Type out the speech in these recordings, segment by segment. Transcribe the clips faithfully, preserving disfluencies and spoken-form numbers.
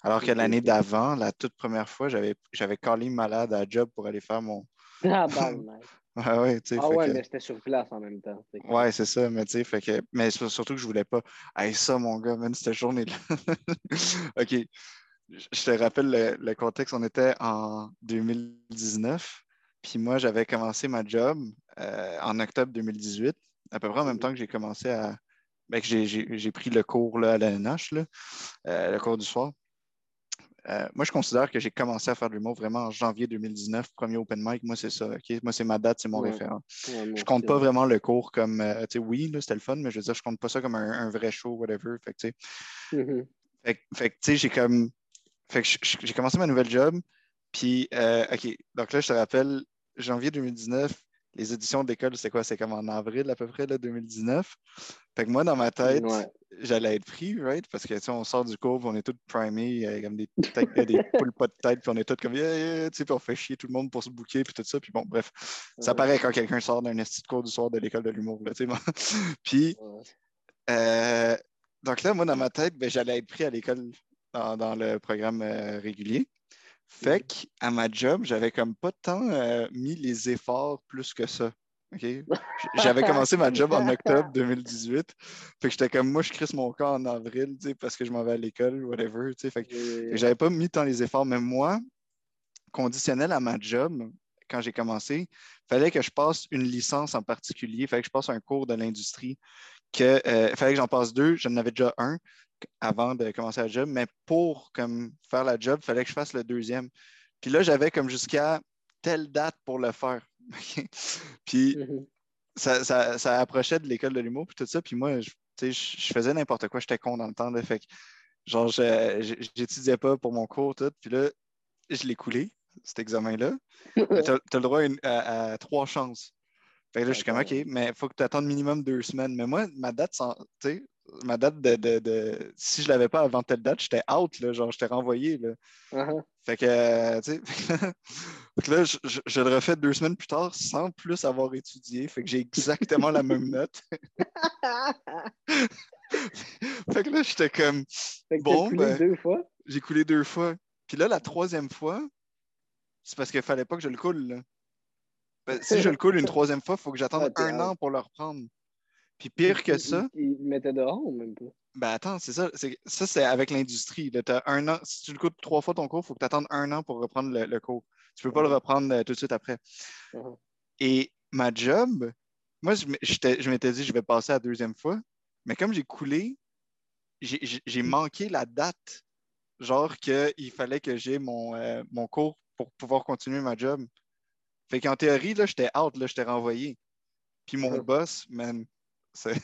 Alors que Ok, l'année ok. d'avant, la toute première fois, j'avais, j'avais callé malade à la job pour aller faire mon. Ah, barnac. Ouais, ouais, tu sais, Ah fait ouais, que. mais c'était sur place en même temps. C'est Ouais, correct. c'est ça, mais tu sais, fait que. Mais c'est surtout que je voulais pas. Hey, ça, mon gars, man, cette journée-là. OK. Je je te rappelle le, le contexte, on était en deux mille dix-neuf, puis moi, j'avais commencé ma job euh, en octobre deux mille dix-huit, à peu près en même temps Mhm. que j'ai commencé à. Ben, que j'ai j'ai- j'ai pris le cours là, à l'A N H, là, euh, le cours du soir. Euh, moi, je considère que j'ai commencé à faire de l'humour vraiment en janvier deux mille dix-neuf, premier open mic. Moi, c'est ça. OK? Moi, c'est ma date, c'est mon Ouais. référent. Ouais, moi Je compte aussi, pas ouais. vraiment le cours comme, euh, tu sais, oui, là, c'était le fun, mais je veux dire, je compte pas ça comme un, un vrai show, whatever. Fait que, tu sais, Mhm. fait, que, fait que, tu sais, j'ai comme. Fait que j- j'ai commencé ma nouvelle job. Puis, euh, OK. Donc là, je te rappelle, janvier deux mille dix-neuf, les éditions d'école, c'est quoi? C'est comme en avril à peu près, là, deux mille dix-neuf. Fait que moi, dans ma tête, Ouais. j'allais être pris, right? Parce que, tu sais, on sort du cours, puis on est tous primés, euh, comme des, têtes, euh, des poules pas de tête, puis on est tous comme, yeah, yeah, tu sais, puis on fait chier tout le monde pour se bouquer, puis tout ça. Puis bon, bref, ça Mhm. paraît quand quelqu'un sort d'un esti de cours du soir de l'école de l'humour, là, tu sais. Bon. Puis, Ouais. euh, donc là, moi, dans ma tête, ben, j'allais être pris à l'école dans, dans le programme euh, régulier. Fait Mhm. qu'à ma job, j'avais comme pas tant euh, mis les efforts plus que ça. OK? J'avais commencé ma job en octobre deux mille dix-huit. Fait que j'étais comme, moi, je crisse mon corps en avril, tu sais, parce que je m'en vais à l'école, whatever, tu sais. Fait que, fait que Euh, j'avais pas mis tant les efforts. Mais moi, conditionnel à ma job, quand j'ai commencé, il fallait que je passe une licence en particulier. Il fallait que je passe un cours de l'industrie. Que, euh, il fallait que j'en passe deux. J'en avais déjà un avant de commencer la job. Mais pour comme, faire la job, il fallait que je fasse le deuxième. Puis là, j'avais comme jusqu'à telle date pour le faire. Puis mhm. ça, ça, ça approchait de l'école de l'humour, puis tout ça. Puis moi, je, tu sais, je, je faisais n'importe quoi. J'étais con dans le temps. Là, fait que, genre, je- je- j'étudiais pas pour mon cours, tout. Puis là, je l'ai coulé, cet examen-là. Mais tu as, le droit à, une- à- à trois chances. Fait que là, je Ah, suis comme, quand OK, même. mais il faut que tu attendes minimum deux semaines. Mais moi, ma date, sans- tu sais, ma date de, de, de- si je l'avais pas avant telle date, j'étais out, là, genre, j'étais renvoyé, là. Ah, Fait que, euh, tu sais, fait que là, je, je- je le refais deux semaines plus tard sans plus avoir étudié. Fait que j'ai exactement la même note. ah. Fait que là, j'étais comme, Fait que t'as bon, coulé ben, deux fois? j'ai coulé deux fois. Puis là, la troisième fois, c'est parce qu'il fallait pas que je le coule, là. Ben, si je le coule une troisième fois, il faut que j'attende Ah, t'es un out. an pour le reprendre. Puis Il, pire que il, il, ça, il te mettait dehors ou même pas? ben attends, c'est ça. C'est, ça, c'est avec l'industrie. Là, t'as un an. Si tu le coûtes trois fois ton cours, il faut que tu attendes un an pour reprendre le, le cours. Tu peux pas le Uh-huh, reprendre euh, tout de suite après. uh-huh. Et ma job, moi, je, m- j'étais- je m'étais dit, je vais passer à la deuxième fois. Mais comme j'ai coulé, j'ai j'ai- j'ai manqué la date. Genre qu'il fallait que j'ai mon, euh, mon cours pour pouvoir continuer ma job. Fait qu'en théorie, là, j'étais out, là, j'étais renvoyé. Puis mon Uh-huh. boss, man, c'est.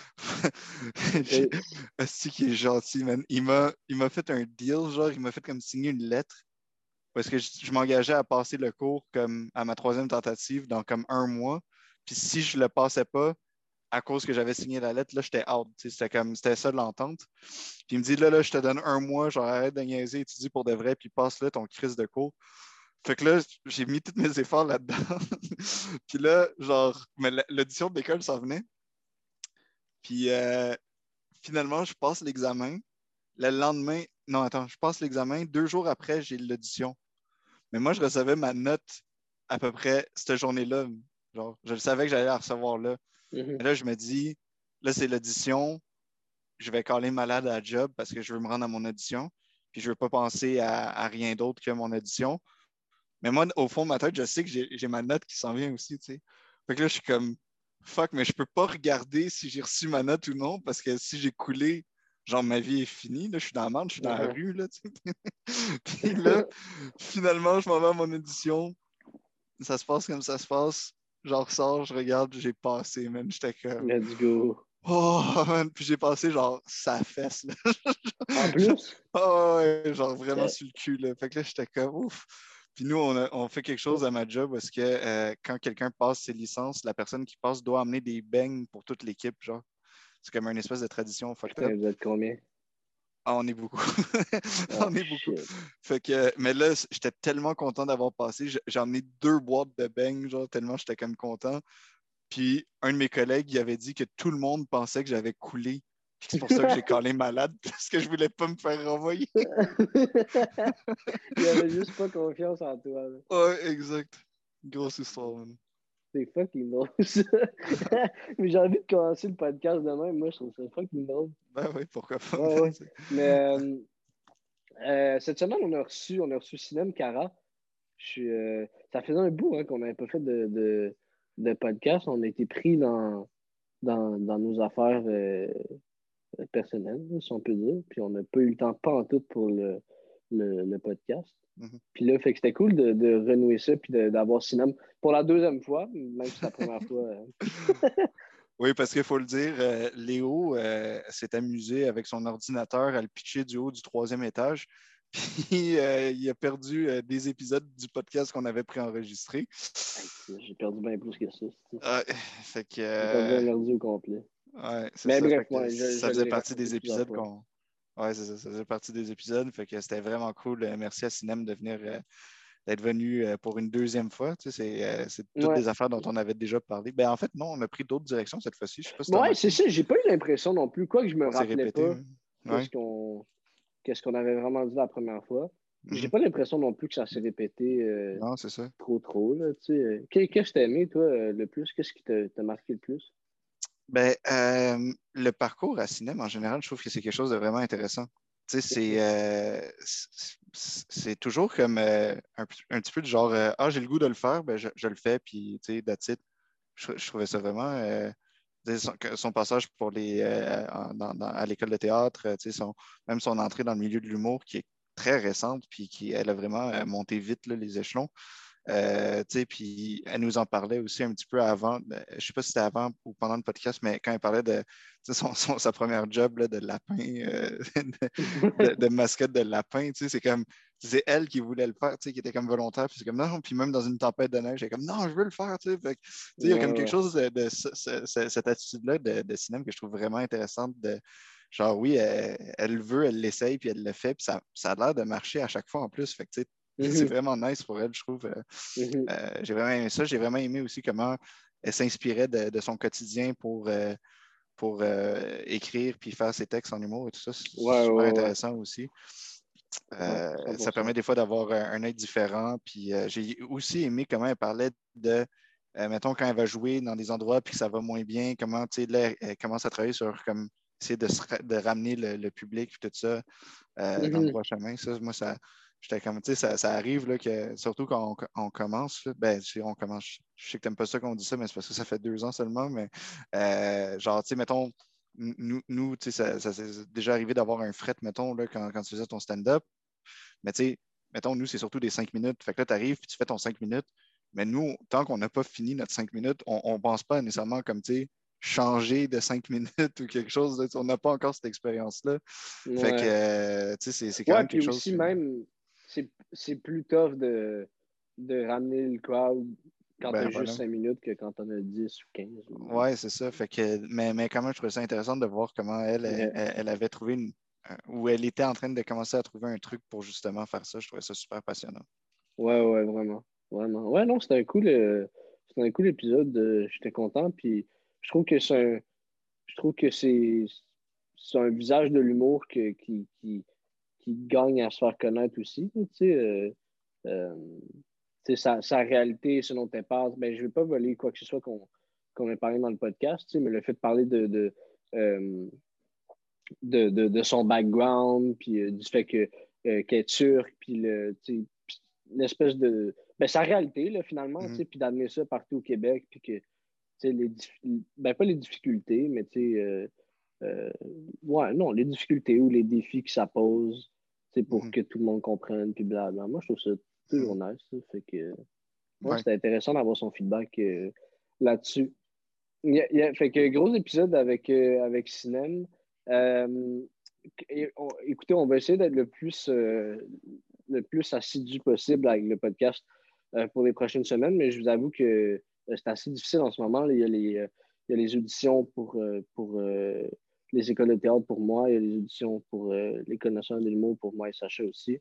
Euh, Asti qui est gentil, man. Il m'a, il m'a fait un deal, genre, il m'a fait comme signer une lettre. Parce que je, je m'engageais à passer le cours comme à ma troisième tentative dans comme un mois. Puis si je le passais pas, à cause que j'avais signé la lettre, là, j'étais out. Tu sais, C'était comme c'était ça l'entente. Puis il me dit là, là, je te donne un mois, genre arrête de niaiser, étudie pour de vrai, puis passe là ton crise de cours. Fait que là, j'ai mis tous mes efforts là-dedans. Puis là, genre, mais l'audition de l'école s'en venait. Puis euh, finalement, je passe l'examen. Le lendemain, non, attends, je passe l'examen. Deux jours après, j'ai l'audition. Mais moi, je recevais ma note à peu près cette journée-là. Genre, je le savais que j'allais la recevoir là. mhm. Mais là, je me dis, là, c'est l'audition. Je vais caler malade à la job parce que je veux me rendre à mon audition. Puis je veux pas penser à, à rien d'autre que mon audition. Mais moi, au fond de ma tête, je sais que j'ai j'ai ma note qui s'en vient aussi, tu sais. Fait que là, je suis comme, fuck, mais je peux pas regarder si j'ai reçu ma note ou non, parce que si j'ai coulé, genre, ma vie est finie, là, je suis dans la merde, je suis dans la Uh-huh. rue, là, tu sais. Puis là, finalement, je m'en vais à mon audition, ça se passe comme ça se passe, j'en ressors, je regarde, j'ai passé, man, j'étais comme, Let's go. oh, man, puis j'ai passé, genre, sa fesse, là. En plus? Oh, ouais, genre, vraiment Euh, sur le cul, là. Fait que là, j'étais comme, ouf. Puis nous, on, a- on fait quelque chose à ma job parce que euh, quand quelqu'un passe ses licences, la personne qui passe doit amener des beignes pour toute l'équipe, genre. C'est comme une espèce de tradition fucked up. Putain, vous êtes combien? Ah, on est beaucoup. Ah, On est beaucoup. shit. Fait que, mais là, j'étais tellement content d'avoir passé. J'ai j'ai emmené deux boîtes de beignes, genre, tellement j'étais comme content. Puis un de mes collègues, il avait dit que tout le monde pensait que j'avais coulé Puis c'est pour ça que j'ai collé malade, parce que je voulais pas me faire renvoyer. Il avait juste pas confiance en toi. Là. Ouais, exact. Grosse histoire, man. C'est fucking drôle, ça. Mais j'ai envie de commencer le podcast demain. Moi, je trouve ça fucking drôle. Ben oui, pourquoi pas. Ouais, ouais. Mais euh, euh, cette semaine, on a reçu, on a reçu Sinem Cara. Je suis, euh, ça faisait un bout hein, qu'on n'avait pas fait de, de, de podcast. On a été pris dans, dans, dans nos affaires euh, personnelles, si on peut dire. Puis on n'a pas eu le temps, pas en tout, pour le, le, le podcast. Mm-hmm. Puis là, fait que c'était cool de, de renouer ça puis de, d'avoir Sinem pour la deuxième fois, même si c'est la première fois. Euh... Oui, parce qu'il faut le dire, euh, Léo euh, s'est amusé avec son ordinateur à le pitcher du haut du troisième étage. Puis euh, il a perdu euh, des épisodes du podcast qu'on avait préenregistré. Hey, j'ai perdu bien plus que ça. Euh, fait que, euh... J'ai perdu un ordi au complet. Ouais, c'est Mais ça. bref, Que ouais, je, ça je faisait l'ai partie raconté des épisodes qu'on. Ouais, c'est ça. Ça faisait partie des épisodes. Fait que c'était vraiment cool. Merci à Sinem de venir euh, d'être venu euh, pour une deuxième fois. Tu sais, c'est, euh, c'est toutes ouais. des affaires dont on avait déjà parlé. Ben, en fait, non, on a pris d'autres directions cette fois-ci. Je sais pas si Ouais, c'est ça. J'ai pas eu l'impression non plus, quoi que je me on s'est rappelais répété. pas Hein. qu'est-ce Ouais. qu'on qu'est-ce qu'on avait vraiment dit la première fois. Mm-hmm. J'ai pas l'impression non plus que ça s'est répété euh, non, c'est ça. trop, trop. Là, tu sais. Qu'est-ce que t'as aimé, toi, le plus? Qu'est-ce qui t'a, t'a marqué le plus? Ben, euh, le parcours à cinéma, en général, je trouve que c'est quelque chose de vraiment intéressant. Tu sais, c'est, euh, c'est, c'est toujours comme euh, un, un petit peu du genre euh, ah, j'ai le goût de le faire, ben je, je le fais, puis tu sais, that's it. Je, je trouvais ça vraiment. Euh, son, son passage pour les, euh, dans, dans, à l'école de théâtre, tu sais, son, même son entrée dans le milieu de l'humour qui est très récente, puis qui elle a vraiment euh, monté vite là, les échelons. Euh, puis elle nous en parlait aussi un petit peu avant, je ne sais pas si c'était avant ou pendant le podcast, mais quand elle parlait de son, son, sa première job là, de lapin, euh, de, de, de mascotte de lapin, c'est comme, c'est elle qui voulait le faire, qui était comme volontaire, puis c'est comme non, puis même dans une tempête de neige, elle est comme non, je veux le faire, tu sais, il y a comme quelque chose de, de, de, de cette attitude-là de, de cinéma que je trouve vraiment intéressante de genre oui, elle, elle veut, elle l'essaye, puis elle le fait, puis ça, ça a l'air de marcher à chaque fois en plus, fait que tu sais, Mm-hmm. c'est vraiment nice pour elle, je trouve. Euh, mm-hmm. euh, j'ai vraiment aimé ça. J'ai vraiment aimé aussi comment elle s'inspirait de, de son quotidien pour, euh, pour euh, écrire puis faire ses textes en humour et tout ça. C'est ouais, super ouais, intéressant ouais. aussi. Euh, ouais, ça permet des fois d'avoir un, un œil différent. Puis euh, j'ai aussi aimé comment elle parlait de, euh, mettons, quand elle va jouer dans des endroits puis que ça va moins bien, comment, tu sais, là, elle commence à travailler sur comme essayer de, de ramener le, le public puis tout ça euh, mm-hmm. dans le droit chemin. Ça, moi, ça. J'étais comme, tu sais, ça, ça arrive, là, que, surtout quand on, on commence, là, ben, on commence, je sais que t'aimes pas ça qu'on dit ça, mais c'est parce que ça fait deux ans seulement, mais euh, genre, tu sais, mettons, nous, nous tu sais, ça, ça s'est déjà arrivé d'avoir un fret, mettons, là, quand, quand tu faisais ton stand-up, mais tu sais, mettons, nous, c'est surtout des cinq minutes, fait que là, t'arrives, puis tu fais ton cinq minutes, mais nous, tant qu'on n'a pas fini notre cinq minutes, on ne pense pas nécessairement comme, tu sais, changer de cinq minutes ou quelque chose, là, on n'a pas encore cette expérience-là, ouais. Fait que, euh, tu sais, c'est, c'est quand ouais, même quelque puis chose... aussi, même, c'est, c'est plus tough de, de ramener le crowd quand ben, tu as voilà. juste cinq minutes que quand tu en as dix ou quinze. Ou... Ouais, c'est ça. Fait que, mais, mais quand même, je trouvais ça intéressant de voir comment elle, ouais. elle, elle avait trouvé une. Où elle était en train de commencer à trouver un truc pour justement faire ça. Je trouvais ça super passionnant. Ouais, ouais, vraiment. Vraiment. Ouais, non, c'était un cool, euh, c'était un cool épisode. Euh, j'étais content. Puis je trouve que c'est un. Je trouve que c'est, c'est un visage de l'humour que, qui, qui, qui gagne à se faire connaître aussi. Tu sais, euh, euh, tu sais sa, sa réalité, ce dont elle parle, ben, je ne vais pas voler quoi que ce soit qu'on, qu'on ait parlé dans le podcast, tu sais, mais le fait de parler de, de, euh, de, de, de son background, puis euh, du fait que, euh, qu'elle est turque, puis le, tu sais, l'espèce de. Ben, sa réalité, là, finalement, mm-hmm. tu sais, puis d'amener ça partout au Québec, puis que. Les, ben, pas les difficultés, mais tu sais, euh, euh, ouais, non, les difficultés ou les défis que ça pose, c'est pour mm-hmm. que tout le monde comprenne, puis blablabla. Moi, je trouve ça toujours mm-hmm. nice. Ça, fait que, ouais, ouais. C'était intéressant d'avoir son feedback euh, là-dessus. Il y a, il y a, fait que gros épisode avec, euh, avec Sinem. Euh, on, écoutez, on va essayer d'être le plus, euh, le plus assidu possible avec le podcast euh, pour les prochaines semaines, mais je vous avoue que c'est assez difficile en ce moment. Il y a les, euh, il y a les auditions pour, euh, pour euh, les écoles de théâtre pour moi. Il y a les auditions pour euh, l'École nationale de l'humour pour moi et Sacha aussi.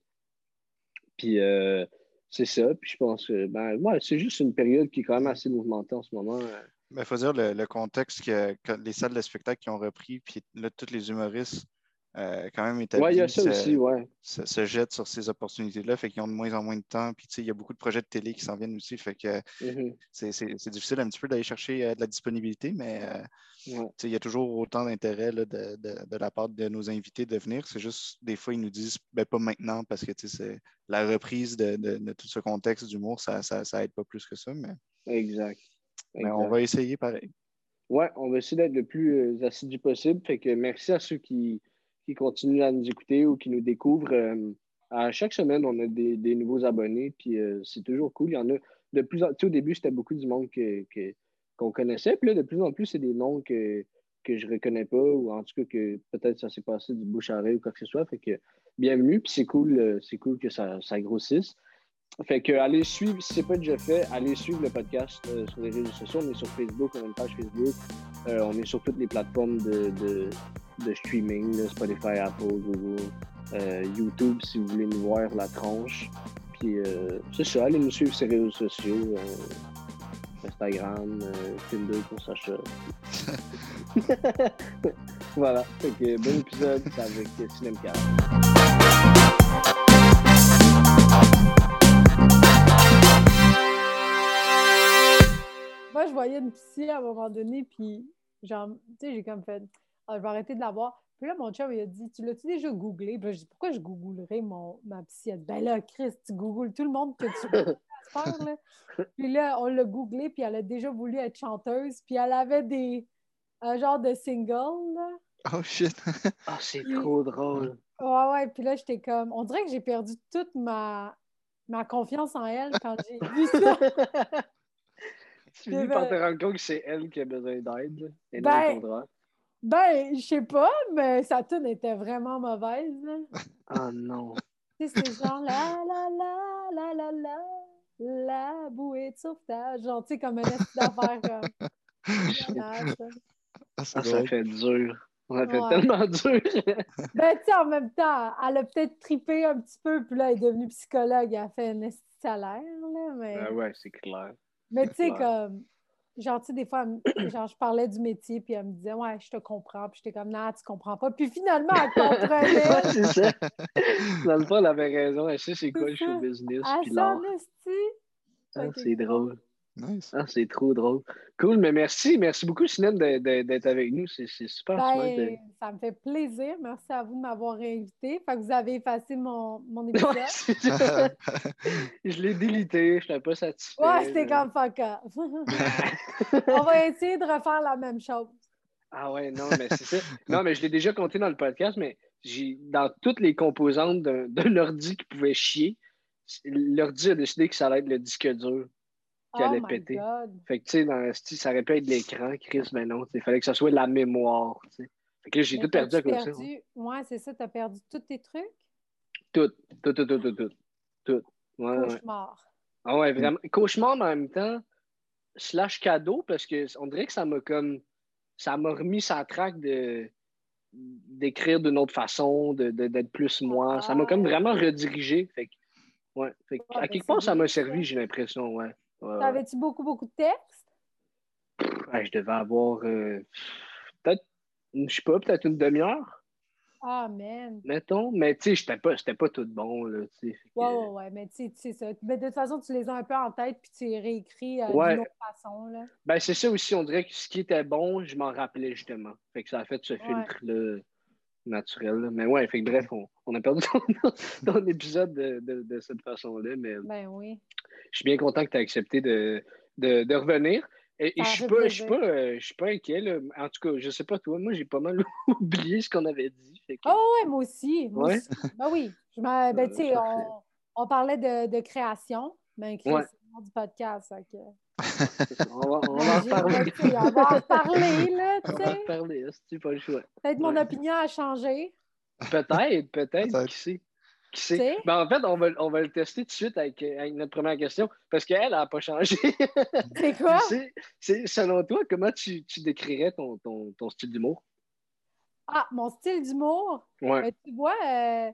Puis euh, c'est ça. Puis je pense que ben, ouais, c'est juste une période qui est quand même assez mouvementée en ce moment. Il faut dire le, le contexte que, que les salles de spectacle qui ont repris, puis là, tous les humoristes euh, quand même Ouais, il y a établis ça se, aussi, ouais. se, se jettent sur ces opportunités-là, fait qu'ils ont de moins en moins de temps. Puis il y a beaucoup de projets de télé qui s'en viennent aussi, fait que Mm-hmm. c'est, c'est, c'est difficile un petit peu d'aller chercher euh, de la disponibilité, mais euh, Ouais. il y a toujours autant d'intérêt là, de, de, de la part de nos invités de venir. C'est juste, des fois, ils nous disent ben, pas maintenant parce que c'est la reprise de, de, de tout ce contexte d'humour, ça, ça, ça aide pas plus que ça, mais, Exact. mais on Exact. va essayer pareil. Ouais, on va essayer d'être le plus euh, assidu possible. Fait que merci à ceux qui, qui continuent à nous écouter ou qui nous découvrent. Euh, à chaque semaine, on a des, des nouveaux abonnés, puis euh, c'est toujours cool. Il y en a de plus en plus. Au début, c'était beaucoup du monde que, que, qu'on connaissait. Puis là, de plus en plus, c'est des noms que, que je reconnais pas, ou en tout cas que peut-être ça s'est passé du bouche à oreille ou quoi que ce soit. Fait que bienvenue, puis c'est cool, euh, c'est cool que ça, ça grossisse. Fait que allez suivre, si c'est pas déjà fait, allez suivre le podcast euh, sur les réseaux sociaux. On est sur Facebook, on a une page Facebook. Euh, on est sur toutes les plateformes de, de, de streaming, là, Spotify, Apple, Google, euh, YouTube, si vous voulez nous voir la tronche. Puis euh, c'est ça, allez nous suivre sur les réseaux sociaux. Euh, Instagram, euh, Tinder pour Sacha. Voilà, fait que bon épisode, c'est avec Cinemcar. Moi, je voyais une psy à un moment donné, puis genre, tu sais, j'ai comme fait, ah, je vais arrêter de la voir. Puis là, mon chum, il a dit, tu l'as-tu déjà googlé? Puis là, je dis, pourquoi je googlerais mon, ma psy? Elle dit, ben là, Chris, tu googles tout le monde que tu veux faire, là. Puis là, on l'a googlé, puis elle a déjà voulu être chanteuse, puis elle avait des, un genre de single, là. Oh shit! Ah, c'est Puis, trop drôle. ouais, ouais, puis là, j'étais comme, on dirait que j'ai perdu toute ma, ma confiance en elle quand j'ai vu ça. Tu finis par te rendre compte que c'est elle qui a besoin d'aide, et non le Ben, contraire. ben, je sais pas, mais sa tune était vraiment mauvaise, là. Ah non. Tu sais, c'était genre la la la la la la la bouée de sauvetage. Genre, tu sais, comme un esti d'affaires comme. Ah, ça. Ah, c'est Ah, ça drôle. fait dur. Ça fait Ouais. tellement dur. Ben, tu sais, en même temps, elle a peut-être trippé un petit peu, puis là, elle est devenue psychologue, elle a fait un esti de salaire, là, mais. Ah ouais, c'est clair. Mais tu sais, clair. comme. Genre, tu sais, des fois, elle me- genre, je parlais du métier, puis elle me disait, ouais, je te comprends. Puis j'étais comme, non, tu comprends pas. Puis finalement, elle comprenait. Ouais, c'est ça. Dans le fond, elle avait raison. Elle sait c'est quoi le C'est show ça. business Elle puis s'en l'art. esti. Ah, Fait que, c'est drôle. Nice. Ah, c'est trop drôle. Cool, mais merci. Merci beaucoup, Sinette, de- de- d'être avec nous. C'est c'est super smart. de- Ben, ça me fait plaisir. Merci à vous de m'avoir invité. Fait que vous avez effacé mon, mon Ouais, épisode. c'est ça. Je l'ai délité. Je n'étais pas satisfait. Ouais, c'était là. comme fuck off. On va essayer de refaire la même chose. Ah ouais, non, mais c'est ça. Non, mais je l'ai déjà compté dans le podcast, mais j'ai dans toutes les composantes d'un d'un ordi qui pouvait chier, l'ordi a décidé que ça allait être le disque dur qui Oh allait my péter. God. Fait que, tu sais, dans le style, ça aurait pu être l'écran, Chris, mais non. Il fallait que ça soit la mémoire, tu sais. Fait que là, j'ai Mais tout perdu à t'as-tu cause de ça. Ouais. perdu? Ouais, c'est ça, t'as perdu tous tes trucs? Tout, tout, tout, tout, tout, tout. Tout. Ouais, ouais. Cauchemar. Ah ouais, vraiment. Cauchemar, mais en même temps, slash cadeau, parce que on dirait que ça m'a comme. Ça m'a remis sa traque de d'écrire d'une autre façon, de, de- d'être plus moi. Ça m'a comme Ah, vraiment redirigé. Fait que, ouais. Fait que, ouais, à ben quelque c'est part, ça bien m'a ça. servi, j'ai l'impression, ouais. Ouais, ouais. T'avais-tu beaucoup, beaucoup de textes? Ouais, je devais avoir euh, peut-être, je sais pas, peut-être une demi-heure. Ah, man. Mettons, mais tu sais, j'étais pas, c'était pas tout bon, là, tu sais. Fait Ouais, que- ouais, ouais, mais tu sais, tu sais ça. Mais de toute façon, tu les as un peu en tête, puis tu les réécris euh, d'une Ouais, autre façon, là. ben c'est ça aussi, on dirait que ce qui était bon, je m'en rappelais justement. Fait que ça a fait ce Ouais. filtre-là naturel. Là. Mais ouais, fait que bref, on, on a perdu ton, ton épisode de, de, de cette façon-là, mais Ben oui. je suis bien content que tu aies accepté de, de, de revenir. Et, et Ça je suis fait pas, je suis plaisir. pas, euh, je suis pas inquiet, là. En tout cas, je sais pas toi, moi j'ai pas mal oublié ce qu'on avait dit. Fait que, Oh, ouais, moi aussi. Moi ouais, aussi. Ben oui. Je m'en- ben, euh, tu sais, parfait. on, on parlait de, de création. Ben, Chris, Ouais, c'est le nom du podcast. Fait que, c'est ça. On va, on va en imagine, reparler. ben, tu sais, on va en reparler, là, tu On va en sais. reparler, c'est pas le choix. Peut-être mon Ouais. opinion a changé. Peut-être, peut-être, Peut-être. qui sait. Qui Tu sait. sais. Ben, en fait, on va, on va le tester tout de suite avec, avec notre première question, parce qu'elle n'a pas changé. C'est quoi? c'est, c'est, selon toi, comment tu, tu décrirais ton, ton, ton style d'humour? Ah, mon style d'humour. Ouais. Ben, tu vois, euh,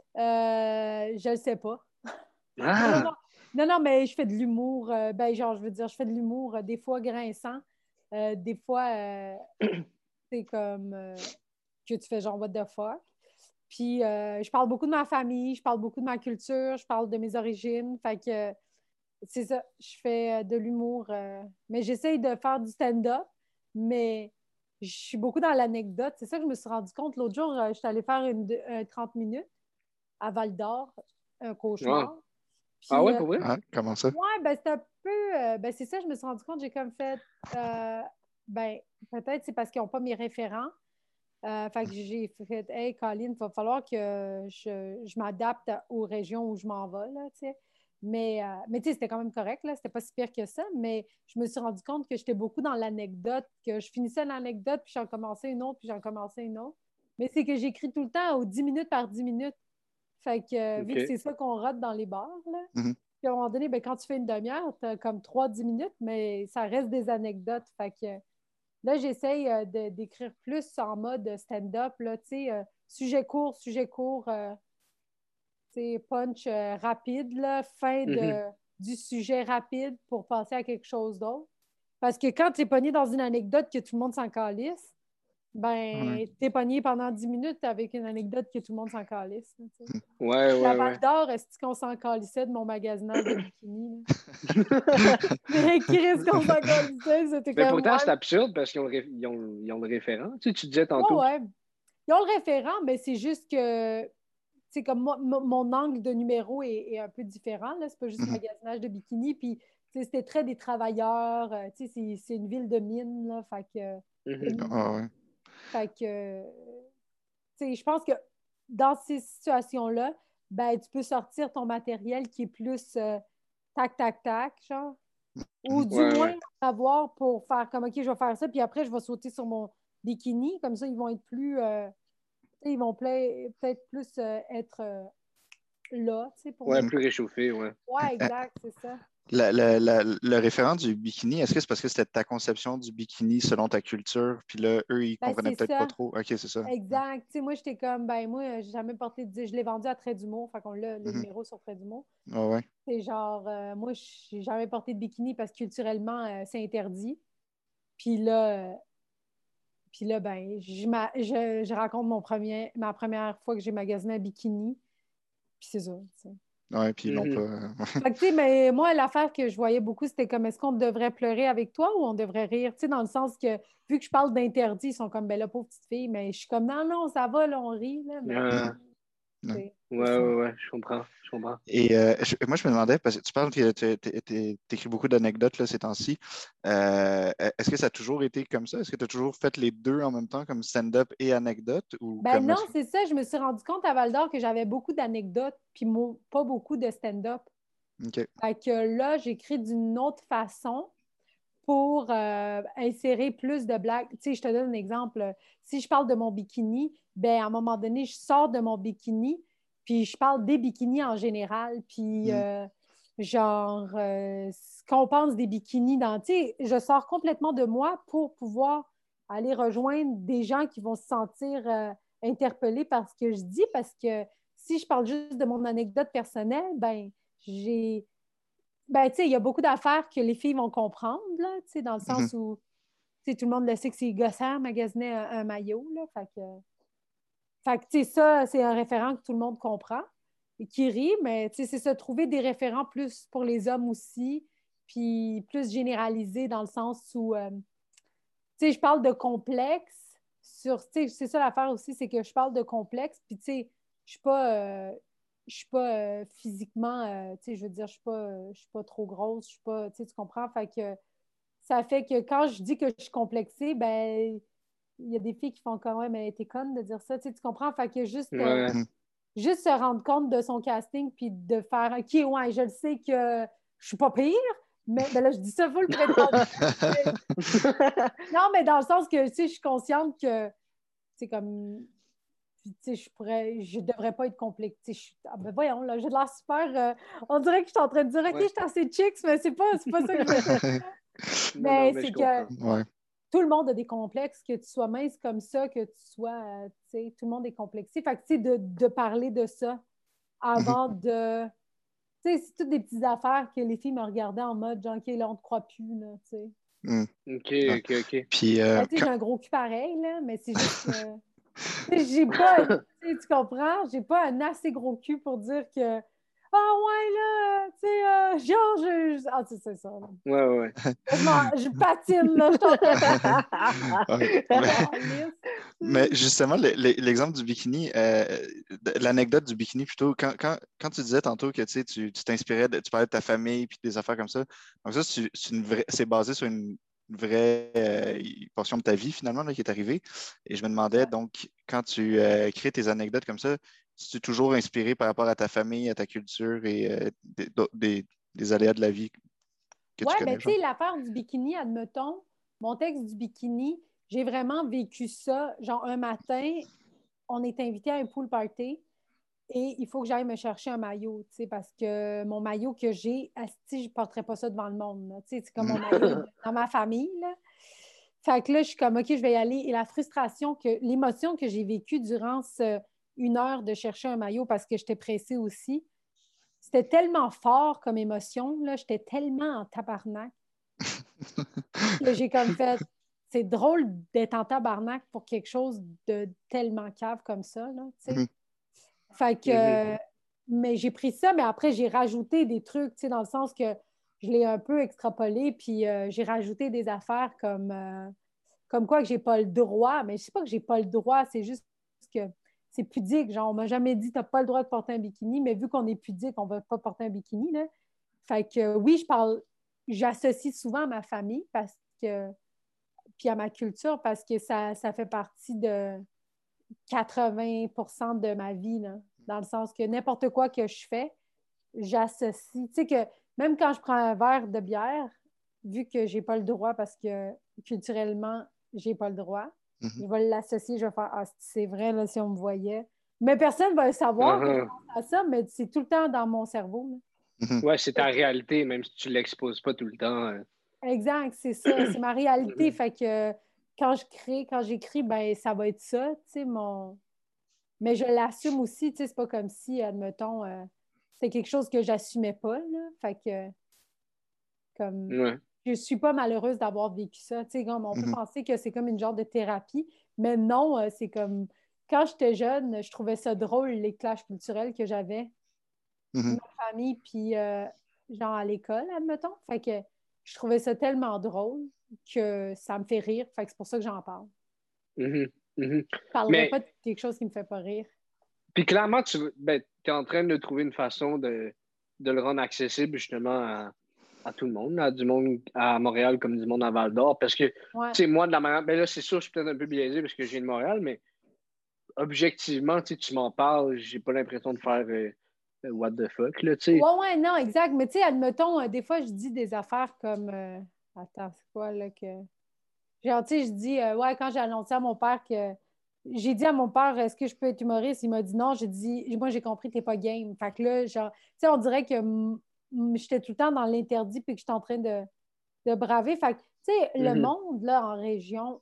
euh, je le sais pas. Non, non, Ah! non, non, non, mais je fais de l'humour. euh, ben, genre, je veux dire, je fais de l'humour euh, des fois grinçant. Euh, des fois, euh, c'est comme euh, que tu fais genre what the fuck. Puis euh, je parle beaucoup de ma famille, je parle beaucoup de ma culture, je parle de mes origines. Fait que euh, c'est ça, je fais euh, de l'humour. euh, mais j'essaye de faire du stand-up, mais je suis beaucoup dans l'anecdote. C'est ça que je me suis rendu compte. L'autre jour, euh, je suis allée faire une, un trente minutes à Val d'Or, un Ouais. cauchemar. Ah Puis, ouais, euh, pour vrai? Ah, comment ça? ouais, ben c'est un peu. euh, ben c'est ça, je me suis rendu compte, j'ai comme fait. euh, ben, peut-être c'est parce qu'ils n'ont pas mes référents. Euh, fait que j'ai fait, hey, Colin, il va falloir que je, je m'adapte aux régions où je m'en vais, là, tu sais. Mais, euh, mais tu sais, c'était quand même correct, là, c'était pas si pire que ça, mais je me suis rendu compte que j'étais beaucoup dans l'anecdote, que je finissais l'anecdote, puis j'en commençais une autre, puis j'en commençais une autre. Mais c'est que j'écris tout le temps aux dix minutes par dix minutes. Fait que, euh, vu que OK. c'est ça qu'on rate dans les bars, là, Mhm. puis à un moment donné, ben, quand tu fais une demi-heure, t'as comme trois dix minutes, mais ça reste des anecdotes. Fait que là, j'essaye euh, de- d'écrire plus en mode stand-up, là, tu sais, euh, sujet court, sujet court, euh, tu sais, punch euh, rapide, là, fin Mhm. de, du sujet rapide pour passer à quelque chose d'autre. Parce que quand tu es pogné dans une anecdote que tout le monde s'en calisse, Ouais. ben, tu es pogné pendant dix minutes avec une anecdote que tout le monde s'en calisse. Là, tu sais. Ouais, Puis à ouais, Val ouais. d'Or, est-ce qu'on s'en calissait de mon magasinage de bikini? Là? Mais qui risque qu'on s'en calissait? C'était Mais comme, pourtant, c'est ouais, absurde parce qu'ils ont, le ré- ils ont, ils ont le référent. Tu sais, tu disais ouais, tantôt. ouais. Ils ont le référent, mais c'est juste que, c'est comme moi, mon, mon angle de numéro est, est un peu différent. Là. C'est pas juste Mhm. magasinage de bikini. Puis, tu sais, c'était très des travailleurs. euh, tu sais, c'est, c'est une ville de mine. Là, fait que, Mhm. Ah, ouais. fait que, tu sais, je pense que dans ces situations-là, ben, tu peux sortir ton matériel qui est plus euh, tac, tac, tac, genre. Ou Mhm. du Ouais, moins ouais. avoir pour faire comme, OK, je vais faire ça, puis après, je vais sauter sur mon bikini. Comme ça, ils vont être plus. euh, tu sais, ils vont pla- peut-être plus euh, être euh, là, tu sais, pour Ouais, me. Mhm. plus réchauffé, ouais. Ouais, exact, c'est ça. La- la- la- le référent du bikini, est-ce que c'est parce que c'était ta conception du bikini selon ta culture, puis là, eux, ils Ben, comprenaient c'est peut-être pas ça. trop. Ok, c'est ça. Exact. Tu sais, moi, j'étais comme, ben, moi, j'ai jamais porté de. Je l'ai vendu à Trait d'Humour, fait qu'on l'a, le Mhm. numéro sur Trait d'Humour. Ah, ouais. C'est genre, euh, moi, j'ai jamais porté de bikini parce que culturellement, euh, c'est interdit. Puis là, euh, puis là, ben, je, ma- je, je raconte mon premier, ma première fois que j'ai magasiné un bikini. Puis c'est ça, tu sais. Ouais, puis ils l'ont pas. Mhm. euh, Fait que, tu sais, mais moi, l'affaire que je voyais beaucoup, c'était comme est-ce qu'on devrait pleurer avec toi ou on devrait rire? Tu sais, dans le sens que, vu que je parle d'interdit, ils sont comme, ben là, pauvre petite fille, mais je suis comme, non, non, ça va, là, on rit, là, mais, Euh, tu Ouais. sais, c'est ouais, ça. ouais, ouais, je comprends. Je comprends. Et euh, je- moi, je me demandais, parce que tu parles que tu écris beaucoup d'anecdotes là, ces temps-ci. Euh, est-ce que ça a toujours été comme ça? Est-ce que tu as toujours fait les deux en même temps, comme stand-up et anecdote? Ou Ben comme non, est-ce que- c'est ça, je me suis rendu compte à Val d'Or que j'avais beaucoup d'anecdotes, puis mo- pas beaucoup de stand-up. OK. Fait que là, j'écris d'une autre façon pour euh, insérer plus de blagues. Tu sais, je te donne un exemple. Si je parle de mon bikini, ben à un moment donné, je sors de mon bikini, puis je parle des bikinis en général, puis Mm. euh, genre euh, ce qu'on pense des bikinis dans. Tu sais, je sors complètement de moi pour pouvoir aller rejoindre des gens qui vont se sentir euh, interpellés par ce que je dis, parce que si je parle juste de mon anecdote personnelle, ben j'ai ben, tu sais, il y a beaucoup d'affaires que les filles vont comprendre, là, tu sais, dans le Mhm. sens où, tu sais, tout le monde le sait que c'est gossant, magasiner un, un maillot, là, fait que, fait que, tu sais, ça, c'est un référent que tout le monde comprend et qui rit, mais, tu sais, c'est ça, trouver des référents plus pour les hommes aussi, puis plus généralisés dans le sens où, euh, tu sais, je parle de complexe sur, tu sais, c'est ça l'affaire aussi, c'est que je parle de complexe, puis, tu sais, je suis pas... euh, je suis pas euh, physiquement, euh, tu sais, je veux dire, je suis pas, euh, je suis pas trop grosse, je suis pas, tu sais, tu comprends? Fait que ça fait que quand je dis que je suis complexée, ben, il y a des filles qui font quand même, elle était conne de dire ça, tu sais, tu comprends? Fait que juste, euh, Ouais. Mhm. juste se rendre compte de son casting puis de faire, OK, ouais, je le sais que je suis pas pire, mais ben là, je dis ça full prétendu. Non, mais dans le sens que, tu sais, je suis consciente que, c'est comme puis, tu sais, je pourrais, je devrais pas être complexe. Tu sais, je suis- ah, ben voyons, là, j'ai de l'air super. euh, on dirait que je suis en train de dire, OK, je Ouais. suis assez chicks, mais c'est pas, c'est pas ça que je veux dire. Non, non, Mais mais c'est je que comprends. Ouais. tout le monde a des complexes, que tu sois mince comme ça, que tu sois, euh, tu sais, tout le monde est complexé. Fait que, tu sais, de, de parler de ça Mhm. avant de. Tu sais, c'est toutes des petites affaires que les filles me regardaient en mode, genre, OK, là, on te croit plus, là, tu sais. Mm. OK, Ah. OK, OK. Puis, euh, Ben, tu sais, quand- j'ai un gros cul pareil, là, mais c'est juste que. Tu sais, j'ai pas. Tu sais, tu comprends? J'ai pas un assez gros cul pour dire que. Ah ouais, là, tu sais, euh, genre, je. je- Ah, tu sais, c'est ça. Là. Ouais, ouais, ouais. Là, je, m'en- je patine, là, je suis en train de. Ouais. Mais, Calisse. mais justement, le- le- l'exemple du bikini, euh, de- l'anecdote du bikini plutôt, quand, quand, quand tu disais tantôt que tu sais, tu tu t'inspirais, de- tu parlais de ta famille puis des affaires comme ça, donc ça, c'est c'est une vraie, c'est basé sur une vraie euh, portion de ta vie finalement là, qui est arrivée. Et je me demandais, Ouais. donc, quand tu euh, crées tes anecdotes comme ça, es-tu toujours inspiré par rapport à ta famille, à ta culture et euh, des, des- des aléas de la vie que tu Ouais, ben, connais, tu genre? sais, l'affaire du bikini, admettons, mon texte du bikini, j'ai vraiment vécu ça. Genre, un matin, on est invité à un pool party et il faut que j'aille me chercher un maillot, tu sais, parce que mon maillot que j'ai, asti, je ne porterais pas ça devant le monde, là. Tu sais, c'est comme mon maillot de- dans ma famille, là. Fait que là, je suis comme, OK, je vais y aller. Et la frustration, que l'émotion que j'ai vécue durant ce- une heure de chercher un maillot parce que j'étais pressée aussi, c'était tellement fort comme émotion, là. J'étais tellement en tabarnak que j'ai comme fait, c'est drôle d'être en tabarnak pour quelque chose de tellement cave comme ça, là, tu sais. Mhm. Fait que, Mhm. euh, mais j'ai pris ça, mais après, j'ai rajouté des trucs, tu sais, dans le sens que je l'ai un peu extrapolé, puis euh, j'ai rajouté des affaires comme, euh, comme quoi que j'ai pas le droit, mais je sais pas que j'ai pas le droit, c'est juste que c'est pudique, genre, on m'a jamais dit t'as pas le droit de porter un bikini, mais vu qu'on est pudique, on va pas porter un bikini, là. Fait que euh, oui, je parle, j'associe souvent à ma famille parce que, puis à ma culture parce que ça, ça fait partie de quatre-vingts pour cent de ma vie, là, dans le sens que n'importe quoi que je fais, j'associe. Tu sais que même quand je prends un verre de bière, vu que j'ai pas le droit parce que culturellement, j'ai pas le droit, Mhm. je vais l'associer, je vais faire Ah, c'est vrai, là, si on me voyait. Mais personne ne va le savoir que je Uh-huh. pense à ça, mais c'est tout le temps dans mon cerveau, là. Mhm. Ouais, c'est ta réalité, même si tu l'exposes pas tout le temps. euh. Exact, c'est ça. C'est ma réalité. Mhm. Fait que quand je crée, quand j'écris, ben ça va être ça, tu sais, mon. Mais je l'assume aussi, tu sais, c'est pas comme si, admettons, euh, c'est quelque chose que j'assumais pas, là. Fait que, comme, Ouais. je suis pas malheureuse d'avoir vécu ça. Tu sais, comme, on peut Mhm. penser que c'est comme une genre de thérapie, mais non, euh, c'est comme, quand j'étais jeune, je trouvais ça drôle, les clashs culturels que j'avais, Mhm. ma famille, puis euh, genre à l'école, admettons. Fait que je trouvais ça tellement drôle que ça me fait rire. Fait que c'est pour ça que j'en parle. Mhm. Mhm. Je parlerais Mais, pas de quelque chose qui me fait pas rire. puis clairement, tu ben, es en train de trouver une façon de, de le rendre accessible justement à, à tout le monde, à du monde à Montréal comme du monde à Val d'Or. Parce que, tu Ouais. sais, moi, de la manière, ben là, c'est sûr, je suis peut-être un peu biaisé parce que je viens de Montréal, mais objectivement, tu sais, tu m'en parles, j'ai pas l'impression de faire euh, euh, what the fuck, là, tu sais. Ouais, ouais, non, exact. Mais tu sais, admettons, euh, des fois, je dis des affaires comme. euh, Attends, c'est quoi, là, que. Genre, tu sais, je dis, euh, ouais, quand j'ai annoncé à mon père que. J'ai dit à mon père, est-ce que je peux être humoriste? Il m'a dit non. J'ai dit, moi, j'ai compris, t'es pas game. Fait que là, genre, tu sais, on dirait que mm, mm, j'étais tout le temps dans l'interdit puis que j'étais en train de, de braver. Fait que, tu sais, le Mhm. monde, là, en région,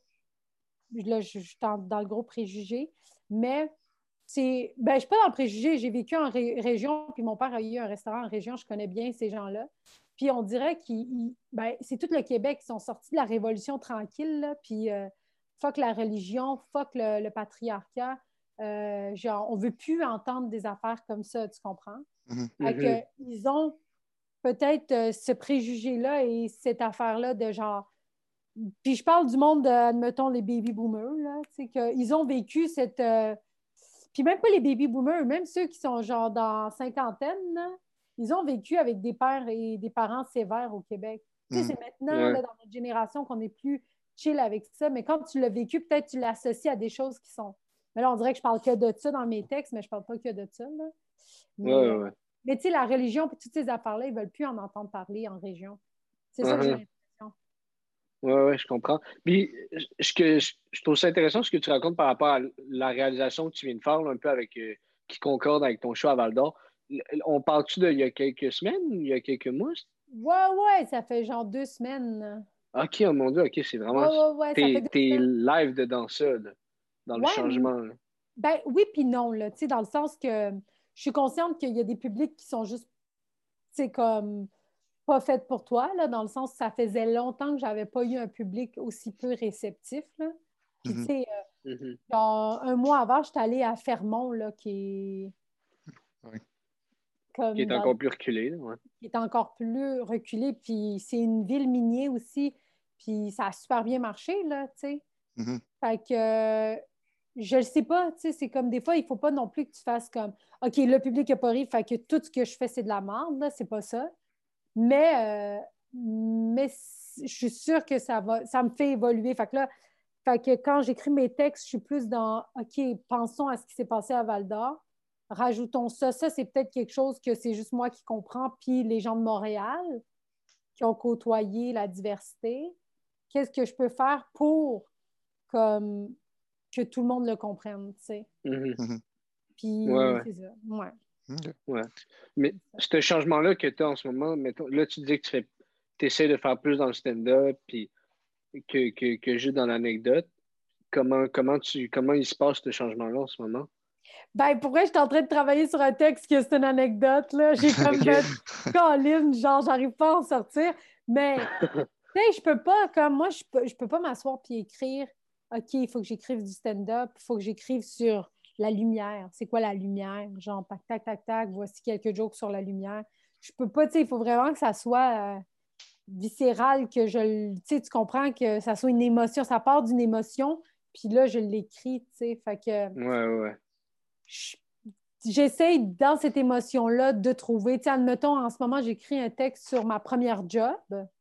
là, je, je suis dans, dans le gros préjugé, mais c'est. Ben, je suis pas dans le préjugé. J'ai vécu en ré- région, puis mon père a eu un restaurant en région. Je connais bien ces gens-là. Puis on dirait que ben, c'est tout le Québec qui sont sortis de la Révolution tranquille, là, puis euh, fuck la religion, fuck le, le patriarcat. Euh, genre, on veut plus entendre des affaires comme ça, tu comprends? Mhm. Fait Mhm. que, ils ont peut-être euh, ce préjugé-là et cette affaire-là de genre. Puis je parle du monde, de, admettons, les baby boomers, là, tu sais, qu'ils ont vécu cette. euh, Puis même pas les baby boomers, même ceux qui sont genre dans cinquantaine, là, ils ont vécu avec des pères et des parents sévères au Québec. Tu sais, Mhm. c'est maintenant, Ouais. là, dans notre génération, qu'on est plus chill avec ça, mais quand tu l'as vécu, peut-être tu l'associes à des choses qui sont. Mais là, on dirait que je parle que de ça dans mes textes, mais je parle pas que de ça, là. Ouais, Mais, ouais, euh, ouais. mais tu sais, la religion et toutes ces affaires-là, ils veulent plus en entendre parler en région. C'est ça que j'ai Uh-huh. l'impression. Ouais, ouais, je comprends. Puis, je, je, que- je- je trouve ça intéressant ce que tu racontes par rapport à la réalisation que tu viens de faire, là, un peu avec, euh, qui concorde avec ton show à Val d'Or. L- On parle-tu de il y a quelques semaines, il y a quelques mois? Ouais, ouais, ça fait genre deux semaines. Ok, oh mon Dieu, ok, c'est Ouais, vraiment. ouais, ouais, ça fait T'es, deux t'es semaines. live dedans ça, là, dans le Ouais, m- changement, là. ben oui, puis non, là, tu sais, dans le sens que je suis consciente qu'il y a des publics qui sont juste, tu sais, comme pas faite pour toi, là, dans le sens que ça faisait longtemps que j'avais pas eu un public aussi peu réceptif, là. Puis, tu Mhm. sais, euh, Mhm. genre, un mois avant, j'étais allée à Fermont, là, qui est Oui. comme Qui est dans encore plus reculé. Là, ouais. qui est encore plus reculé. Puis c'est une ville minière aussi. Puis ça a super bien marché, là, tu sais. Mhm. Fait que euh, je le sais pas, tu sais, c'est comme des fois, il faut pas non plus que tu fasses comme OK, le public n'a pas ri, fait que tout ce que je fais, c'est de la merde, là, c'est pas ça. Mais, euh, mais je suis sûre que ça va, ça me fait évoluer. Fait que là, fait que quand j'écris mes textes, je suis plus dans OK, pensons à ce qui s'est passé à Val d'Or. Rajoutons ça. Ça, c'est peut-être quelque chose que c'est juste moi qui comprends, puis les gens de Montréal qui ont côtoyé la diversité. Qu'est-ce que je peux faire pour comme, que tout le monde le comprenne, tu sais? Mhm. Mhm. Puis, Ouais, ouais. c'est ça. Ouais. Ok. Ouais. Mais ce changement-là que tu as en ce moment, mettons, là, tu dis que tu fais, essaies de faire plus dans le stand-up puis que, que, que juste dans l'anecdote. Comment, comment, tu, comment il se passe ce changement-là en ce moment? Ben, pour vrai, j'étais en train de travailler sur un texte que c'est une anecdote, là. J'ai comme Ok. fait Colin, genre, j'arrive pas à en sortir. Mais, tu sais, je peux pas, comme moi, je peux, je peux pas m'asseoir puis écrire, OK, il faut que j'écrive du stand-up, il faut que j'écrive sur la lumière. C'est quoi la lumière? Genre, tac, tac, tac, tac, voici quelques jokes sur la lumière. Je peux pas, tu sais, il faut vraiment que ça soit euh, viscéral, que je le. Tu sais, tu comprends que ça soit une émotion, ça part d'une émotion, puis là, je l'écris, tu sais. Fait que Ouais, ouais. je- j'essaye dans cette émotion-là de trouver. Tu sais, admettons, en ce moment, j'écris un texte sur ma première job,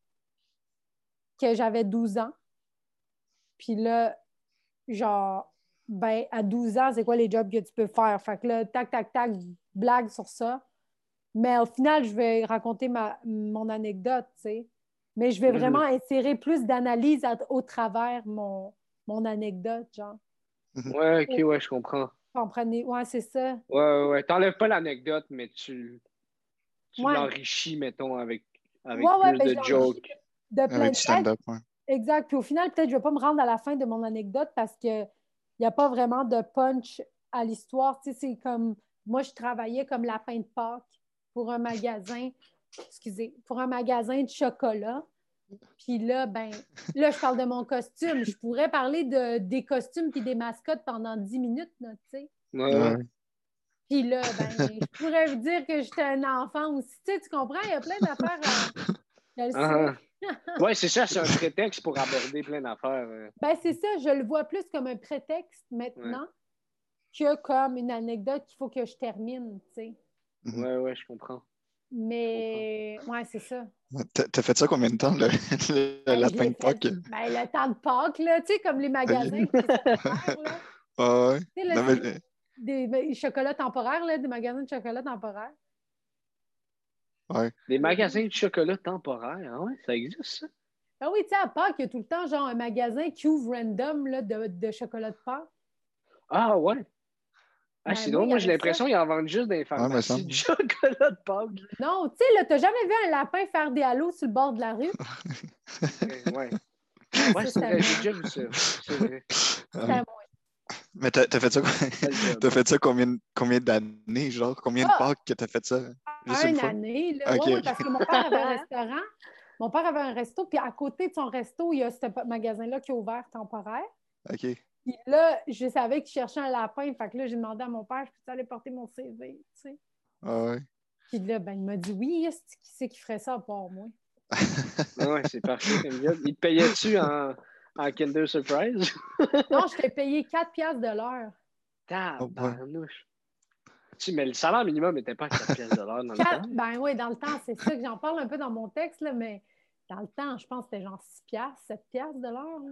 que j'avais douze ans. Puis là, genre, ben, à douze ans, c'est quoi les jobs que tu peux faire? Fait que là, tac, tac, tac, blague sur ça. Mais au final, je vais raconter ma, mon anecdote, tu sais. Mais je vais vraiment Mhm. insérer plus d'analyse à- au travers mon, mon anecdote, genre. Mhm. Ouais, ok, Vous ouais, je comprends. comprenez? Ouais, c'est ça. Ouais, ouais, ouais. T'enlèves pas l'anecdote, mais tu, tu Ouais. l'enrichis, mettons, avec, Ouais, avec ouais, plus ben, je de l'enrichis jokes. de plein Avec de du textes. stand-up, ouais. Exact. Puis au final, peut-être je ne vais pas me rendre à la fin de mon anecdote parce qu'il n'y a pas vraiment de punch à l'histoire. Tu sais, c'est comme moi, je travaillais comme lapin de Pâques pour un magasin, excusez, pour un magasin de chocolat. Puis là, ben, là, je parle de mon costume. Je pourrais parler de, des costumes puis des mascottes pendant dix minutes, là, tu sais. Ouais, ouais. Ouais. Puis là, ben, je pourrais vous dire que j'étais un enfant aussi. Tu sais, tu comprends? Il y a plein d'affaires. À... Je le Ah, sais. ah. Ouais, c'est ça, c'est un prétexte pour aborder plein d'affaires. euh. Ben, c'est ça, je le vois plus comme un prétexte Ouais, maintenant que comme une anecdote qu'il faut que je termine, tu sais. Mhm. ouais, ouais, je comprends. Je comprends. Mais, ouais, c'est ça. T'as t'as fait ça combien de temps, le, le Ben, je lapin l'ai de fait, Pâques? ben, le temps de Pâques, là, tu sais, comme les magasins qui sont ouverts, là. Ah ouais. Tu sais, là, Non, c'est mais, des, des, des chocolats temporaires, là, des magasins de chocolat temporaires. ouais. Des magasins de chocolat temporaires, ah ouais, ça existe, ça? Ah oui, tu sais, à Pâques, il y a tout le temps, genre, un magasin qui ouvre random, là, de, de chocolat de Pâques. Ah ouais. Ah, Ben, c'est moi, drôle, il y moi j'ai avait ça. l'impression qu'ils en vendent juste dans les Ouais, me pharmacies semble. du chocolat de Pâques. Non, tu sais, là, t'as jamais vu un lapin faire des halos sur le bord de la rue? Ouais, ouais. Ben, Ouais, ça, c'est c'était vrai, j'ai moi. déjà vu ça. C'est vrai. C'était Ouais. moi. Mais t'as t'as fait ça, Bel job. t'as fait ça combien, combien d'années, genre? Combien de Ah, Pâques que t'as fait ça? Juste une une fois? année, là. Ok, Oui, oui, ok. parce que mon père avait un restaurant. Mon père avait un resto, puis à côté de son resto, il y a ce magasin-là qui est ouvert temporaire. Ok. Puis là, je savais qu'il cherchait un lapin. Fait que là, j'ai demandé à mon père, je peux aller porter mon C V, tu sais. Ah ouais. Puis là, ben, il m'a dit oui, est-ce qui c'est qui ferait ça à part moi? Ah ouais, c'est parfait comme job. Il te payait-tu en, en Kinder Surprise? Non, je t'ai payé quatre piastres de l'heure. Oh, ouais. Tabarnouche. Tu, mais le salaire minimum n'était pas à quatre pièces de l'heure dans le Quatre- temps. Ben oui, dans le temps, c'est ça que j'en parle un peu dans mon texte, là, mais dans le temps, je pense que c'était genre six piastres, sept piastres de l'heure.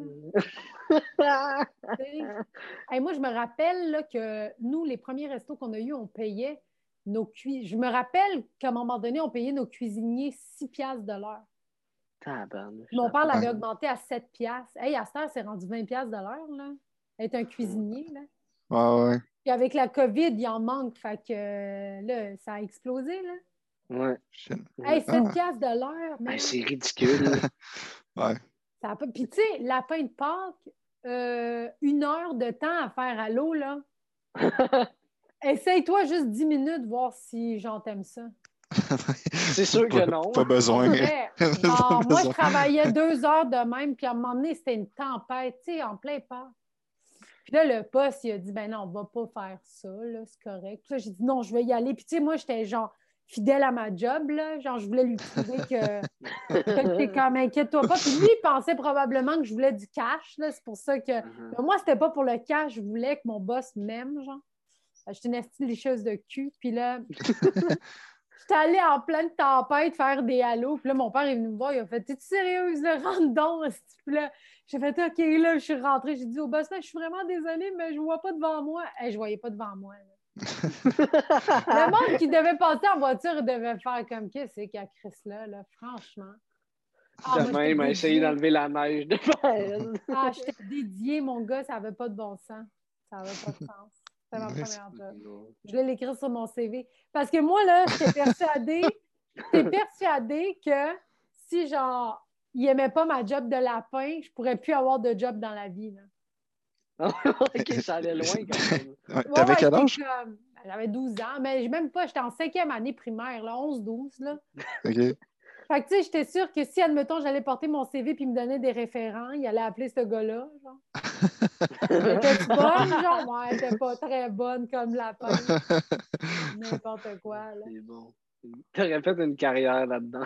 Là. Tu sais. Hey, moi, je me rappelle là, que nous, les premiers restos qu'on a eus, on payait nos cuisiniers. Je me rappelle qu'à un moment donné, on payait nos cuisiniers six piastres de l'heure. Tabarnouche. Mon ça a père pas de l'avait Ouais. sens. augmenté à sept piastres. Hey, à cette heure, c'est rendu vingt piastres de l'heure, là. Être un cuisinier, là. Ouais, ouais. Puis avec la COVID, il en manque. Fait que euh, là, ça a explosé, là. Ouais. Shit. Hey, Ouais. sept Ah. piastres de l'heure, man. Hey, c'est ridicule. Ouais. Ça a pas... Puis tu sais, lapin de Pâques, euh, une heure de temps à faire à l'eau, là. Essaye-toi juste dix minutes, voir si j'en t'aime ça. C'est sûr que non. Pas besoin. Vrai. Ah, moi, je travaillais deux heures de même, puis à un moment donné, c'était une tempête, tu sais, en plein parc. Puis là, le boss, il a dit, ben non, on va pas faire ça, là, c'est correct. Puis là, j'ai dit, non, je vais y aller. Puis tu sais, moi, j'étais genre fidèle à ma job, là. Genre, je voulais lui prouver que, que t'es comme, inquiète-toi pas. Puis lui, il pensait probablement que je voulais du cash, là. C'est pour ça que... Uh-huh. Mais moi, c'était pas pour le cash. Je voulais que mon boss m'aime, genre. J'étais une esti licheuse de cul. Puis là... J'étais allée en pleine tempête faire des halos. Puis là, mon père est venu me voir. Il a fait, t'es-tu sérieuse, là? Rentre donc. Puis là, j'ai fait, OK, là, je suis rentrée. J'ai dit au boss, je suis vraiment désolée, mais je ne vois pas devant moi. Hey, je ne voyais pas devant moi. Là. Le monde qui devait passer en voiture, il devait faire comme, qu'est-ce que c'est qu'il y a Chris là, là? Franchement. Ah, de même, essayer d'enlever la neige devant elle. Ah, j'étais dédiée, mon gars, ça n'avait pas de bon sens. Ça n'avait pas de sens. C'était ma première job. Je l'ai écrit sur mon C V. Parce que moi, là, j'étais persuadée, j'étais persuadée que si, genre, il n'aimait pas ma job de lapin, je ne pourrais plus avoir de job dans la vie. Là. OK, ça allait loin quand même. Ouais, T'avais ouais, quel âge? Comme, j'avais douze ans, mais même pas, j'étais en cinquième année primaire, là, onze douze. Là. OK. Fait que, tu sais, j'étais sûre que si, admettons, j'allais porter mon C V puis me donner des référents, il allait appeler ce gars-là, genre. Était-tu bonne, genre? Ouais, elle était pas très bonne comme lapin. N'importe quoi, là. C'est bon. T'aurais fait une carrière là-dedans.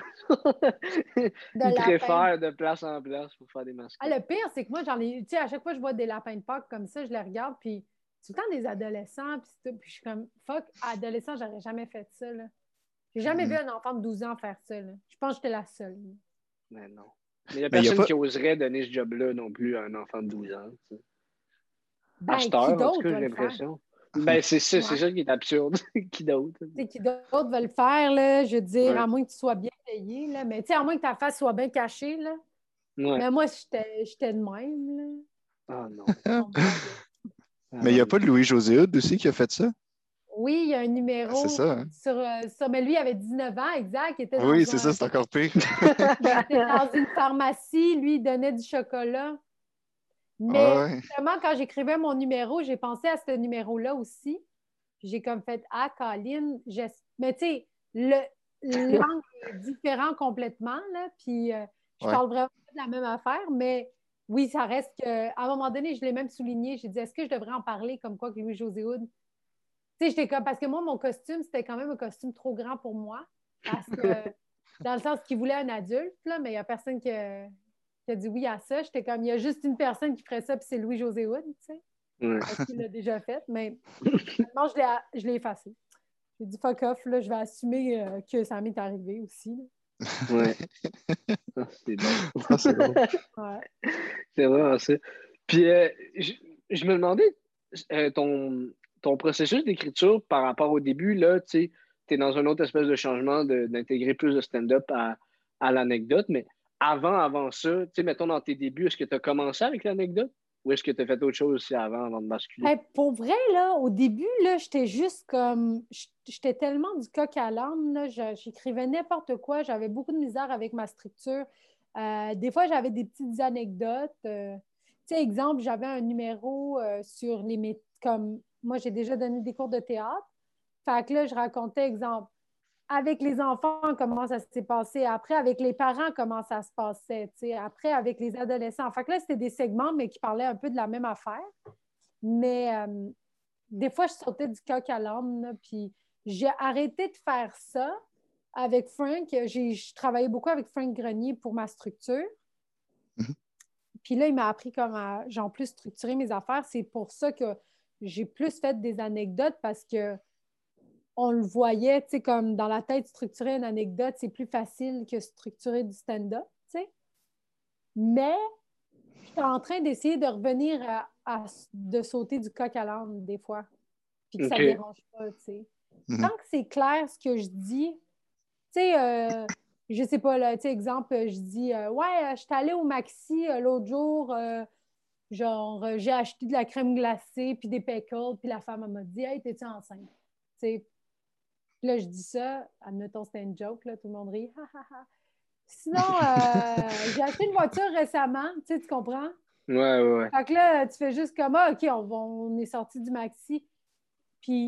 De Ils lapin. préfèrent de place en place pour faire des mascottes. Ah, le pire, c'est que moi, j'en ai... Tu sais, à chaque fois que je vois des lapins de Pâques comme ça, je les regarde, puis tout le temps des adolescents, puis, tout, puis je suis comme, fuck, adolescent, j'aurais jamais fait ça, là. J'ai jamais Mm. vu un enfant de douze ans faire ça, là. Je pense que j'étais la seule. Là. Mais non. Mais il n'y a Mais y a personne pas- qui oserait donner ce job-là non plus à un enfant de douze ans. Tu sais. Ben, à cette qui heure, en d'autre tout cas, va j'ai le faire? l'impression. Ben, c'est ça, Ouais. c'est ça qui est absurde. Qui d'autre? Tu sais, qui d'autre va le faire, là? Je veux dire, Ouais. à moins que tu sois bien payé, là. Mais tu sais, à moins que ta face soit bien cachée, là. Ouais. Mais moi, j'étais j'étais de même, là. Ah non. On me voyait. Mais il n'y a pas de Louis-José Hood aussi qui a fait ça? Oui, il y a un numéro Ah, c'est ça, hein? sur, euh, sur- mais lui, il avait dix-neuf ans, exact. Il était dans Oui, c'est un- ça, c'est encore pire. il était dans une pharmacie, lui, il donnait du chocolat. Mais Ouais. vraiment, quand j'écrivais mon numéro, j'ai pensé à ce numéro-là aussi. Puis j'ai comme fait, ah, Colin, j'es- mais tu sais, le l'angle est différent complètement, là. Puis euh, je Ouais. parle vraiment de la même affaire, mais oui, ça reste que, à un moment donné, je l'ai même souligné. J'ai dit, est-ce que je devrais en parler comme quoi que Louis-José Hood? Tu sais, j'étais comme, parce que moi, mon costume, c'était quand même un costume trop grand pour moi. Parce que, dans le sens qu'il voulait un adulte, là, mais il n'y a personne qui a, qui a dit oui à ça. J'étais comme, il y a juste une personne qui ferait ça, puis c'est Louis-José Hood, tu sais. Ouais. Parce qu'il l'a déjà fait, mais finalement, je l'ai, je l'ai effacé. J'ai dit fuck off, là, je vais assumer euh, que ça m'est arrivé aussi. Là. Ouais. Ah, c'est bon. Ah, c'est drôle. Ouais. C'est vraiment ça. Puis, euh, je, je me demandais, euh, ton, ton processus d'écriture par rapport au début, là, tu sais, tu es dans un autre espèce de changement de- d'intégrer plus de stand-up à, à l'anecdote, mais avant, avant ça, tu sais, mettons dans tes débuts, est-ce que tu as commencé avec l'anecdote ou est-ce que tu as fait autre chose aussi avant, avant de basculer? Hey, pour vrai, là, au début, là, j'étais juste comme... J'étais tellement du coq à l'âne, là, je- j'écrivais n'importe quoi, j'avais beaucoup de misère avec ma structure. Euh, des fois, j'avais des petites anecdotes. Euh, tu sais, exemple, j'avais un numéro euh, sur les... mé- Comme moi, j'ai déjà donné des cours de théâtre. Fait que là, je racontais, exemple, avec les enfants, comment ça s'est passé. Après, avec les parents, comment ça se passait. Tu sais. Après, avec les adolescents. Fait que là, c'était des segments, mais qui parlaient un peu de la même affaire. Mais euh, des fois, je sautais du coq à l'âne, là, puis j'ai arrêté de faire ça avec Frank. J'ai, je travaillais beaucoup avec Frank Grenier pour ma structure. Mhm. Puis là, il m'a appris comment, genre, plus structurer mes affaires. C'est pour ça que j'ai plus fait des anecdotes parce que on le voyait, tu sais, comme dans la tête, structurer une anecdote, c'est plus facile que structurer du stand-up, tu sais. Mais je suis en train d'essayer de revenir à, à- de sauter du coq à l'âne des fois, puis que ça ne OK. dérange pas, tu sais. Mhm. Tant que c'est clair ce que je dis, tu sais, euh, je sais pas, là, tu sais, exemple, je dis, euh, ouais, euh, je suis allée au Maxi euh, l'autre jour, euh, genre, euh, j'ai acheté de la crème glacée, puis des pickles, puis la femme elle m'a dit, hey, t'es-tu enceinte? Tu sais, puis là, je dis ça, admettons, c'était une joke, là, tout le monde rit. Ha, ha, ha. Sinon, euh, j'ai acheté une voiture récemment, tu sais, tu comprends? Ouais, ouais, ouais. Fait que là, tu fais juste comme, ah, OK, on, va- on est sorti du maxi. Puis, tu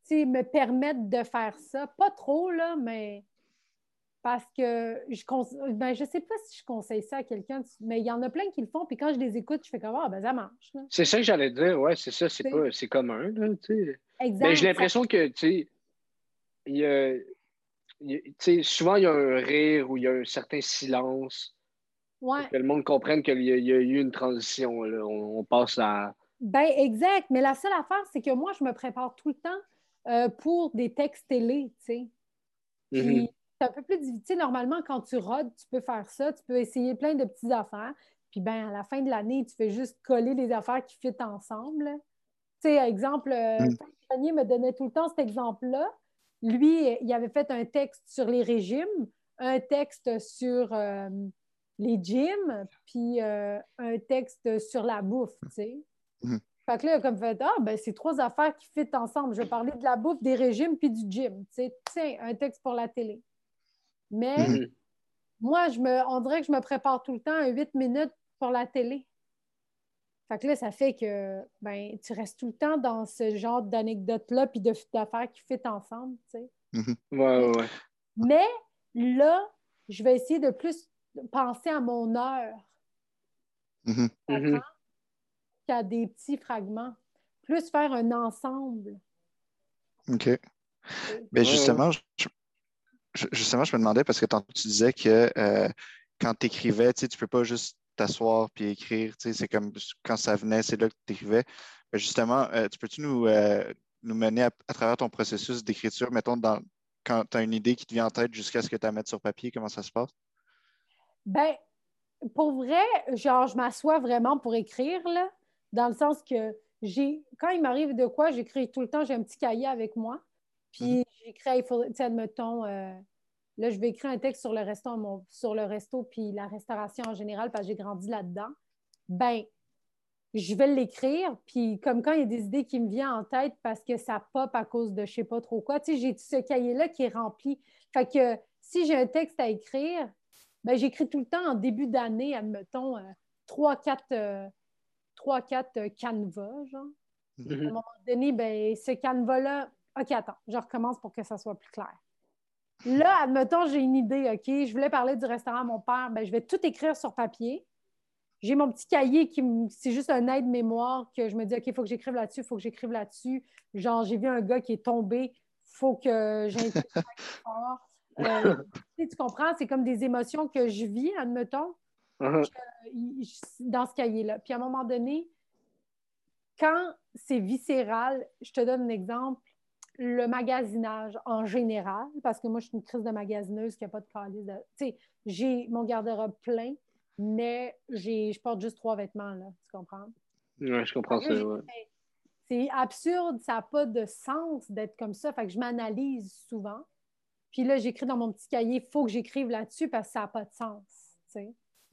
tu sais, me permettre de faire ça. Pas trop, là, mais parce que je ne ben, je sais pas si je conseille ça à quelqu'un, mais il y en a plein qui le font, puis quand je les écoute, je fais comme ah ben ça marche. Là. C'est ça que j'allais dire, ouais, c'est ça, c'est T'sais. pas c'est commun, là, tu sais. Mais j'ai Exact. l'impression ça... que, tu sais, il y a, il y a- tu sais, souvent il y a un rire ou il y a un certain silence pour Ouais. que le monde comprenne qu'il y a, il y a eu une transition, là. On, on passe à. Ben exact. Mais la seule affaire, c'est que moi, je me prépare tout le temps euh, pour des textes télé, tu sais. Mhm. Puis c'est un peu plus difficile. Normalement, quand tu rodes, tu peux faire ça. Tu peux essayer plein de petites affaires. Puis ben à la fin de l'année, tu fais juste coller les affaires qui fit ensemble. Tu sais, exemple, euh, Mm. Franck Grenier me donnait tout le temps cet exemple-là. Lui, il avait fait un texte sur les régimes, un texte sur euh, les gyms, puis euh, un texte sur la bouffe, tu sais. Mm. Fait que là, il a comme fait, ah, ben c'est trois affaires qui fit ensemble. Je vais parler de la bouffe, des régimes, puis du gym. Tu sais, tiens, un texte pour la télé. Mais Mhm. Mhm. moi, je me, on dirait que je me prépare tout le temps à huit minutes pour la télé. Fait que là, ça fait que ben, tu restes tout le temps dans ce genre d'anecdotes-là puis de- d'affaires qui fit ensemble, tu sais. Mhm. Ouais, ouais, ouais. Mais là, je vais essayer de plus penser à mon heure, Mhm. tu comprends, Mhm. qu'à des petits fragments. Plus faire un ensemble, OK. tu sais. Ben Ouais, ouais. justement, je, je- justement, je me demandais parce que tantôt tu disais que euh, quand tu écrivais, tu sais, tu peux pas juste t'asseoir puis écrire. Tu sais, c'est comme quand ça venait, c'est là que tu écrivais. Ben, justement, euh, tu peux-tu nous, euh, nous mener à, à travers ton processus d'écriture, mettons, dans, quand tu as une idée qui te vient en tête jusqu'à ce que tu la mettes sur papier, comment ça se passe? Ben, pour vrai, genre, je m'assois vraiment pour écrire, là, dans le sens que j'ai, quand il m'arrive de quoi, j'écris tout le temps, j'ai un petit cahier avec moi, Mhm. puis j'écris, il faudrait, tu sais, admettons, euh, là, je vais écrire un texte sur le resto, mon- sur le resto, puis la restauration en général, parce que j'ai grandi là-dedans. Ben, je vais l'écrire, puis comme quand il y a des idées qui me viennent en tête parce que ça pop à cause de je sais pas trop quoi, tu sais, j'ai ce cahier-là qui est rempli. Fait que si j'ai un texte à écrire, ben, j'écris tout le temps en début d'année, admettons, euh, trois, quatre, euh, trois, quatre euh, canevas, genre. À un Mhm. moment donné, ben, ce canevas-là, OK, attends, je recommence pour que ça soit plus clair. Là, admettons, j'ai une idée, OK, je voulais parler du restaurant à mon père, ben, je vais tout écrire sur papier. J'ai mon petit cahier qui me... c'est juste un aide-mémoire que je me dis, OK, il faut que j'écrive là-dessus, il faut que j'écrive là-dessus. Genre, j'ai vu un gars qui est tombé, il faut que j'inquiète fort. Euh, tu sais, tu comprends? C'est comme des émotions que je vis, admettons, Mhm. que- dans ce cahier-là. Puis à un moment donné, quand c'est viscéral, je te donne un exemple, le magasinage en général, parce que moi, je suis une crise de magasineuse qui n'a pas de calice. De... Tu sais, j'ai mon garde-robe plein, mais j'ai, je porte juste trois vêtements, là, tu comprends? Ouais, je Fait comprends que là, ça, j'ai ouais. dit, ben, c'est absurde, ça n'a pas de sens d'être comme ça. Fait que je m'analyse souvent. Puis là, j'écris dans mon petit cahier, il faut que j'écrive là-dessus parce que ça n'a pas de sens. Tu sais.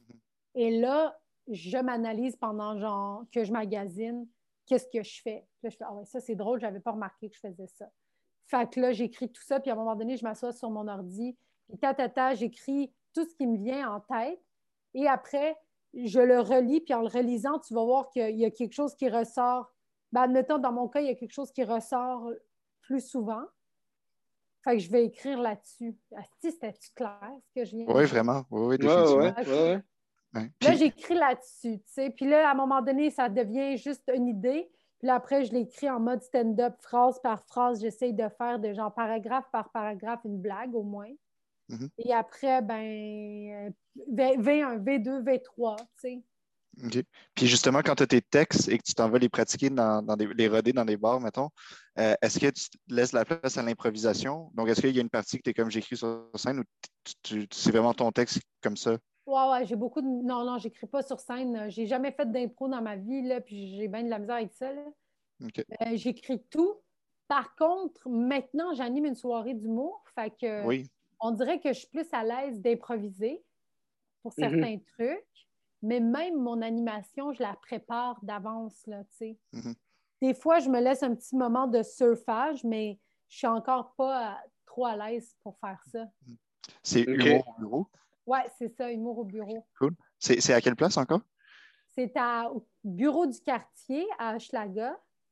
Et là, je m'analyse pendant genre que je magasine, qu'est-ce que je fais. Puis là, je fais, ah ouais, ça c'est drôle, je n'avais pas remarqué que je faisais ça. Fait que là, j'écris tout ça, puis à un moment donné, je m'assois sur mon ordi, puis tata, j'écris tout ce qui me vient en tête. Et après, je le relis, puis en le relisant, tu vas voir qu'il y a quelque chose qui ressort. Ben, admettons, dans mon cas, il y a quelque chose qui ressort plus souvent. Fait que je vais écrire là-dessus. Asti, c'était-tu clair ce que je viens de Oui, dire? vraiment. Oui, oui, Ouais, ouais, définitivement. ouais, ouais. Ouais. Là, Puis, j'écris là-dessus, tu sais. Puis là, à un moment donné, ça devient juste une idée. Puis là, après, je l'écris en mode stand-up, phrase par phrase. J'essaye de faire de genre paragraphe par paragraphe une blague au moins. mhm. Et après, ben, V- V1, V deux, V trois, tu sais. OK. Puis justement, quand tu as tes textes et que tu t'en vas les pratiquer dans, dans des, les roder dans des bars, mettons, euh, est-ce que tu laisses la place à l'improvisation? Donc, est-ce qu'il y a une partie que tu es comme j'écris sur scène ou tu, tu- c'est vraiment ton texte comme ça? Ouais, ouais, j'ai beaucoup de. Non, non, j'écris pas sur scène. J'ai jamais fait d'impro dans ma vie, là, puis j'ai bien de la misère avec ça, là. OK. Euh, j'écris tout. Par contre, maintenant, j'anime une soirée d'humour. Fait que Oui. on dirait que je suis plus à l'aise d'improviser pour Mhm. certains trucs, mais même mon animation, je la prépare d'avance, là, tu sais. Mhm. Des fois, je me laisse un petit moment de surfage, mais je suis encore pas euh, trop à l'aise pour faire ça. C'est OK. humour au bureau. Ouais, c'est ça, humour au bureau. Cool. C'est c'est à quelle place encore? C'est à- au bureau du quartier à Hochelaga.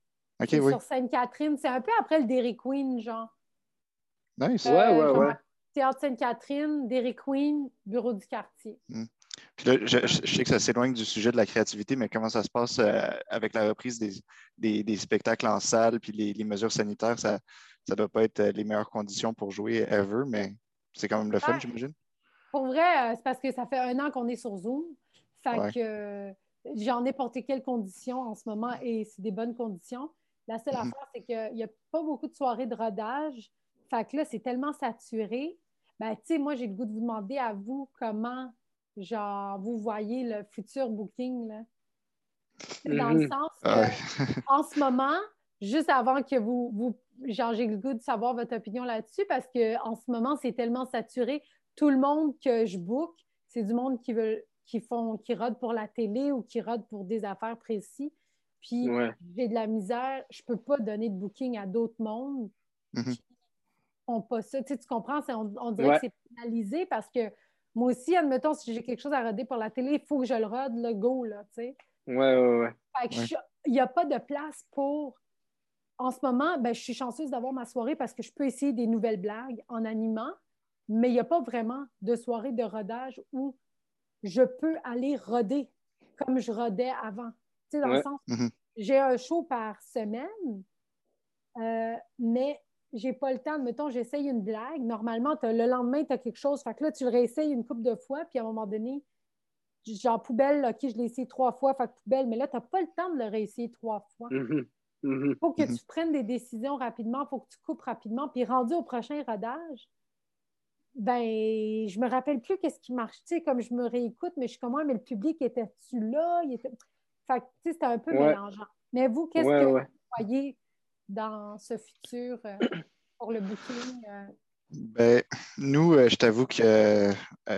OK, c'est oui. sur Sainte-Catherine. C'est un peu après le Dairy Queen, genre. Nice. Ouais, ouais, genre, ouais. Théâtre Sainte-Catherine, Dairy Queen, bureau du quartier. Mm. Puis là, je, je, je sais que ça s'éloigne du sujet de la créativité, mais comment ça se passe euh, avec la reprise des, des, des spectacles en salle puis les, les mesures sanitaires? Ça ne doit pas être euh, les meilleures conditions pour jouer ever, mais c'est quand même le fun, Ouais. j'imagine. Pour vrai, euh, c'est parce que ça fait un an qu'on est sur Zoom. Fait Ouais. que euh, j'en ai porté quelles conditions en ce moment et c'est des bonnes conditions. La seule Mhm. affaire, c'est qu'il n'y a pas beaucoup de soirées de rodage. Fait que là, c'est tellement saturé. Ben, tu sais, moi, j'ai le goût de vous demander à vous comment, genre, vous voyez le futur booking, là. Dans le Mhm. sens Ah que, ouais. en ce moment, juste avant que vous, vous genre, j'ai le goût de savoir votre opinion là-dessus parce qu'en ce moment, c'est tellement saturé. Tout le monde que je book, c'est du monde qui veut, qui font, qui rôde pour la télé ou qui rôde pour des affaires précises. Puis, Ouais. j'ai de la misère. Je peux pas donner de booking à d'autres mondes Mhm. qui font pas ça. Tu sais, tu comprends? C'est- On, on dirait que Ouais. c'est pénalisé parce que moi aussi, admettons, si j'ai quelque chose à roder pour la télé, il faut que je le rode, le go, là, tu sais. Ouais, ouais, ouais. Fait que Ouais. je- il n'y a pas de place pour. En ce moment, ben, je suis chanceuse d'avoir ma soirée parce que je peux essayer des nouvelles blagues en animant, mais il n'y a pas vraiment de soirée de rodage où je peux aller roder comme je rodais avant. Tu sais, dans le Ouais. sens, Mhm. j'ai un show par semaine, euh, mais j'ai pas le temps. Mettons, j'essaye une blague. Normalement, t'as- le lendemain, tu as quelque chose. Fait que là, tu le réessayes une couple de fois, puis à un moment donné, genre poubelle, OK, je l'ai essayé trois fois, fait que poubelle, mais là, tu n'as pas le temps de le réessayer trois fois. Mhm. Mhm. Faut que Mhm. tu prennes des décisions rapidement, il faut que tu coupes rapidement. Puis rendu au prochain rodage, ben, je me rappelle plus qu'est-ce qui marche. Tu sais, comme je me réécoute, mais je suis comme, ouais, mais le public était-tu là? Il était... Fait que, tu sais, c'était un peu Ouais. mélangeant. Mais vous, qu'est-ce Ouais, que ouais. vous voyez dans ce futur euh, pour le booking? euh? Ben, nous, euh, je t'avoue que euh,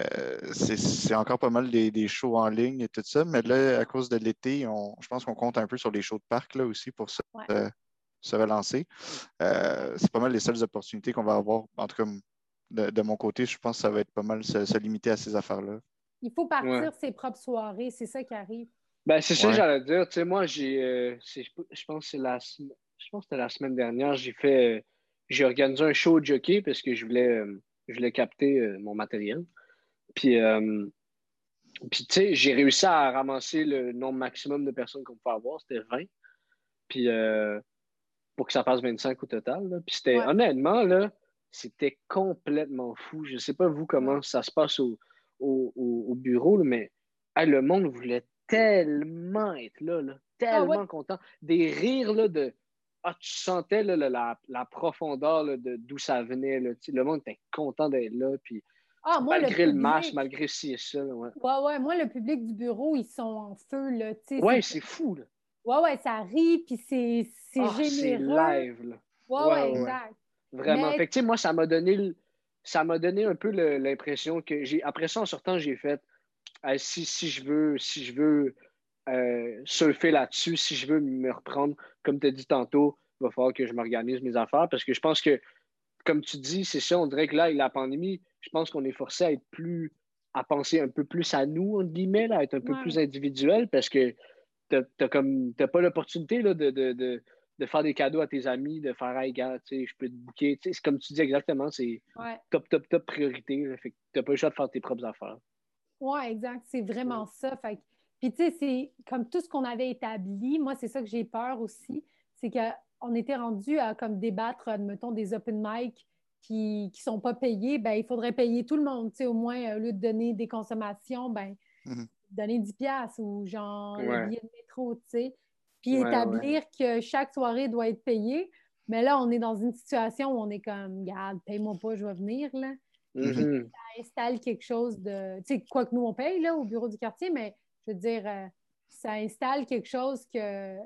c'est c'est encore pas mal des, des shows en ligne et tout ça, mais là, à cause de l'été, on, je pense qu'on compte un peu sur les shows de parc là aussi pour se, Ouais. euh, se relancer. Euh, c'est pas mal les seules opportunités qu'on va avoir. En tout cas, de, de mon côté, je pense que ça va être pas mal se, se limiter à ces affaires-là. Il faut Ouais. partir ses propres soirées, c'est ça qui arrive. Ben, c'est ça que Ouais. j'allais dire. Tu sais, moi, j'ai. euh, c'est- je pense que c'est la, sem- je pense que c'était la semaine dernière, j'ai fait. euh, j'ai organisé un show de jockey parce que je voulais, euh, je voulais capter euh, mon matériel. Puis, euh, puis tu sais, j'ai réussi à ramasser le nombre maximum de personnes qu'on pouvait avoir. C'était vingt. Puis, euh, pour que ça fasse vingt-cinq au total, là. Puis, c'était. Ouais, Honnêtement, là, c'était complètement fou. Je sais pas, vous, ouais. comment ça se passe au, au, au- au bureau, là, mais hey, le monde voulait tellement être là, là, Ah ouais. tellement content. Des rires là, de. Ah, tu sentais là, la, la, la profondeur là, de d'où ça venait. Là. Tu sais, le monde était content d'être là. Puis, Ah, moi, le malgré le masque, public, malgré ci et ça. Là, ouais, ouais, ouais, moi, le public du bureau, ils sont en feu, là. Tu sais, ouais c'est c'est fou. Là. ouais, ouais, ça rit, puis c'est c'est Ah, c'est généreux. live. Là. Ouais, Ouais, ouais, ouais, ouais. exact. Vraiment. Mais, Fait que, tu sais, moi, ça m'a donné, le- ça m'a donné un peu le- l'impression que j'ai. Après ça, en sortant, j'ai fait ah, si, si je veux, si je veux euh, surfer là-dessus, si je veux me reprendre, comme tu as dit tantôt, il va falloir que je m'organise mes affaires parce que je pense que, comme tu dis, c'est ça, on dirait que là, avec la pandémie, je pense qu'on est forcé à être plus, à penser un peu plus à nous, entre guillemets, là, à être un peu plus ouais, individuel parce que t'as, t'as comme, t'as pas l'opportunité là, de, de, de, de faire des cadeaux à tes amis, de faire, hey, gars, tu sais, je peux te booker. Tu sais, c'est comme tu dis exactement, c'est ouais, top, top, top priorité. Là, fait que t'as pas le choix de faire tes propres affaires. ouais, exact. C'est vraiment Ouais. ça. Fait que- puis, tu sais, c'est comme tout ce qu'on avait établi. Moi, c'est ça que j'ai peur aussi. C'est qu'on était rendu à comme débattre, admettons, des open mic qui ne sont pas payés. Ben, il faudrait payer tout le monde. Tu sais, au moins, au lieu de donner des consommations, ben, Mhm. donner dix piastres ou genre le Ouais, billet de métro, tu sais. Puis ouais, ouais. établir que chaque soirée doit être payée. Mais là, on est dans une situation où on est comme, regarde, paye-moi pas, je vais venir, là. Puis Mhm. ça installe quelque chose de. Tu sais, quoi que nous, on paye, là, au bureau du quartier, mais je veux dire, euh, ça installe quelque chose que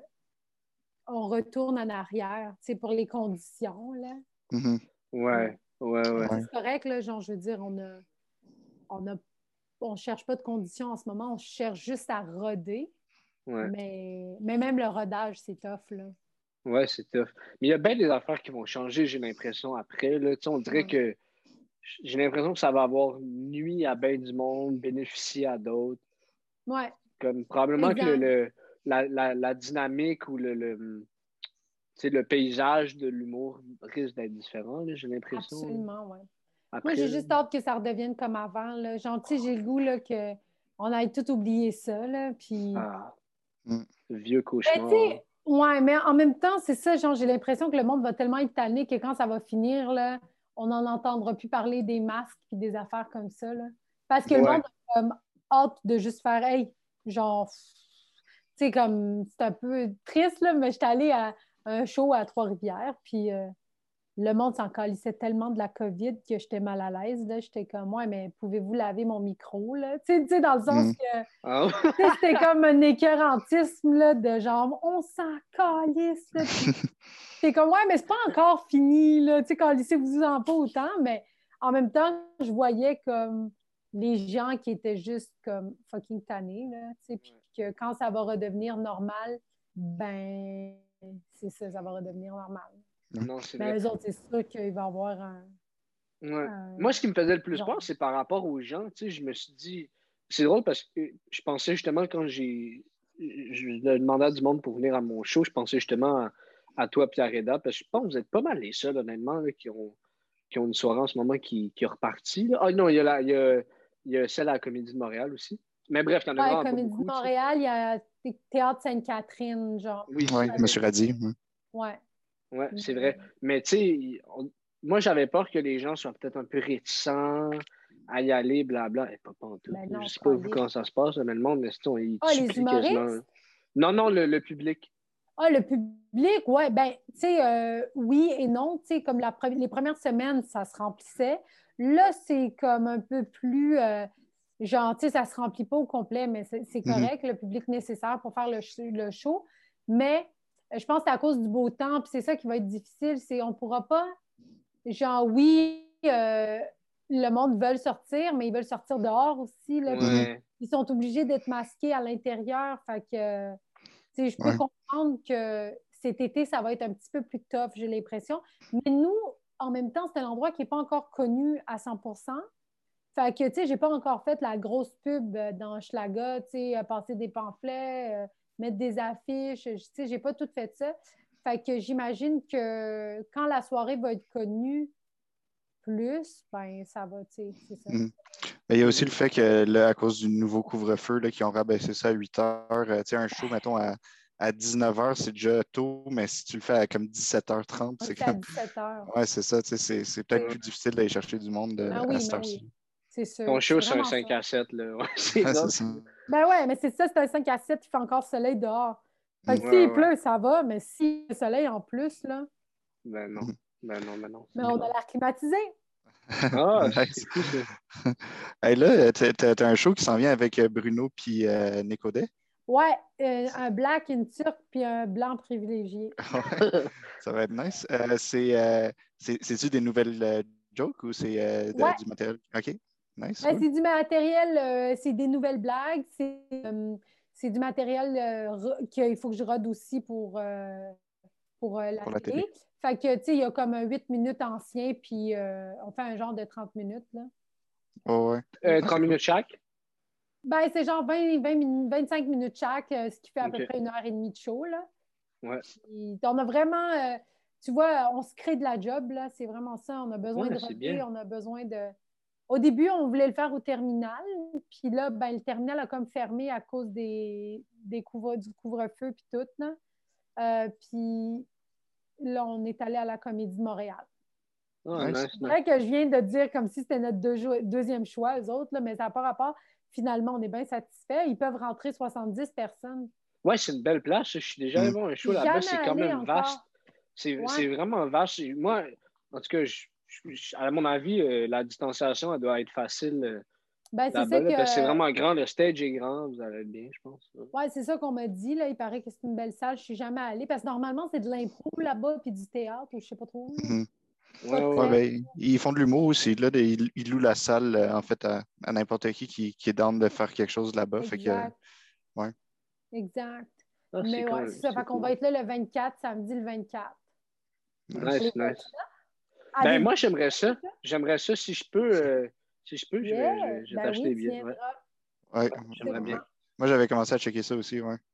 on retourne en arrière, tu sais, pour les conditions, là. Mhm. Ouais. Ouais, ouais, ouais. Ouais. C'est correct, là, genre, je veux dire, on a, on a, on cherche pas de conditions en ce moment, on cherche juste à roder. Ouais, Mais, mais même le rodage, c'est tough, là. ouais, c'est tough. Mais il y a bien des affaires qui vont changer, j'ai l'impression, après. Là. Tu sais, on dirait Ouais. que j'ai l'impression que ça va avoir nuit à bien du monde, bénéficié à d'autres. Ouais, Comme probablement que le, exact. le- la, la, la dynamique ou le, le, sais, le paysage de l'humour risque d'être différent, là, j'ai l'impression. Absolument, oui. Après, Moi, j'ai juste hâte que ça redevienne comme avant. Là. Genre, tu sais, j'ai le goût là, qu'on ait tout oublié ça. Là, puis... Ah, Mm. vieux Mais cauchemar. tu sais, ouais, mais en même temps, c'est ça, genre, j'ai l'impression que le monde va tellement être tanné que quand ça va finir, là, on n'en entendra plus parler des masques et des affaires comme ça. Là. Parce que le Ouais. monde a comme hâte de juste faire, hey, genre, tu sais, comme, c'est un peu triste, là, mais j'étais allée à un show à Trois-Rivières, puis euh, le monde s'en calissait tellement de la COVID que j'étais mal à l'aise. Là. J'étais comme, ouais, mais pouvez-vous laver mon micro? Là? Tu sais, tu sais, dans le sens Mm. que Ah. tu sais, c'était comme un écœurantisme là, de genre, on s'en calisse. Là, puis t'es comme, ouais, mais c'est pas encore fini. Là. Tu sais, calissez-vous-en pas autant, mais en même temps, je voyais comme les gens qui étaient juste comme fucking tannés. Là, tu sais, puis que quand ça va redevenir normal, ben, c'est ça, ça va redevenir normal. Non, c'est Mais vrai. eux autres, c'est sûr qu'il va y avoir un. Ouais. un Moi, ce qui me faisait le plus genre. peur, c'est par rapport aux gens. Tu sais, je me suis dit, c'est drôle parce que je pensais justement quand j'ai, je demandais à du monde pour venir à mon show, je pensais justement à, à toi, Pierre Reda, parce que je pense que vous êtes pas mal les seuls, honnêtement, là, qui ont, qui ont une soirée en ce moment qui, qui est repartie. Là. Ah non, il y, a la, il, y a, il y a celle à la Comédie de Montréal aussi. Mais bref, il y en a Ouais, vraiment pas Comédie de beaucoup. tu sais. Montréal, il y a Théâtre Sainte-Catherine, genre. Oui, Oui, c'est vrai. Monsieur Radi. Mm. Ouais. Ouais, c'est Mais- vrai. Mais tu sais, on- moi, j'avais peur que les gens soient peut-être un peu réticents à y aller, blabla. Eh, pas, pas en tout. Ben non, Je sais pas vous calé. comment ça se passe, mais le monde, mais c'est- il te Ah, les supplie quasiment. humoristes? Non, non, le, le public. Ah, le public, ouais, ben, tu sais, euh, oui et non. Tu sais, comme la pre- les premières semaines, ça se remplissait. Là, c'est comme un peu plus, euh, genre, tu sais, ça se remplit pas au complet, mais c'est c'est Mhm. correct, le public nécessaire pour faire le, sh- le show. Mais euh, je pense que c'est à cause du beau temps, puis c'est ça qui va être difficile, c'est on pourra pas, genre, oui, euh, le monde veut sortir, mais ils veulent sortir dehors aussi, là, puis Mhm. Ouais. ils sont obligés d'être masqués à l'intérieur, fait que... Tu sais, je peux Ouais. comprendre que cet été, ça va être un petit peu plus tough, j'ai l'impression. Mais nous, en même temps, c'est un endroit qui n'est pas encore connu à cent pour cent. Fait que, tu sais, j'ai pas encore fait la grosse pub euh, dans Schlaga, tu sais, euh, passer des pamphlets, euh, mettre des affiches, tu sais, j'ai pas tout fait ça. Fait que j'imagine que quand la soirée va être connue plus, ben ça va, tu sais, c'est ça. Mm. Mais il y a aussi le fait que, là, à cause du nouveau couvre-feu, là, qui ont rabaissé ça à huit heures, euh, tu sais, un show, mettons, à, à dix-neuf heures, c'est déjà tôt, mais si tu le fais à comme dix-sept heures trente, On c'est est à comme. dix-sept heures. Ouais, c'est ça, tu sais, c'est c'est peut-être C'est- plus difficile d'aller chercher du monde euh, Ah à oui, cette mais heure-ci. oui, c'est sûr. Ton show, C'est c'est un vraiment cinq ça. à sept, là. Ouais, c'est Ouais, drôle. c'est ça. Ben ouais, mais c'est ça, c'est un cinq à sept, il fait encore soleil dehors. Fait que Mm. Ouais, s'il ouais. pleut, ça va, mais s'il y a soleil en plus, là, Ben non. Mm. Ben non, ben non. c'est mais on a clair. l'air climatisé. Ah, c'est Nice. fou, ça. Hey, là, t'as t'as- t'as un show qui s'en vient avec euh, Bruno puis euh, Nicodé. Ouais, euh, un black, une turque, puis un blanc privilégié. Ouais, ça va être nice. Euh, c'est, euh, c'est, c'est-tu des nouvelles euh, jokes ou c'est euh, de- Ouais, du matériel? OK, nice. ben, Ouais. c'est du matériel, euh, c'est des nouvelles blagues, c'est euh, c'est du matériel euh, ro- qu'il faut que je rode aussi pour, euh, pour euh, la Pour la télé. télé. Fait que, tu sais, il y a comme un huit minutes ancien, puis euh, on fait un genre de trente minutes, là. Oh, ouais. Euh, Ah, trente c'est cool. minutes chaque? Ben, c'est genre vingt, vingt minutes, vingt-cinq minutes chaque, euh, ce qui fait à OK. peu près une heure et demie de show, là. Ouais. Puis, on a vraiment, euh, tu vois, on se crée de la job, là. C'est vraiment ça. On a besoin Ouais, de c'est roder, bien. on a besoin de... Au début, on voulait le faire au terminal. Puis là, ben, le terminal a comme fermé à cause des, des couvre, du couvre-feu puis tout, là. Euh, puis là, on est allé à la Comédie de Montréal. Ah, Nice. nice, C'est nice. vrai que je viens de dire comme si c'était notre deux- deuxième choix, eux autres, là, mais ça n'a pas rapport. Finalement, on est bien satisfaits. Ils peuvent rentrer soixante-dix personnes. Ouais, c'est une belle place. Je suis déjà allé Mm. voir un Je show suis là-bas. jamais C'est quand allée même vaste. encore. C'est Ouais. c'est vraiment vaste. Et moi, en tout cas, je- je- à mon avis, euh, la distanciation, elle doit être facile euh, Ben, c'est là-bas. ça Là, parce que c'est que. vraiment grand. Le stage est grand. Vous allez être bien, je pense. Ouais, c'est ça qu'on m'a dit. Là. Il paraît que c'est une belle salle. Je suis jamais allée. Parce que normalement, c'est de l'impro là-bas, puis du théâtre, ou je sais pas trop. Là. Mhm. Ouais, Pas ouais, Ouais, très. ouais. ben, ils font de l'humour aussi. Là, de- ils, ils louent la salle, euh, en fait, à, à n'importe qui, qui qui est down de faire quelque chose là-bas. Fait que, Exact. ouais. Exact. Ah, c'est Mais quand ouais, même c'est ça. c'est Fait qu'on cool. va être là le vingt-quatre, samedi le vingt-quatre. Nice. Nice, Allez-vous être nice. là? Ben, Allez-vous moi, être j'aimerais là? ça. J'aimerais ça. Si je peux, euh, si je peux, je Yeah! vais, je vais, je vais Ben t'acheter oui, des tu billets. Ouais, viendras. Ouais. j'aimerais bien. Absolument. Moi, j'avais commencé à checker ça aussi, ouais.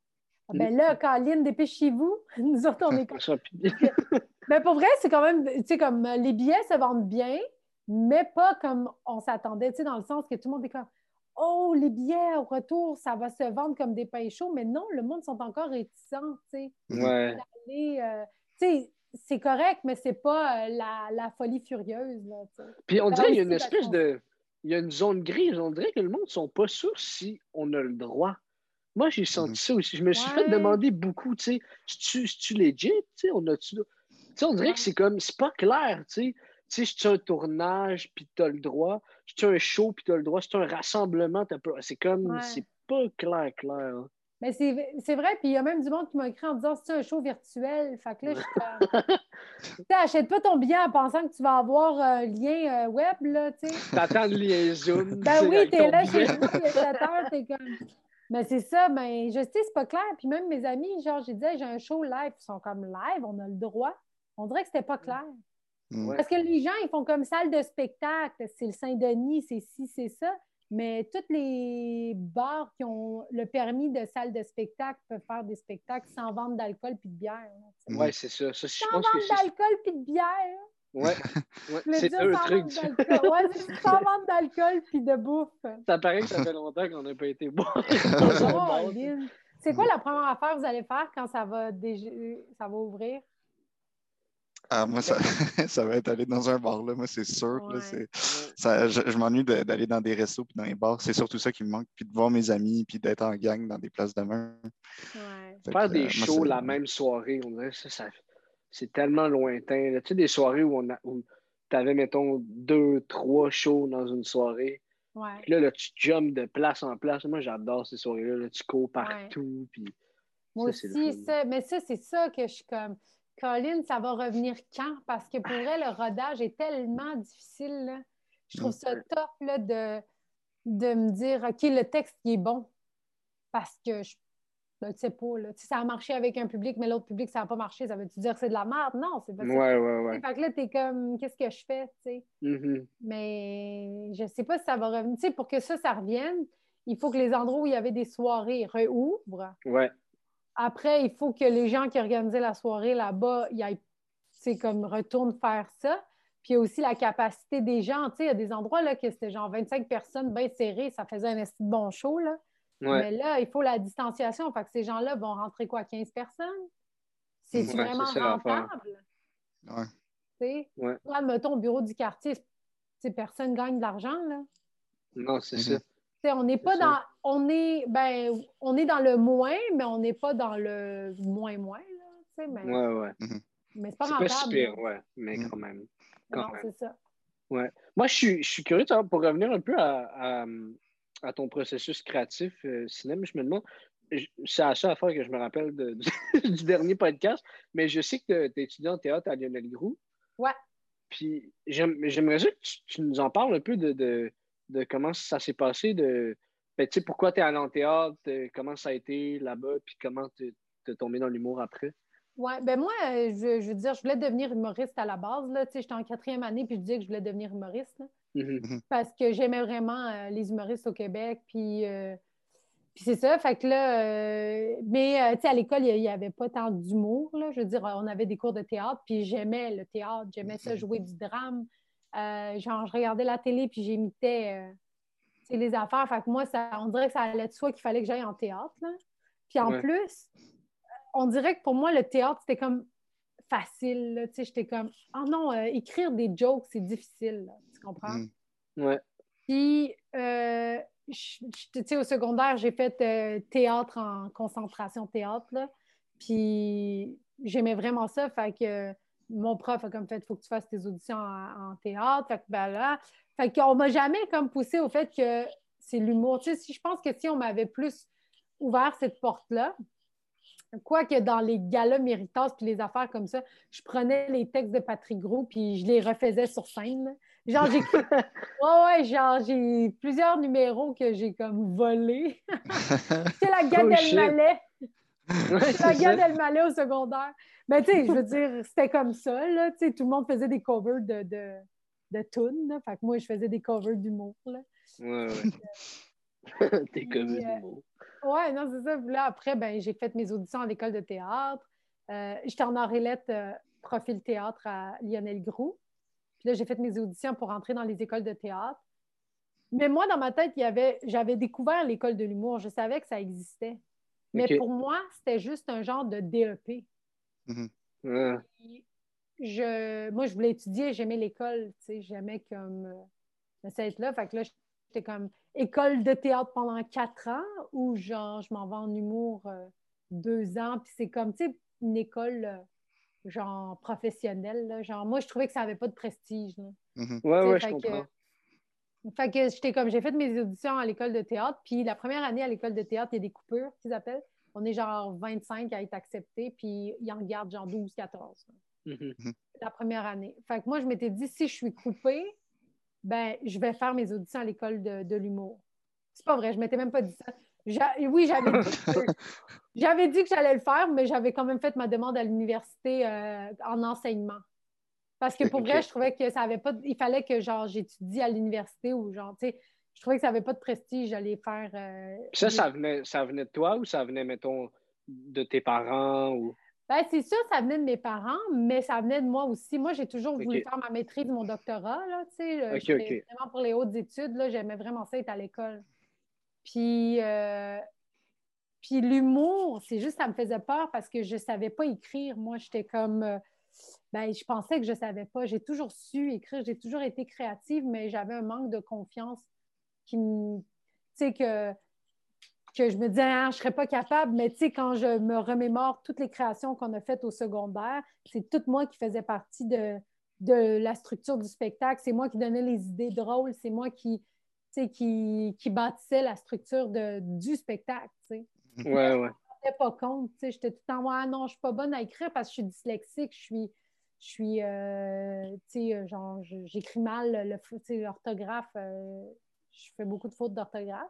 Ah, ben là, Colin, dépêchez-vous. Nous autres, on est comme... Ça, puis- Ben pour vrai, c'est quand même, tu sais, comme euh, les billets se vendent bien, mais pas comme on s'attendait, tu sais, dans le sens que tout le monde est comme, oh, les billets au retour, ça va se vendre comme des pains chauds, mais non, le monde sont encore réticents, tu sais. Ouais. D'aller, euh, tu sais, c'est correct, mais c'est pas euh, la, la folie furieuse, là, tu sais. Puis on Là dirait qu'il y a aussi, une parce espèce qu'on- de. Il y a une zone grise. On dirait que le monde ne sont pas sûrs si on a le droit. Moi, j'ai senti Mhm. ça aussi. Je me suis fait Ouais. demander beaucoup, tu sais, c'est-tu c'est-tu legit? Tu sais, on a-tu. Tu sais, on dirait Ouais. que c'est comme. C'est pas clair, tu sais. Tu sais, c'est un tournage, puis t'as le droit. C'est un show, puis t'as le droit. C'est un rassemblement, t'as pas. C'est comme. Ouais. C'est pas clair, clair. hein. Mais c'est c'est vrai, puis il y a même du monde qui m'a écrit en disant c'est un show virtuel. Fait que là, je suis comme, tu sais, achète pas ton billet en pensant que tu vas avoir un lien euh, web, là, tu sais. T'attends le lien Zoom. tu Ben sais, oui, avec t'es ton là billet. chez vous, il est sept heures, t'es comme. Mais c'est ça, ben, je sais, c'est pas clair. Puis même mes amis, genre, j'ai dit, Hey, j'ai un show live. Ils sont comme live, on a le droit. On dirait que c'était pas clair. Mm. Ouais. Parce que les gens, ils font comme salle de spectacle. C'est le Saint-Denis, c'est ci, c'est ça. Mais tous les bars qui ont le permis de salle de spectacle peuvent faire des spectacles sans vendre d'alcool puis de bière. là, tu sais. Ouais, c'est ça. ça je Sans pense que vendre c'est. d'alcool puis de bière. Ouais. ouais. Je voulais C'est dire deux sans trucs. vendre d'alcool. Ouais, c'est sans vendre d'alcool puis de bouffe. Ça paraît que ça fait longtemps qu'on n'a pas été boire Oh, dans un bar. Lynn. C'est quoi la première affaire que vous allez faire quand ça va, déj- ça va ouvrir? Ah, moi, ça, ça va être aller dans un bar, là. Moi, c'est sûr. Là, Ouais. c'est, ça, je je m'ennuie de- d'aller dans des restos puis dans les bars. C'est surtout ça qui me manque. Puis de voir mes amis puis d'être en gang dans des places de main. Ouais. Fait Faire que, des euh, moi, shows c'est- la même soirée, on dirait que ça, ça- c'est tellement lointain. là. Tu sais, des soirées où, on a- où tu avais, mettons, deux, trois shows dans une soirée. Ouais. Puis là, là, tu jumps de place en place. Moi, j'adore ces soirées-là. là. Tu cours partout. Puis Moi ça, c'est le aussi, fun. ça, mais ça, c'est ça que je suis comme, Colin, ça va revenir quand? Parce que pour vrai, le rodage est tellement difficile, là. Je trouve ça top, là, de, de me dire, OK, le texte, il est bon. Parce que je ne sais pas, là. Tu sais, ça a marché avec un public, mais l'autre public, ça n'a pas marché. Ça veut-tu dire que c'est de la merde? Non, c'est pas ça. Ouais, ouais, ouais. Fait que là, t'es comme, qu'est-ce que je fais, tu sais? Mhm. Mais je ne sais pas si ça va revenir. Tu sais, pour que ça, ça revienne, il faut que les endroits où il y avait des soirées réouvrent. Ouais. Après, il faut que les gens qui organisaient la soirée là-bas, ils aillent, c'est comme retournent faire ça. Puis il y a aussi la capacité des gens. Tu sais, il y a des endroits là que c'était genre vingt-cinq personnes bien serrées, ça faisait un esti de bon show, là. Ouais. Mais là, il faut la distanciation. Fait que ces gens-là vont rentrer quoi, quinze personnes? C'est-tu Ouais, vraiment c'est ça l'affaire. rentable? Ouais. Tu sais, Ouais. là, mettons, au bureau du quartier, tu sais, personne ne gagne de l'argent, là. Non, c'est Mhm. ça. Tu sais, on n'est pas C'est dans. ça. On est, ben, on est dans le moins, mais on n'est pas dans le moins-moins, là. Tu sais, mais Ouais, ouais. mais c'est pas C'est pas si rentable. pire, là. ouais. Mais Mm. quand même. Quand Non, même. c'est ça. Ouais. Moi, je suis, je suis curieux de savoir, pour revenir un peu à, à, à ton processus créatif, euh, cinéma, je me demande, je- c'est à ça affaire que je me rappelle de- du, du dernier podcast, mais je sais que tu es étudiant en théâtre à Lionel Groux. Ouais. Puis j'aime- j'aimerais ça que tu, tu nous en parles un peu de, de, de comment ça s'est passé, de ben, tu sais, pourquoi tu es allé en théâtre, euh, comment ça a été là-bas, puis comment tu es tombé dans l'humour après. Ouais, ben moi, euh, je, je veux dire, je voulais devenir humoriste à la base, là. Tu sais, j'étais en quatrième année, puis je disais que je voulais devenir humoriste, là, Mhm. parce que j'aimais vraiment euh, les humoristes au Québec, puis, euh, puis c'est ça, fait que là, euh, mais euh, tu sais, à l'école, il n'y avait pas tant d'humour, là. Je veux dire, on avait des cours de théâtre, puis j'aimais le théâtre, j'aimais ça, jouer du drame. Euh, genre, je regardais la télé, puis j'imitais euh, tu sais, les affaires, fait que moi, ça, on dirait que ça allait de soi qu'il fallait que j'aille en théâtre, là. Puis en Ouais. plus, on dirait que pour moi, le théâtre, c'était comme facile. Là. Tu sais, j'étais comme, oh non, euh, écrire des jokes, c'est difficile. Là. Tu comprends? Mm. Ouais. Puis, euh, je- je- tu sais, au secondaire, j'ai fait euh, théâtre en concentration théâtre. Là. Puis, j'aimais vraiment ça. Fait que euh, mon prof a comme fait, il faut que tu fasses tes auditions en, en théâtre. Fait que, ben là, fait qu'on m'a jamais comme poussé au fait que c'est l'humour. Tu sais, si, je pense que si on m'avait plus ouvert cette porte-là, quoique dans les galas Méritas puis les affaires comme ça, je prenais les textes de Patrick Gros puis je les refaisais sur scène. Là. Genre, j'ai ouais, ouais, genre, j'ai plusieurs numéros que j'ai comme volés. C'est la Gad Oh, shit. Elmaleh. Ouais, C'est la c'est Gad ça. Elmaleh au secondaire. Mais tu sais, je veux dire, c'était comme ça, là. Tu sais, tout le monde faisait des covers de, de, de tunes, là. Fait que moi, je faisais des covers d'humour, là. Ouais, ouais. T'es comme Puis, euh, d'humour. Ouais, non, c'est ça. Puis là, après, ben, j'ai fait mes auditions à l'école de théâtre. Euh, j'étais en Orélette, euh, profil théâtre à Lionel Groux. Puis là, j'ai fait mes auditions pour entrer dans les écoles de théâtre. Mais moi, dans ma tête, il y avait, j'avais découvert l'école de l'humour. Je savais que ça existait. Mais OK. pour moi, c'était juste un genre de D E P. Mhm. Ah. Je, moi, je voulais étudier, j'aimais l'école, tu sais, j'aimais comme euh, ça être là. Fait que là, j'étais comme école de théâtre pendant quatre ans ou genre, je m'en vais en humour euh, deux ans. Puis c'est comme, tu sais, une école euh, genre professionnelle. Là. Genre, moi, je trouvais que ça n'avait pas de prestige. Là. Mhm. Ouais, Tu sais, ouais, je fait que, comprends. fait que j'étais comme, j'ai fait mes auditions à l'école de théâtre. Puis la première année à l'école de théâtre, il y a des coupures qu'ils appellent. On est genre vingt-cinq à être acceptés, puis ils en regardent genre douze quatorze. Mhm. La première année. Fait que moi, je m'étais dit, si je suis coupée, ben, je vais faire mes auditions à l'école de, de l'humour. C'est pas vrai, je m'étais même pas dit ça. J'a- oui, j'avais dit, que, j'avais dit que j'allais le faire, mais j'avais quand même fait ma demande à l'université euh, en enseignement. Parce que pour OK. vrai, je trouvais que ça avait pas. Il fallait que genre j'étudie à l'université ou genre, tu sais, je trouvais que ça avait pas de prestige, j'allais faire. euh, Puis ça, des- ça venait, ça venait de toi ou ça venait, mettons, de tes parents ou... Ben, c'est sûr, ça venait de mes parents, mais ça venait de moi aussi. Moi, j'ai toujours voulu OK. faire ma maîtrise, mon doctorat, là, tu sais. euh, OK, J'étais OK. vraiment pour les hautes études, là, j'aimais vraiment ça être à l'école. Puis, euh, puis l'humour, c'est juste, ça me faisait peur parce que je savais pas écrire. Moi, j'étais comme, euh, ben, je pensais que je savais pas. J'ai toujours su écrire, j'ai toujours été créative, mais j'avais un manque de confiance qui me, tu sais, que que je me disais, ah, je ne serais pas capable, mais tu sais, quand je me remémore toutes les créations qu'on a faites au secondaire, c'est tout moi qui faisais partie de, de la structure du spectacle. C'est moi qui donnais les idées drôles, c'est moi qui, tu sais, qui, qui bâtissais la structure de, du spectacle. Tu sais. Ouais, ouais. Je ne me rendais pas compte. Tu sais, j'étais tout le temps, ah non, je ne suis pas bonne à écrire parce que je suis dyslexique, je suis. Je suis, euh, tu sais, genre, j'écris mal le, tu sais, l'orthographe, euh, je fais beaucoup de fautes d'orthographe.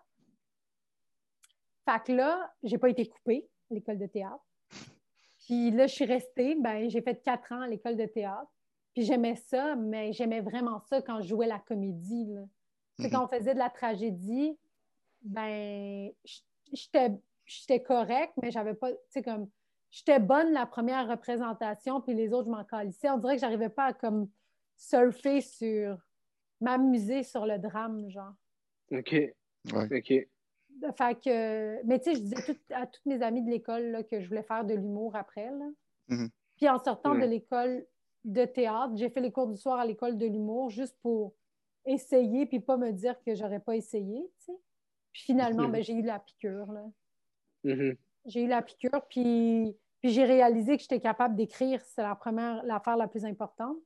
Fait que là, j'ai pas été coupée à l'école de théâtre. Puis là, je suis restée, ben, j'ai fait quatre ans à l'école de théâtre. Puis j'aimais ça, mais j'aimais vraiment ça quand je jouais la comédie. Là. Tu sais, Mhm. quand on faisait de la tragédie, ben, j'étais, j'étais correcte, mais j'avais pas, tu sais, comme, j'étais bonne la première représentation, puis les autres, je m'en calissais. On dirait que j'arrivais pas à, comme, surfer sur, m'amuser sur le drame, genre. OK. Ouais. OK. Fait que, mais tu sais, je disais tout, à toutes mes amies de l'école là, que je voulais faire de l'humour après. Là. Mhm. Puis en sortant de Ouais. l'école de théâtre, j'ai fait les cours du soir à l'école de l'humour juste pour essayer puis pas me dire que j'aurais pas essayé. Tu sais. Puis finalement, ben, j'ai eu la piqûre. Là. Mhm. J'ai eu la piqûre, puis, puis j'ai réalisé que j'étais capable d'écrire. C'est la première, l'affaire la plus importante.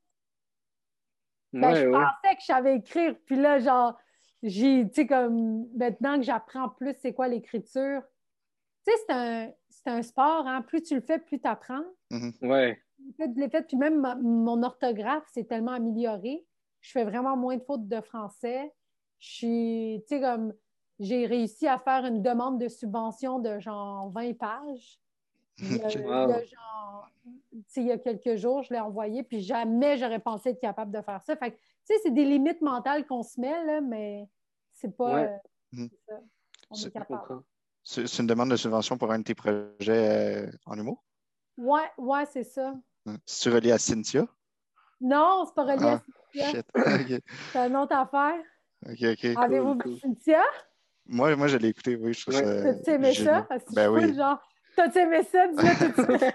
Ben, je Ouais, ouais. pensais que je savais écrire, puis là, genre, j'ai, tu sais, comme maintenant que j'apprends plus c'est quoi l'écriture, tu sais, c'est un, c'est un sport, hein. Plus tu le fais, plus tu apprends. Mhm. Ouais. Je l'ai fait, puis même ma- mon orthographe s'est tellement amélioré. Je fais vraiment moins de fautes de français. Je suis, tu sais, comme, j'ai réussi à faire une demande de subvention de genre vingt pages. Il y a, il y a Wow. genre, tu sais, il y a quelques jours, je l'ai envoyé, puis jamais j'aurais pensé être capable de faire ça. Fait que, tu sais, c'est des limites mentales qu'on se met, là, mais c'est pas Ouais, euh, Mhm. c'est ça. On est C'est je capable. comprends. c'est- c'est une demande de subvention pour un de tes projets euh, en humour? Ouais, ouais, c'est ça. Hein. C'est-tu relié à Cynthia? Non, c'est pas relié à Ah, Cynthia. shit. OK, C'est une autre affaire. OK, OK. Avez-vous Cool, vu cool. Cynthia? Moi, moi, je l'ai écouté, oui, je trouve Ouais. ça T'as-tu aimé ça? génial. Parce que je Ben suis full, oui. genre, t'as-tu aimé ça? Dis-le tout de suite.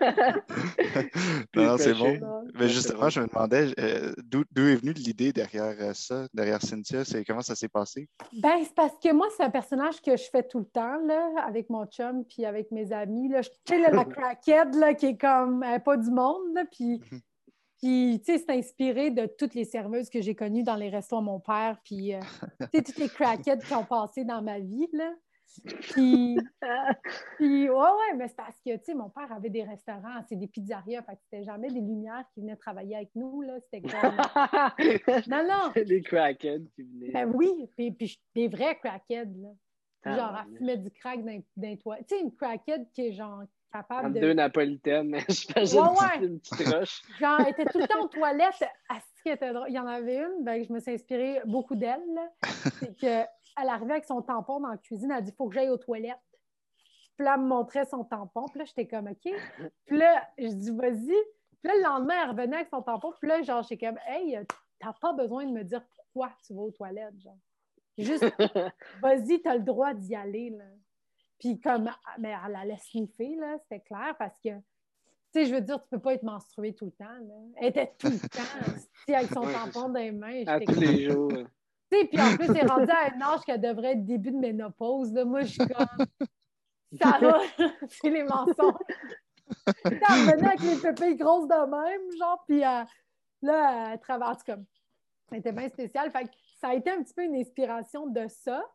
Non, Plus non, c'est bon. fâché. Non. Mais Ouais, c'est justement, bon. je me demandais euh, d'où d'où est venue l'idée derrière euh, ça, derrière Cynthia, c'est comment ça s'est passé? Ben, c'est parce que moi, c'est un personnage que je fais tout le temps, là, avec mon chum, puis avec mes amis. Là. Je tu sais, là, la crackhead, là, qui est comme euh, pas du monde, là, puis, puis tu sais, c'est inspiré de toutes les serveuses que j'ai connues dans les restos à mon père, puis, euh, tu sais, toutes les crackheads qui ont passé dans ma vie, là. Puis, puis ouais, ouais, mais c'est parce que, tu sais, mon père avait des restaurants, c'est des pizzerias, fait que c'était jamais des lumières qui venaient travailler avec nous, là. C'était comme... Non, non! C'est des crackheads qui venaient. Ben oui, puis, puis des vrais crackheads, là. Genre, elle Tabarnak. fumait du crack dans, dans les toilettes. Tu sais, une crackhead qui est genre capable Entre de... deux napolitaines, je faisais Ouais, une, petite- ouais. une petite roche. Genre, elle était tout le temps aux toilettes. Asti qu'elle était drôle. Il y en avait une, ben, je me suis inspirée beaucoup d'elle, là. C'est qu'elle arrivait avec son tampon dans la cuisine, elle a dit, il faut que j'aille aux toilettes. Puis là, elle me montrait son tampon. Puis là, j'étais comme, OK. Puis là, je dis, vas-y. Puis là, le lendemain, elle revenait avec son tampon. Puis là, genre, j'étais comme, hey, t'as pas besoin de me dire pourquoi tu vas aux toilettes, genre. Juste, vas-y, t'as le droit d'y aller, là. Puis comme, mais elle allait sniffer, là, c'était clair, parce que, tu sais, je veux dire, tu peux pas être menstruée tout le temps, là. Elle était tout le temps, avec son tampon dans les mains. À tous les jours. Tu sais, puis en plus, elle est rendue à un âge qu'elle devrait être début de ménopause, là. Moi, je suis comme, ça va, c'est les mensonges. Elle revenait avec les pépilles grosses de même, genre, puis euh, là, elle travaille, en tout cas, elle était bien spéciale. Fait que ça a été un petit peu une inspiration de ça,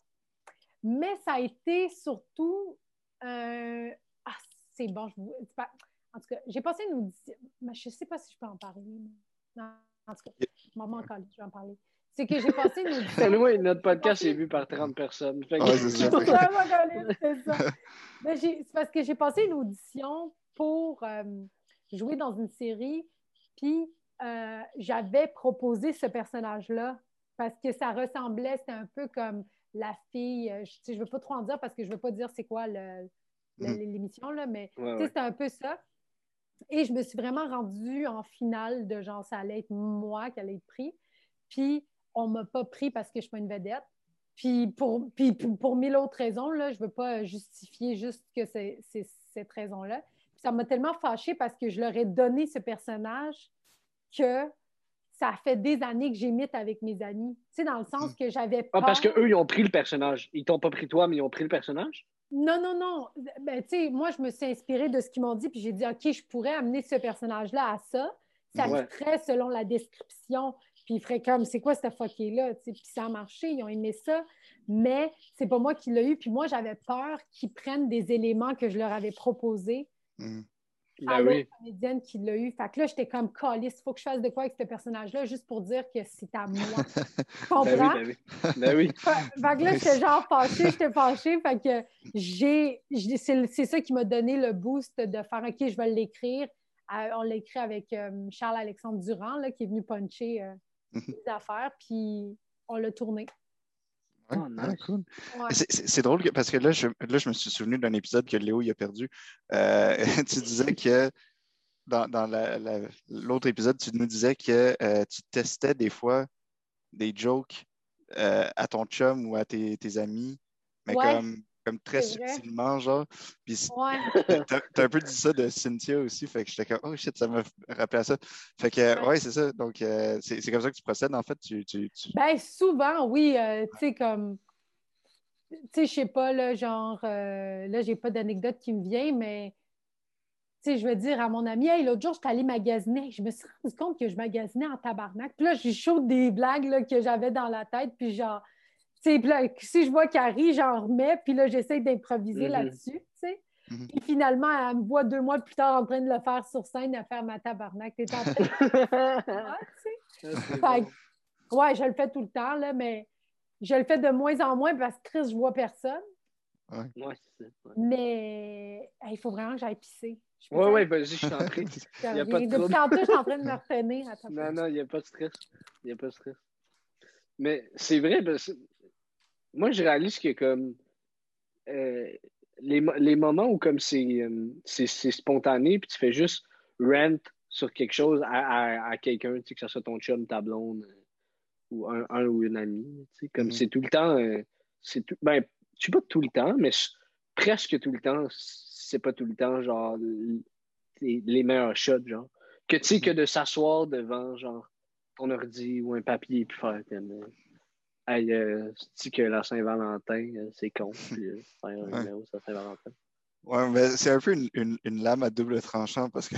mais ça a été surtout, euh... ah, c'est bon, je vous... en tout cas, j'ai passé une audition, mais je ne sais pas si je peux en parler. Non, en tout cas, je m'en manque, je vais en parler. C'est que j'ai passé une audition. Nous, notre podcast est vu par trente personnes. Fait que... ouais, c'est ça. c'est ça. Mais c'est parce que j'ai passé une audition pour euh, jouer dans une série, puis euh, j'avais proposé ce personnage-là parce que ça ressemblait, c'était un peu comme la fille, euh, je ne veux pas trop en dire parce que je ne veux pas dire c'est quoi le, le, mm. l'émission, là, mais ouais, ouais. C'était un peu ça. Et je me suis vraiment rendue en finale de genre, ça allait être moi qui allait être pris. Puis on ne m'a pas pris parce que je ne suis pas une vedette. Puis pour, puis pour mille autres raisons, là, je ne veux pas justifier juste que c'est, c'est cette raison-là. Puis ça m'a tellement fâchée parce que je leur ai donné ce personnage que ça fait des années que j'imite avec mes amis. Tu sais, dans le sens que j'avais peur... Ah, parce qu'eux, ils ont pris le personnage. Ils t'ont pas pris toi, mais ils ont pris le personnage? Non, non, non. Ben, tu sais, moi, je me suis inspirée de ce qu'ils m'ont dit, puis j'ai dit, OK, je pourrais amener ce personnage-là à ça. Ça ouais. Ferait selon la description, puis il ferait comme, c'est quoi cette fucké-là? Puis ça a marché, ils ont aimé ça, mais c'est pas moi qui l'ai eu. Puis moi, j'avais peur qu'ils prennent des éléments que je leur avais proposés mm. à ben l'autre oui. comédienne qui l'a eu. Fait que là, j'étais comme, calisse, il faut que je fasse de quoi avec ce personnage-là, juste pour dire que c'est à moi. Tu comprends? Ben oui, ben oui. Ben oui. Fait, fait que là, j'étais genre fâchée, j'étais fâchée. Fait que j'ai, j'ai c'est, c'est ça qui m'a donné le boost de faire, OK, je vais l'écrire. Euh, on l'a écrit avec euh, Charles-Alexandre Durand, là, qui est venu puncher euh, mm-hmm. les affaires, puis on l'a tourné. Ouais, oh, nice. Cool. Ouais. C'est, c'est, c'est drôle que, parce que là je, là, je me suis souvenu d'un épisode que Léo il a perdu. Euh, tu disais que dans, dans la, la, l'autre épisode, tu nous disais que euh, tu testais des fois des jokes euh, à ton chum ou à tes, tes amis, mais ouais. comme, comme très c'est subtilement, vrai. Genre. Puis ouais. t'as, t'as un peu dit ça de Cynthia aussi, fait que j'étais comme, oh shit, ça m'a rappelé à ça. Fait que, ouais, ouais c'est ça. Donc, euh, c'est, c'est comme ça que tu procèdes, en fait. Tu, tu, tu... Ben, souvent, oui. Euh, tu sais, comme, tu sais, je sais pas, là, genre, euh, là, j'ai pas d'anecdote qui me vient, mais, tu sais, je veux dire à mon ami, hey, l'autre jour, je suis allée magasiner. Je me suis rendu compte que je magasinais en tabarnak. Puis là, je chaude des blagues là, que j'avais dans la tête, puis genre, tu sais, là, si je vois qu'elle rit, j'en remets, puis là, j'essaie d'improviser mm-hmm. là-dessus, tu sais. Mm-hmm. Puis finalement, elle me voit deux mois plus tard en train de le faire sur scène, à faire ma tabarnak. T'es en train de... ah, tu sais. Fait que, ouais, je le fais tout le temps, là, mais je le fais de moins en moins parce que Chris, je vois personne. Ouais, ouais c'est ça. Ouais. Mais il hey, faut vraiment que j'aille pisser. Oui, oui, vas-y, je suis en train. Il n'y a pas de Depuis tantôt, je suis en train de me retenir. Non, non, il n'y a pas de stress. Il n'y a pas de stress. Mais c'est vrai, parce que moi, je réalise que comme euh, les, les moments où comme c'est, euh, c'est, c'est spontané, puis tu fais juste rant sur quelque chose à, à, à quelqu'un, tu sais, que ce soit ton chum, ta blonde, euh, ou un, un ou une amie, tu sais, comme mm-hmm. c'est tout le temps, euh, c'est tout, ben, je sais pas tout le temps, mais presque tout le temps, c'est pas tout le temps, genre, les, les meilleurs shots, genre, que tu sais, mm-hmm. que de s'asseoir devant, genre, ton ordi ou un papier, puis faire comme... Euh, hey, euh, c'est que la Saint-Valentin, euh, c'est con, puis euh, faire un ouais. numéro sur Saint-Valentin. Ouais, mais c'est un peu une, une, une lame à double tranchant parce que,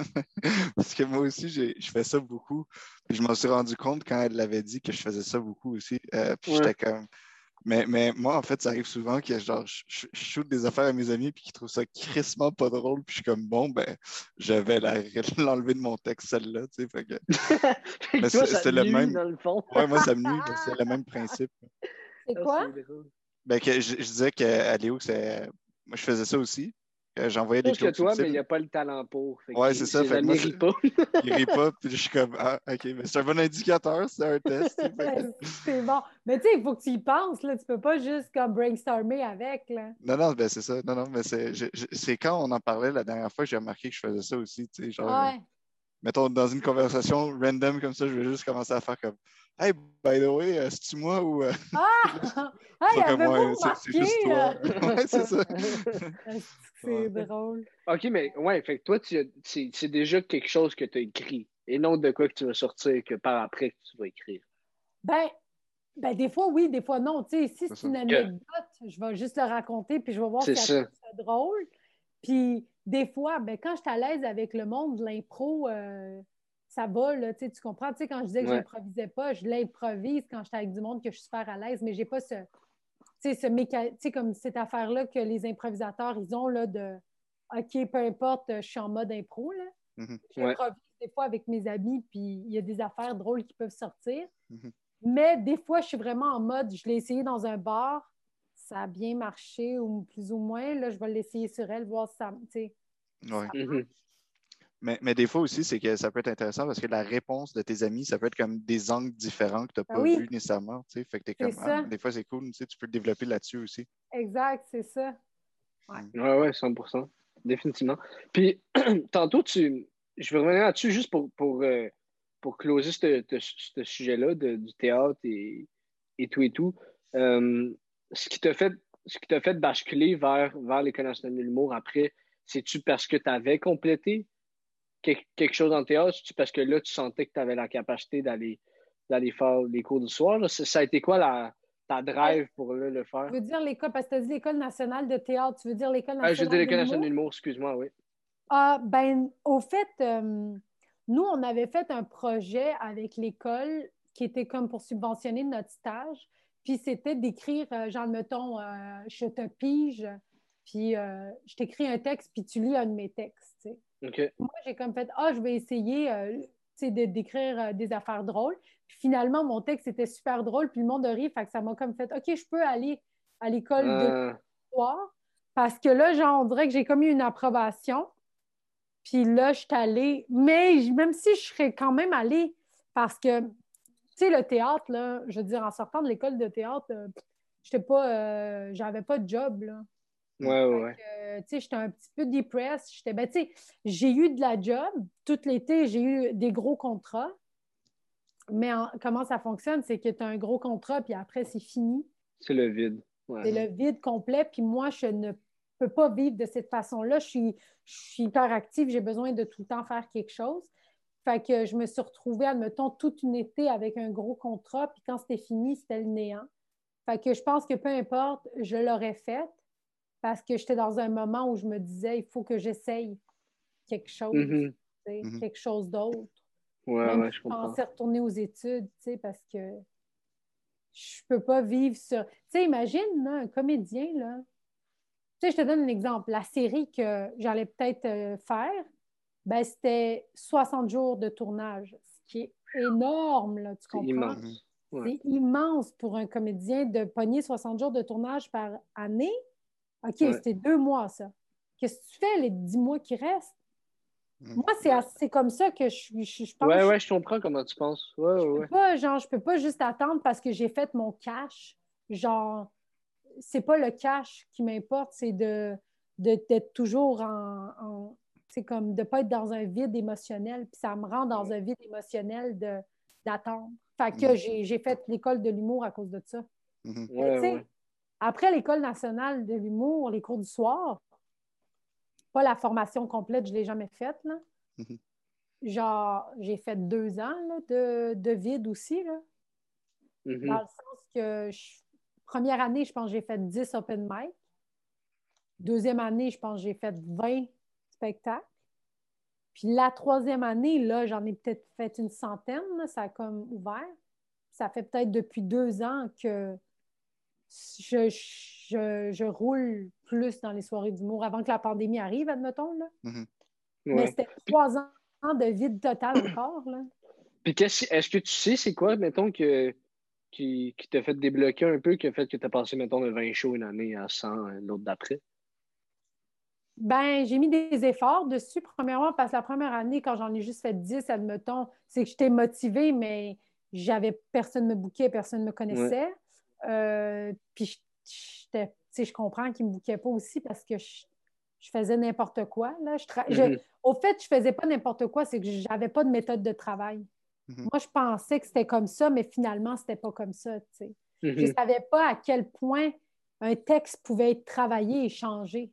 parce que moi aussi, j'ai, je fais ça beaucoup. Puis je m'en suis rendu compte quand elle l'avait dit que je faisais ça beaucoup aussi. Euh, puis ouais. j'étais comme... Mais, mais moi, en fait, ça arrive souvent que genre, je, je, je shoot des affaires à mes amis puis qu'ils trouvent ça crissement pas drôle. Puis je suis comme, bon, ben, je vais la, l'enlever de mon texte, celle-là. Tu sais, fait que... mais toi, c'est, c'est le même. Dans le fond. Ouais, moi, ça me nuit. C'est le même principe. C'est quoi? Ben, que je, je disais qu'à Léo, c'est... moi, je faisais ça aussi. Euh, J'envoyais des Plus que Claude toi, mais il Subtil. n'y a pas le talent pour. Fait Ouais, que c'est ça. ses Fait que moi, amis je- rient pas. il rit pas, puis je suis comme, ah, OK, mais c'est un bon indicateur, c'est un test. tu sais, fait que- C'est bon. Mais tu sais, il faut que tu y penses, là. Tu peux pas juste comme brainstormer avec, là. Non, non, ben c'est ça. Non, non, mais c'est je- je- c'est quand on en parlait la dernière fois que j'ai remarqué que je faisais ça aussi. Tu sais, genre, euh, Ouais. mettons, dans une conversation random comme ça, je vais juste commencer à faire comme, Hey, by the way, euh, c'est-tu moi ou. euh, Ah! Ils Hey, sont comme, avez-vous ouais, c'est c'est remarqué? juste toi. euh, Ouais, c'est ça. C'est Ouais. drôle. OK, mais ouais, fait que toi, tu as- c'est c'est déjà quelque chose que tu as écrit et non de quoi que tu vas sortir que par après que tu vas écrire. Ben, ben, des fois, oui, des fois, non. Tu sais, si C'est c'est une ça. anecdote, je vais juste le raconter, puis je vais voir C'est si elle ça. trouve ça drôle. Puis, des fois, ben, quand je suis à l'aise avec le monde de l'impro, euh, ça va, là, tu sais, tu comprends? Tu sais, quand je disais que Ouais. j'improvisais pas, je l'improvise quand j'étais avec du monde que je suis super à l'aise, mais j'ai pas ce, tu sais, ce méca... tu sais, comme cette affaire-là que les improvisateurs, ils ont, là, de OK, peu importe, je suis en mode impro, là. Mhm, Ouais. J'improvise des fois avec mes amis, puis il y a des affaires drôles qui peuvent sortir. mhm. Mais des fois, je suis vraiment en mode, je l'ai essayé dans un bar, ça a bien marché, ou plus ou moins. Là, je vais l'essayer sur elle, voir si ça, tu sais, Ouais. Mhm. Mais, mais des fois aussi, c'est que ça peut être intéressant parce que la réponse de tes amis, ça peut être comme des angles différents que tu n'as Ben pas oui, vus nécessairement. Tu sais. Fait que t'es c'est comme, ah, ça. des fois, c'est cool, tu sais, tu peux te développer là-dessus aussi. Exact, c'est ça. Ouais. Mm. Ouais, ouais, cent pour cent. Définitivement. Puis, tantôt, tu, je vais revenir là-dessus juste pour, pour, euh, pour closer ce, ce, ce sujet-là de- du théâtre et, et tout et tout. Euh, ce qui t'a fait, ce qui t'a fait basculer vers, vers l'École nationale de l'humour après, c'est-tu parce que tu avais complété quelque, quelque chose en théâtre? C'est-tu parce que là, tu sentais que tu avais la capacité d'aller, d'aller faire les cours du soir? Là? Ça, ça a été quoi la, ta drive pour là, le faire? Tu veux dire l'école, parce que tu as dit l'École nationale de théâtre, tu veux dire l'École Ah, je veux dire nationale de l'École nationale de l'humour? l'humour, excuse-moi, oui. Ah, ben, au fait, euh, nous, on avait fait un projet avec l'école qui était comme pour subventionner notre stage. Puis c'était d'écrire, euh, genre, mettons, euh, je te pige, puis euh, je t'écris un texte, puis tu lis un de mes textes. Tu sais. OK. Moi, j'ai comme fait, ah, je vais essayer euh, tu sais, de- d'écrire euh, des affaires drôles. Puis finalement, mon texte était super drôle, puis le monde a ri, fait que ça m'a comme fait, OK, je peux aller à l'école de Euh, l'histoire. Parce que là, genre, on dirait que j'ai comme eu une approbation. Puis là, je suis allée. Mais même si je serais quand même allée, parce que, tu sais, le théâtre, là, je veux dire, en sortant de l'école de théâtre, euh, j'étais pas, euh, j'avais pas de job, là. ouais, ouais, Fait ouais. que, tu sais, j'étais un petit peu depressed. J'étais, ben, tu sais, j'ai eu de la job. Tout l'été, j'ai eu des gros contrats. Mais en- comment ça fonctionne, c'est que tu as un gros contrat, puis après, c'est fini. C'est le vide. Ouais. C'est le vide complet. Puis moi, je ne peux pas vivre de cette façon-là. Je suis, je suis hyper active, j'ai besoin de tout le temps faire quelque chose. Fait que je me suis retrouvée, admettons, toute une été avec un gros contrat, puis quand c'était fini, c'était le néant. Fait que je pense que peu importe, je l'aurais fait parce que j'étais dans un moment où je me disais, il faut que j'essaye quelque chose, Mhm. tu sais, Mhm. quelque chose d'autre. Ouais, Même ouais, si je je comprends. pensais retourner aux études, tu sais, parce que je peux pas vivre sur... Tu sais, imagine, là, un comédien, là, tu sais, je te donne un exemple. La série que j'allais peut-être euh, faire, ben, c'était soixante jours de tournage, ce qui est énorme, là, tu C'est comprends? Mhm. immense. Ouais. C'est immense pour un comédien de pogner soixante jours de tournage par année. OK, Ouais. c'était deux mois, ça. Qu'est-ce que tu fais les dix mois qui restent? Mhm. Moi, c'est assez comme ça que je, je, je pense. Ouais, Je ouais, je comprends comment tu penses. Ouais, ouais, peux ouais. pas, genre, je peux pas juste attendre parce que j'ai fait mon cash. Genre, c'est pas le cash qui m'importe, c'est de, de- d'être toujours en, en c'est comme de pas être dans un vide émotionnel, puis ça me rend dans un vide émotionnel de, d'attendre. Fait que Mhm. j'ai, j'ai fait l'école de l'humour à cause de ça. Mhm. Mais Ouais, tu sais, ouais. après l'école nationale de l'humour, les cours du soir, pas la formation complète, je l'ai jamais faite, là. Mhm. Genre, j'ai fait deux ans là, de, de vide aussi, là, dans Mhm. le sens que je- première année, je pense que j'ai fait dix open mic. Deuxième année, je pense que j'ai fait vingt spectacles. Puis la troisième année, là, j'en ai peut-être fait une centaine, là, ça a comme ouvert. Ça fait peut-être depuis deux ans que je, je, je roule plus dans les soirées d'humour avant que la pandémie arrive, admettons, là. Mhm. Mais Ouais. c'était trois ans de vide total encore, là. Puis qu'est-ce, est-ce que tu sais c'est quoi, mettons, que, qui, qui t'a fait débloquer un peu, qui a fait que t'as passé, mettons, de vingt shows une année à cent euh, l'autre d'après? Ben, j'ai mis des efforts dessus, premièrement, parce que la première année, quand j'en ai juste fait dix, admettons, c'est que j'étais motivée, mais j'avais personne me bouquait, personne me Ouais. connaissait. Euh, puis, j'étais, tu sais, je comprends qu'ils ne me bouquaient pas aussi parce que je, je faisais n'importe quoi. Là. Je tra- je- Mhm. au fait, je ne faisais pas n'importe quoi, c'est que je n'avais pas de méthode de travail. Mhm. Moi, je pensais que c'était comme ça, mais finalement, c'était pas comme ça, tu sais. Je Mhm. savais pas à quel point un texte pouvait être travaillé et changé.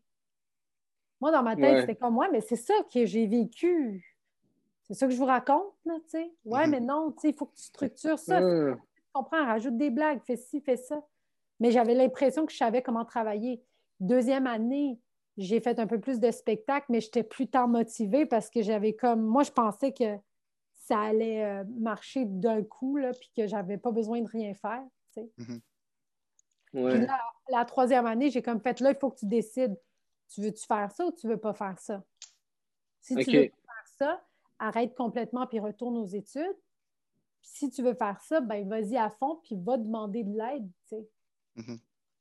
Moi, dans ma tête, Ouais. c'était comme, ouais, mais c'est ça que j'ai vécu. C'est ça que je vous raconte, là, tu sais. Ouais, Mhm. mais non, tu sais, il faut que tu structures ça. Tu Ah. comprends, rajoute des blagues, fais ci, fais ça. Mais j'avais l'impression que je savais comment travailler. Deuxième année, j'ai fait un peu plus de spectacles, mais j'étais plus tant motivée parce que j'avais comme, moi, je pensais que ça allait euh, marcher d'un coup, là, puis que j'avais pas besoin de rien faire, tu sais. Mhm. Puis Ouais. là, la troisième année, j'ai comme fait, là, il faut que tu décides. Tu veux-tu faire ça ou tu veux pas faire ça? Si tu veux OK. pas faire ça, arrête complètement puis retourne aux études. Puis si tu veux faire ça, ben vas-y à fond puis va demander de l'aide, tu sais. Mhm.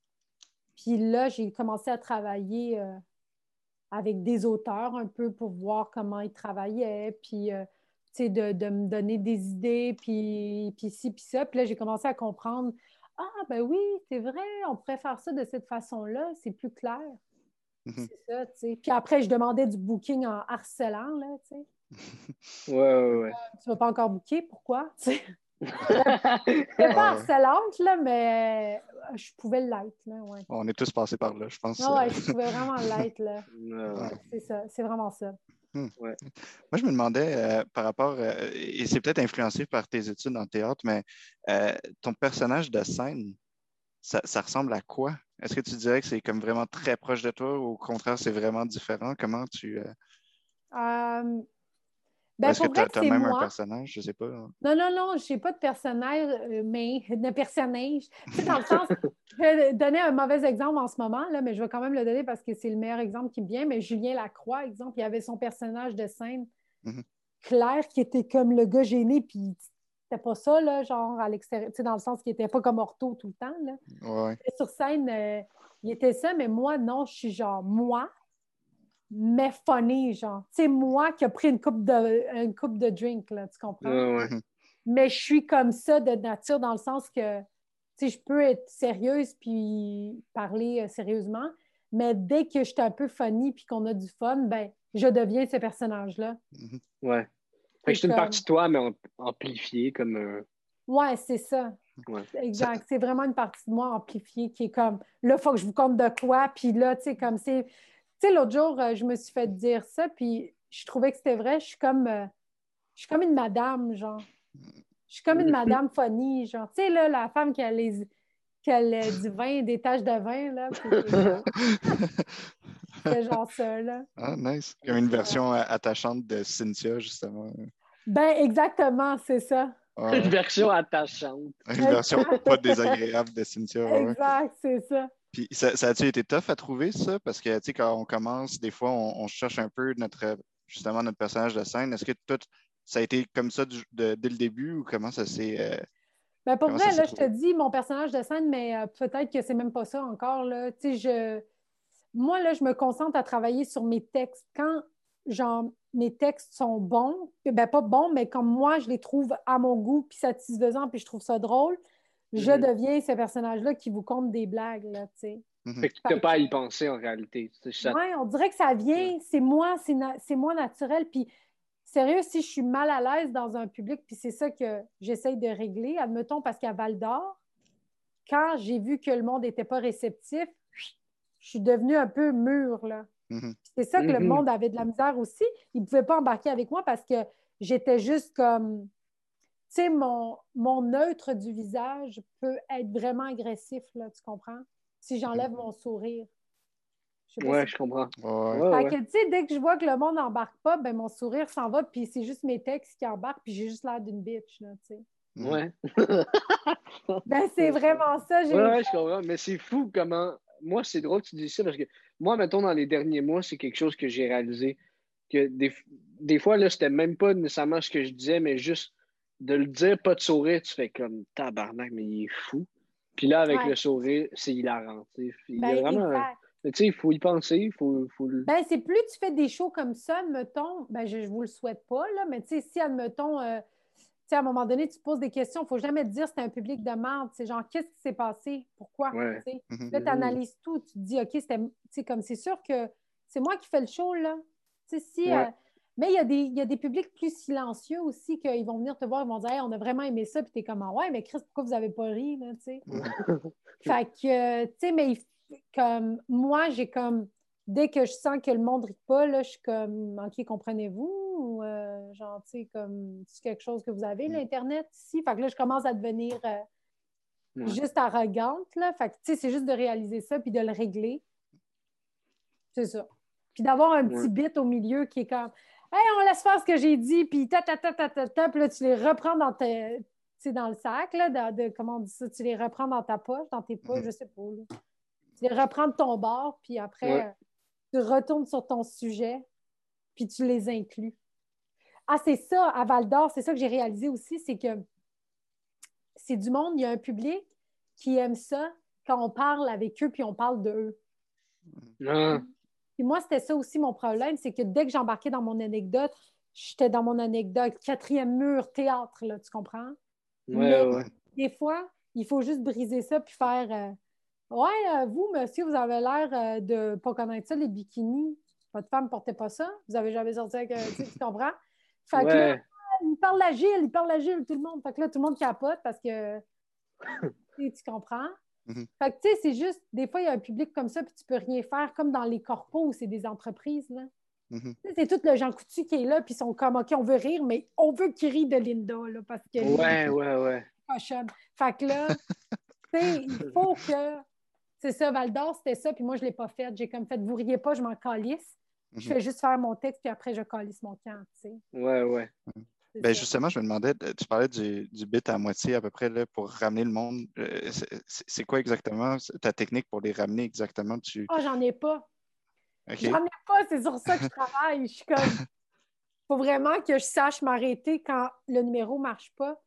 Puis là, j'ai commencé à travailler euh, avec des auteurs un peu pour voir comment ils travaillaient, puis euh, tu sais, de, de me donner des idées, puis, puis ci, puis ça. Puis là, j'ai commencé à comprendre, ah, ben oui, c'est vrai, on pourrait faire ça de cette façon-là, c'est plus clair. Mhm. C'est ça, tu sais. Puis après, je demandais du booking en harcelant, là, tu sais. Ouais, ouais, ouais. Tu ne vas pas encore booker, pourquoi? Tu sais. Ouais. Je n'étais pas Ah ouais. harcelante, là, mais euh, je pouvais l'être, là, ouais. On est tous passés par là, je pense. Ah euh. ouais, je pouvais vraiment l'être, là. Ouais. Ouais, c'est ça, c'est vraiment ça. Hmm. Ouais. Moi, je me demandais euh, par rapport, euh, et c'est peut-être influencé par tes études en théâtre, mais euh, ton personnage de scène, ça, ça ressemble à quoi? Est-ce que tu dirais que c'est comme vraiment très proche de toi ou au contraire, c'est vraiment différent? Comment tu. euh, Euh, ou ben, est-ce que pour tu vrai, as, c'est même un moi. personnage? Je sais pas. Hein. Non, non, non, je n'ai pas de personnage, euh, mais de personnage. Tu sais, dans le sens, je vais donner un mauvais exemple en ce moment, là, mais je vais quand même le donner parce que c'est le meilleur exemple qui me vient. Mais Julien Lacroix, exemple, il avait son personnage de scène Mhm. clair qui était comme le gars gêné, puis c'était pas ça, là, genre à l'extérieur, tu sais, dans le sens qu'il était pas comme ortho tout le temps, là. Ouais. Et sur scène, euh, il était ça, mais moi, non, je suis genre moi, mais funny, genre. Tu sais, moi qui a pris une coupe de, une coupe de drink, là, tu comprends? Ouais, ouais. Mhm. Mais je suis comme ça de nature dans le sens que, tu sais, je peux être sérieuse puis parler euh, sérieusement, mais dès que je suis un peu funny puis qu'on a du fun, ben, je deviens ce personnage-là. Mhm. Ouais. Fait C'est que c'est une comme, partie de toi, mais am- amplifiée comme un. ouais, c'est ça. Ouais. Ça- Exact. C'est vraiment une partie de moi amplifiée qui est comme, là, il faut que je vous compte de quoi. Puis là, tu sais, comme c'est. Tu sais, l'autre jour, euh, je me suis fait dire ça, puis je trouvais que c'était vrai. Je suis comme, euh, je suis comme une madame, genre. Je suis comme une madame funny, genre. Tu sais, là, la femme qui a, les, qui a le- du vin, des taches de vin, là, puis qui est comme, c'est genre ça, là. Ah, nice. Comme une version euh, attachante de Cynthia, justement. Ben, exactement, c'est ça. Une Ouais. version attachante. Une version Exact, pas désagréable de Cynthia. Ouais. Ouais. exact, c'est ça. Puis ça, ça a-tu été tough à trouver ça? Parce que, tu sais, quand on commence, des fois, on, on cherche un peu notre, justement, notre personnage de scène. Est-ce que tout, ça a été comme ça du- de- dès le début ou comment ça s'est euh, Ben pour comment ça vrai, s'est là, je te trouvé? dis mon personnage de scène, mais euh, peut-être que c'est même pas ça encore, là. Tu sais, je... Moi, là, je me concentre à travailler sur mes textes. Quand, genre, mes textes sont bons, ben pas bons, mais comme moi, je les trouve à mon goût, puis satisfaisants, puis je trouve ça drôle, je Mhm. deviens ce personnage-là qui vous conte des blagues, là, tu sais. Mhm. Fait que t'as Fait pas à que, y penser en réalité. C'est ça. ouais, on dirait que ça Ouais. vient, c'est moi, c'est na- c'est moi naturel, puis sérieux, si je suis mal à l'aise dans un public, puis c'est ça que j'essaye de régler, admettons, parce qu'à Val d'Or, quand j'ai vu que le monde n'était pas réceptif, je suis devenue un peu mûre, là. Mhm. C'est ça que le Mhm. monde avait de la misère aussi. Ils ne pouvaient pas embarquer avec moi parce que j'étais juste comme, tu sais, mon, mon neutre du visage peut être vraiment agressif, là, tu comprends? Si j'enlève mon sourire. Je sais pas Ouais, si... je comprends. Ouais. Ouais, Fait ouais. que, tu sais, dès que je vois que le monde n'embarque pas, ben mon sourire s'en va, puis c'est juste mes textes qui embarquent, puis j'ai juste l'air d'une bitch, là, tu sais. Mhm. Ouais. Ben, c'est vraiment ça. Ouais, J'ai... ouais, je comprends. Mais c'est fou comment. Moi, c'est drôle que tu dis ça parce que moi, mettons, dans les derniers mois, c'est quelque chose que j'ai réalisé. Que des, des fois, là, c'était même pas nécessairement ce que je disais, mais juste de le dire, pas de sourire, tu fais comme tabarnak, mais il est fou. Puis là, avec Ouais. le sourire, c'est hilarant. Tu sais. Il y a Ben, vraiment un, exact. Mais tu sais, il faut y penser, il faut, faut le... Ben, c'est plus tu fais des shows comme ça, admettons, ben, je ne vous le souhaite pas, là, mais tu sais, si, admettons, euh, tu sais, à un moment donné, tu te poses des questions, il ne faut jamais te dire c'est un public de merde. C'est genre, qu'est-ce qui s'est passé? Pourquoi? Ouais. Tu sais. Mhm. Là, tu analyses tout, tu te dis, OK, c'était, tu sais, comme c'est sûr que c'est moi qui fais le show, là. Tu sais, si, Ouais. euh, mais il y, a des, il y a des publics plus silencieux aussi qu'ils vont venir te voir, ils vont dire, hey, on a vraiment aimé ça, puis tu es comme, ah ouais, mais Chris, pourquoi vous n'avez pas ri, là, tu sais? Fait que, tu sais, mais il- comme moi, j'ai comme, dès que je sens que le monde ne rit pas, là, je suis comme, OK, comprenez-vous? Ou, euh, genre, tu sais, comme, c'est quelque chose que vous avez, l'Internet, ici? Fait que là, je commence à devenir euh, Ouais. juste arrogante, là. Fait que, tu sais, c'est juste de réaliser ça puis de le régler. C'est ça. Puis d'avoir un petit Ouais. bit au milieu qui est comme, hey, on laisse faire ce que j'ai dit, puis ta, ta, ta, ta, ta, ta, puis là, tu les reprends dans tes. Tu sais, dans le sac, là, de, de- comment on dit ça, tu les reprends dans ta poche, dans tes poches, Mhm. je sais pas, là. Tu les reprends de ton bord, puis après, Ouais. euh, tu retournes sur ton sujet, puis tu les inclus. Ah, c'est ça, à Val d'Or, c'est ça que j'ai réalisé aussi, c'est que c'est du monde, il y a un public qui aime ça quand on parle avec eux, puis on parle d'eux. Ah. Puis moi, c'était ça aussi mon problème, c'est que dès que j'embarquais dans mon anecdote, j'étais dans mon anecdote, quatrième mur, théâtre, là, tu comprends? Ouais, Mais ouais. des fois, il faut juste briser ça puis faire euh, ouais, euh, vous, monsieur, vous avez l'air euh, de pas connaître ça, les bikinis. Votre femme ne portait pas ça. Vous avez jamais sorti avec. euh, tu sais, tu comprends? Fait que là, Ouais. il parle à Gilles, il parle à Gilles, tout le monde. Fait que là, tout le monde capote parce que tu sais, tu comprends? Mhm. Fait que tu sais, c'est juste, des fois, il y a un public comme ça, puis tu peux rien faire, comme dans les corpos où c'est des entreprises, là. Mhm. Tu sais, c'est tout le Jean Coutu qui est là, puis ils sont comme, OK, on veut rire, mais on veut qu'il rie de Linda, là, parce que Ouais, ouais, ouais. cochonne. Fait que là, tu sais, il faut que. C'est ça, Val d'Or, c'était ça, puis moi, je ne l'ai pas fait. J'ai comme fait, vous riez pas, je m'en calisse. Je Mhm. fais juste faire mon texte, puis après, je calisse mon camp, tu sais. Ouais, ouais. C'est Ben ça. justement, je me demandais, euh, tu parlais du, du bit à moitié à peu près là, pour ramener le monde. Euh, c'est c'est- c'est quoi exactement ta technique pour les ramener exactement? Tu... Ah, j'en ai pas. OK. J'en ai pas, c'est sur ça que je travaille. Je suis comme, faut vraiment que je sache m'arrêter quand le numéro ne marche pas.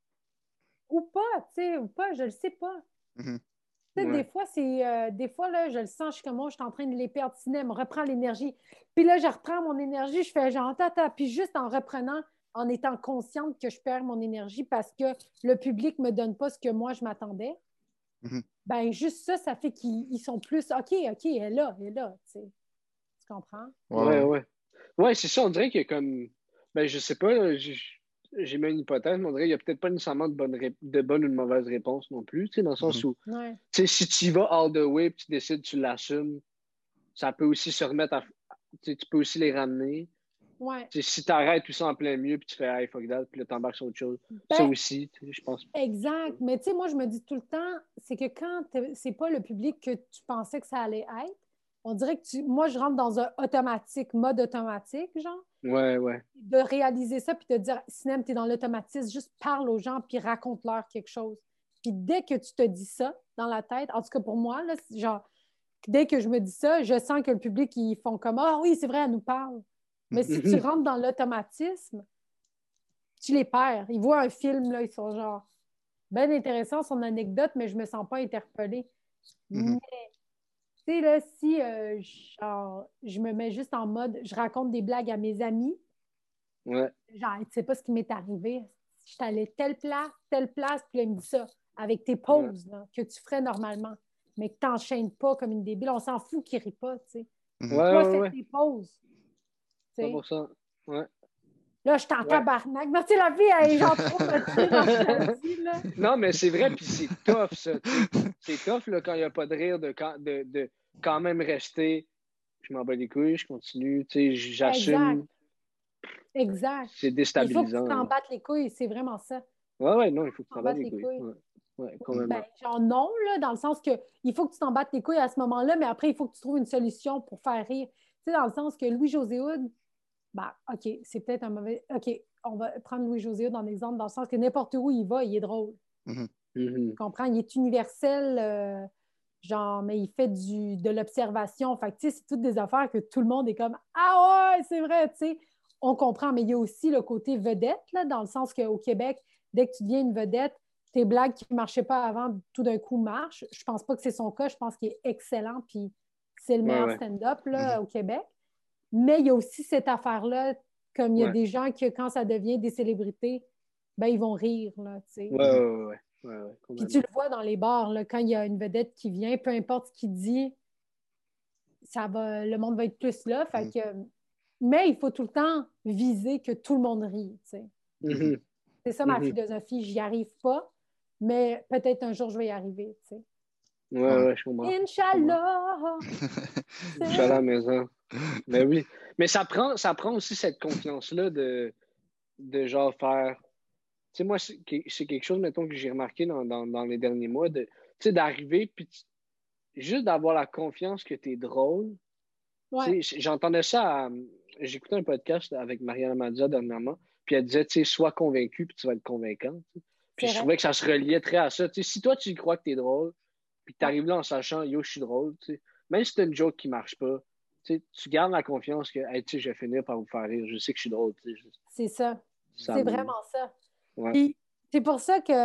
Ou pas, tu sais, ou pas, je le sais pas. Mhm. Tu sais, des Ouais. fois, c'est. euh, des fois, là, je le sens, je suis comme moi, je suis en train de les perdre. Cinéma, reprends l'énergie. Puis là, je reprends mon énergie, je fais genre tata. Puis juste en reprenant, en étant consciente que je perds mon énergie parce que le public ne me donne pas ce que moi, je m'attendais, Mhm. ben juste ça, ça fait qu'ils ils sont plus OK, OK, elle est là, elle est là. Tu sais. Tu comprends? Ouais, Ouais, ouais. ouais. Ouais, c'est ça, on dirait que comme. Ben, je sais pas, là, j'ai j'ai mis une hypothèse, mais on dirait qu'il n'y a peut-être pas nécessairement de bonne, ré- de bonne ou de mauvaise réponse non plus, tu sais, dans le sens Mhm. où, Ouais. tu sais, si tu y vas all the way puis tu décides, tu l'assumes, ça peut aussi se remettre à. Tu sais, tu peux aussi les ramener. Ouais. Tu sais, si tu arrêtes tout ça en plein milieu puis tu fais, hey, fuck that, puis là, t'embarques sur autre chose. Ça Ben, aussi, tu sais, je pense. exact. Mais tu sais, moi, je me dis tout le temps, c'est que quand t'es- c'est pas le public que tu pensais que ça allait être, on dirait que tu. Moi, je rentre dans un automatique, mode automatique, genre. Ouais, ouais. De réaliser ça puis de dire, Sinem, tu es dans l'automatisme, juste parle aux gens puis raconte-leur quelque chose. Puis dès que tu te dis ça dans la tête, en tout cas pour moi, là, genre, dès que je me dis ça, je sens que le public, ils font comme, ah oui, c'est vrai, elle nous parle. Mais si tu rentres dans l'automatisme, tu les perds. Ils voient un film, là, ils sont genre, bien intéressant son anecdote, mais je me sens pas interpellée. Mhm. Mais, tu sais, là, si euh, genre, je me mets juste en mode, je raconte des blagues à mes amis, Ouais. genre, tu sais pas ce qui m'est arrivé. Je suis allée telle place, telle place, puis là, il me dit ça, avec tes pauses là, que tu ferais normalement, mais que tu n'enchaînes pas comme une débile. On s'en fout qu'il ne rit pas, tu sais. Mhm. Ouais, Toi, ouais, fais ouais. tes pauses. tu sais. cent pour cent. Ouais. Là, je suis en Ouais. tabarnak. Mais tu sais, la fille, elle est genre trop motivée dans ce qu'elle dit, là. Non, mais c'est vrai, puis c'est tough, ça. tu sais. C'est tough là, quand il n'y a pas de rire, de, quand- de, de quand même rester. Je m'en bats les couilles, je continue, tu sais, Exact. j'assume. Exact. C'est Il faut que tu déstabilisant. t'en là. battes les couilles, c'est vraiment ça. Ouais, ouais, non, il faut que tu T'en t'en bats battes les les couilles. couilles. Ouais, ouais, Ben, complètement. genre non, là, dans le sens que il faut que tu t'en battes les couilles à ce moment-là, mais après, il faut que tu trouves une solution pour faire rire. Tu sais, dans le sens que Louis-José Hood, ben, OK, c'est peut-être un mauvais. OK, on va prendre Louis-José Hood en exemple, dans le sens que n'importe où il va, il est drôle. Mhm. Mhm. Tu comprends? Il est universel, euh, genre, mais il fait du, de l'observation. Fait que, tu sais, c'est toutes des affaires que tout le monde est comme ah ouais, c'est vrai, tu sais. On comprend, mais il y a aussi le côté vedette, là, dans le sens qu'au Québec, dès que tu deviens une vedette, tes blagues qui ne marchaient pas avant, tout d'un coup marchent. Je pense pas que c'est son cas. Je pense qu'il est excellent, puis c'est le meilleur Ouais, ouais. stand-up là, Mhm. au Québec. Mais il y a aussi cette affaire-là, comme il y a Ouais. des gens que quand ça devient des célébrités, ben ils vont rire, là, tu sais. Ouais, ouais, ouais, ouais, ouais, ouais, Puis tu complètement. le vois dans les bars, là, quand il y a une vedette qui vient, peu importe ce qu'il dit, ça va, le monde va être plus là. Fait Mhm. que, mais il faut tout le temps viser que tout le monde rit, tu sais. Mhm. C'est ça ma Mhm. philosophie. J'y arrive pas, mais peut-être un jour je vais y arriver, tu sais. Ouais, Ouais. ouais, je comprends. Je comprends. Inch'Allah! c'est- Inch'Allah, maison. Mais oui. Mais ça prend, ça prend aussi cette confiance-là de, de genre faire. Tu sais, moi, c'est c'est quelque chose, mettons, que j'ai remarqué dans, dans, dans les derniers mois, de, tu sais, d'arriver, puis tu- juste d'avoir la confiance que tu es drôle. Ouais, Tu sais, j'entendais ça, à- j'écoutais un podcast avec Mariana Mazza dernièrement, puis elle disait, tu sais, sois convaincu, puis tu vas être convaincant. Tu sais. Puis c'est je vrai. trouvais que ça se reliait très à ça. Tu sais, si toi, tu crois que tu es drôle, puis que tu Ouais. arrives là en sachant, yo, je suis drôle, tu sais, même si c'est une joke qui marche pas, tu sais, tu gardes la confiance que, hey, tu sais, je vais finir par vous faire rire, je sais que je suis drôle. Tu sais, C'est ça. ça C'est me... vraiment ça. Ouais. Puis c'est pour ça que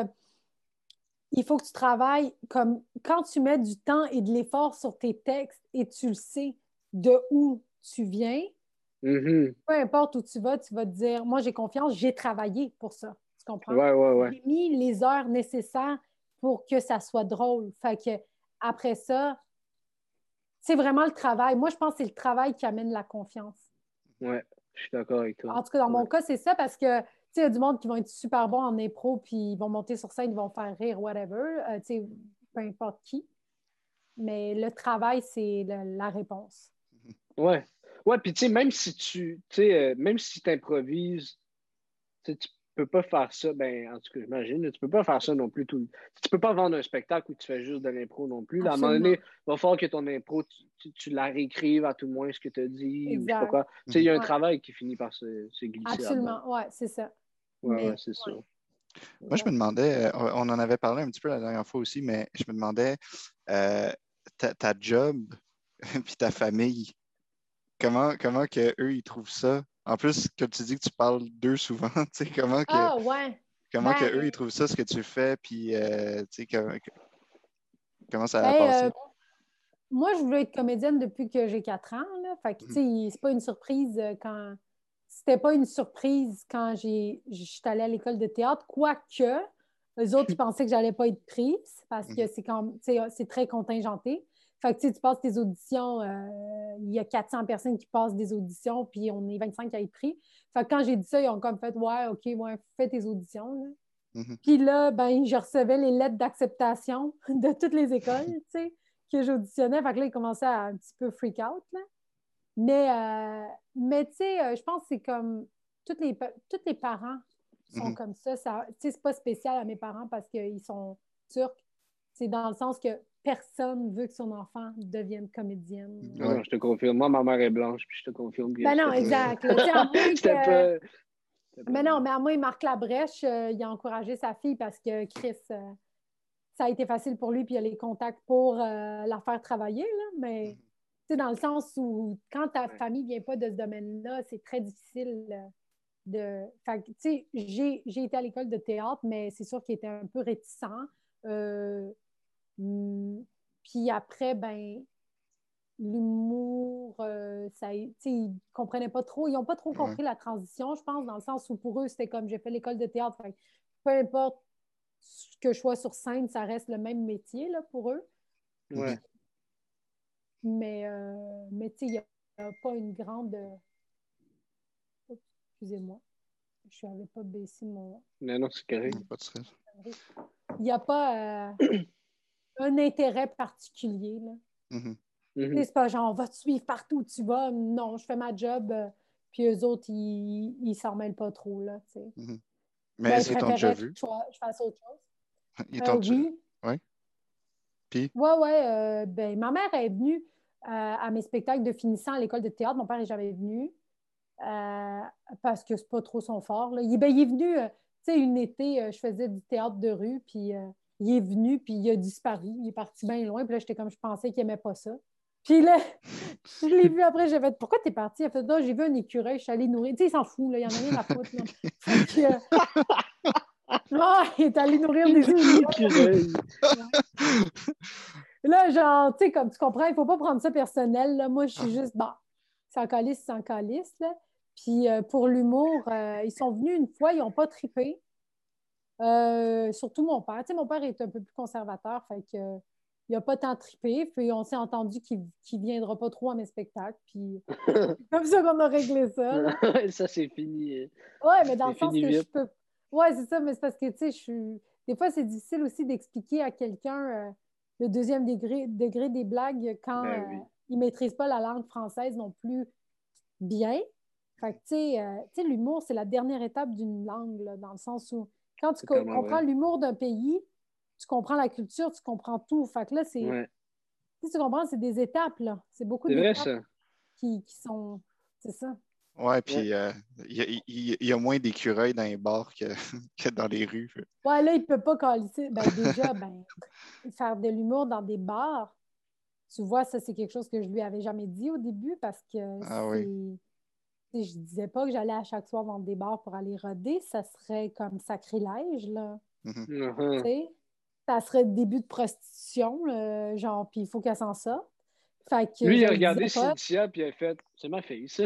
il faut que tu travailles comme quand tu mets du temps et de l'effort sur tes textes et tu le sais de où tu viens, Mhm. peu importe où tu vas, tu vas te dire, moi j'ai confiance, j'ai travaillé pour ça. Tu comprends? Ouais, ouais, ouais. J'ai mis les heures nécessaires pour que ça soit drôle. Fait que après ça, c'est vraiment le travail. Moi, je pense que c'est le travail qui amène la confiance. Ouais, je suis d'accord avec toi. En tout cas, dans Ouais. mon cas, c'est ça parce que, tu sais, il y a du monde qui vont être super bons en impro puis ils vont monter sur scène, ils vont faire rire, whatever, euh, tu sais, peu importe qui. Mais le travail, c'est le- la réponse. Ouais. Ouais, puis tu sais, même si tu, tu sais, euh, même si tu improvises, tu sais, tu peux pas faire ça, ben, en tout cas, j'imagine, là, tu peux pas faire ça non plus tout le- Tu peux pas vendre un spectacle où tu fais juste de l'impro non plus. Là, à un moment Absolument. donné, il va falloir que ton impro, tu, tu, tu la réécrives à tout le moins ce que tu as dit, ou je sais pas Exact. quoi. Tu sais, il y a un Ouais. travail qui finit par se, se glisser là-dedans. Absolument. Ouais, c'est ça. Ouais, Mais, ouais, c'est ça. ouais. Moi, je me demandais, euh, on en avait parlé un petit peu la dernière fois aussi, mais je me demandais, euh, ta, ta job puis ta famille, comment, comment que eux ils trouvent ça? En plus, comme tu dis que tu parles d'eux souvent, tu sais, comment que, Ah, ouais. comment que Ben, eux ils trouvent ça, ce que tu fais, puis euh, tu sais, que- que- comment ça a ben, euh, passé? moi, je voulais être comédienne depuis que j'ai quatre ans, là. Fait que, tu Mhm. sais, c'est pas une surprise euh, quand... C'était pas une surprise quand j'ai... j'étais allée à l'école de théâtre, quoique eux autres, ils pensaient que j'allais pas être prise parce que Mhm. c'est quand... tu sais, c'est très contingenté. Fait que, tu sais, tu passes tes auditions, euh, il y a quatre cents personnes qui passent des auditions, puis on est vingt-cinq à être pris. Fait que quand j'ai dit ça, ils ont comme fait « Ouais, OK, ouais, fais tes auditions, là. » Mhm. Puis là, ben, je recevais les lettres d'acceptation de toutes les écoles, tu sais, que j'auditionnais. Fait que là, ils commençaient à un petit peu freak out, là. Mais, euh, mais tu sais, euh, je pense que c'est comme tous les, pa- tous les parents sont Mhm. comme ça. Ça tu sais, c'est pas spécial à mes parents parce qu'ils sont turcs. C'est dans le sens que personne veut que son enfant devienne comédienne. Non, Ouais. non, je te confirme. Moi, ma mère est blanche, puis je te confirme que Ben non, c'était exact. pas... Là, tu sais, à moins c'était que... pas... c'était pas Mais non, vrai. mais à moi, il marque la brèche. euh, il a encouragé sa fille parce que Chris, euh, ça a été facile pour lui, puis il a les contacts pour euh, la faire travailler, là. Mais Mhm. tu sais, dans le sens où quand ta Ouais. famille ne vient pas de ce domaine-là, c'est très difficile euh, de. Fait que, tu sais, j'ai, j'ai été à l'école de théâtre, mais c'est sûr qu'il était un peu réticent. Euh, hum, puis après, ben, l'humour, euh, ça, tu sais, ils ne comprenaient pas trop. Ils n'ont pas trop Ouais. compris la transition, je pense, dans le sens où pour eux, c'était comme j'ai fait l'école de théâtre. Fait que peu importe que je sois sur scène, ça reste le même métier là, pour eux. Ouais. Mais, euh, mais tu sais, il n'y a, a pas une grande. Oups, excusez-moi, je n'avais pas baissé mon. Non, non, c'est correct. Pas de stress. Il n'y a pas euh, un intérêt particulier. Là. Mhm. Mhm. C'est pas genre, on va te suivre partout où tu vas. Non, je fais ma job, euh, puis eux autres, ils ne s'en mêlent pas trop. Là, Mhm. Mais ben, ils est-ce qu'ils t'ont déjà préféraient que vu? je, sois, je fasse autre chose. Ils Euh, t'ont déjà... oui. Ouais. Puis? Ouais, ouais. Euh, ben, ma mère est venue euh, à mes spectacles de finissant à l'école de théâtre. Mon père n'est jamais venu. Euh, parce que c'est pas trop son fort. Là. Il, ben, il est venu, euh, tu sais, une été, euh, je faisais du théâtre de rue, puis euh, il est venu, puis il a disparu. Il est parti bien loin, puis là, j'étais comme, je pensais qu'il aimait pas ça. Puis là, je l'ai vu après, j'ai fait, pourquoi t'es parti? Il a fait, non, j'ai vu un écureuil, je suis allée nourrir. Tu sais, il s'en fout, là, il en a rien à foutre. Là. Fait que, euh, ah, il est allé nourrir des écureuils. Écureuil. Là, genre, tu sais, comme tu comprends, il faut pas prendre ça personnel. Là. Moi, je suis Ah. juste, bon, c'est en calice, c'est en calice. Là. Puis euh, pour l'humour, euh, ils sont venus une fois, ils n'ont pas trippé. Euh, surtout mon père. Tu sais, mon père est un peu plus conservateur, fait que euh, il n'a pas tant trippé. Puis on s'est entendu qu'il ne viendra pas trop à mes spectacles. Puis c'est comme ça qu'on a réglé ça. Là. Ça, c'est fini. Ouais, mais dans C'est le sens fini que je vite. peux. Ouais, c'est ça, mais c'est parce que, tu sais, je suis. Des fois, c'est difficile aussi d'expliquer à quelqu'un euh, le deuxième degré, degré des blagues quand Ben euh, oui. il ne maîtrise pas la langue française non plus bien. Fait que, tu sais, euh, tu sais, l'humour, c'est la dernière étape d'une langue, là, dans le sens où quand tu C'est co- tellement comprends vrai. l'humour d'un pays, tu comprends la culture, tu comprends tout. Fait que là, c'est. Ouais. Tu sais, tu comprends, c'est des étapes, là. C'est beaucoup C'est vrai, d'étapes ça. qui, qui sont. C'est ça. Ouais, Ouais. puis euh, il y, a- il y- il y a moins d'écureuils dans les bars que, que dans les rues. Ouais, là, il ne peut pas calisser. Ben, déjà, ben, faire de l'humour dans des bars, tu vois, ça, c'est quelque chose que je lui avais jamais dit au début parce que Ah oui. c'est. Tu sais, je disais pas que j'allais à chaque soir dans des bars pour aller roder, ça serait comme sacrilège, là. Mhm. Tu Uh-huh. sais, ça serait le début de prostitution, là, genre, puis il faut qu'elle s'en sorte. Fait que Lui, je il a le regardé disais pas. Cynthia, puis il a fait « C'est ma fille, ça. »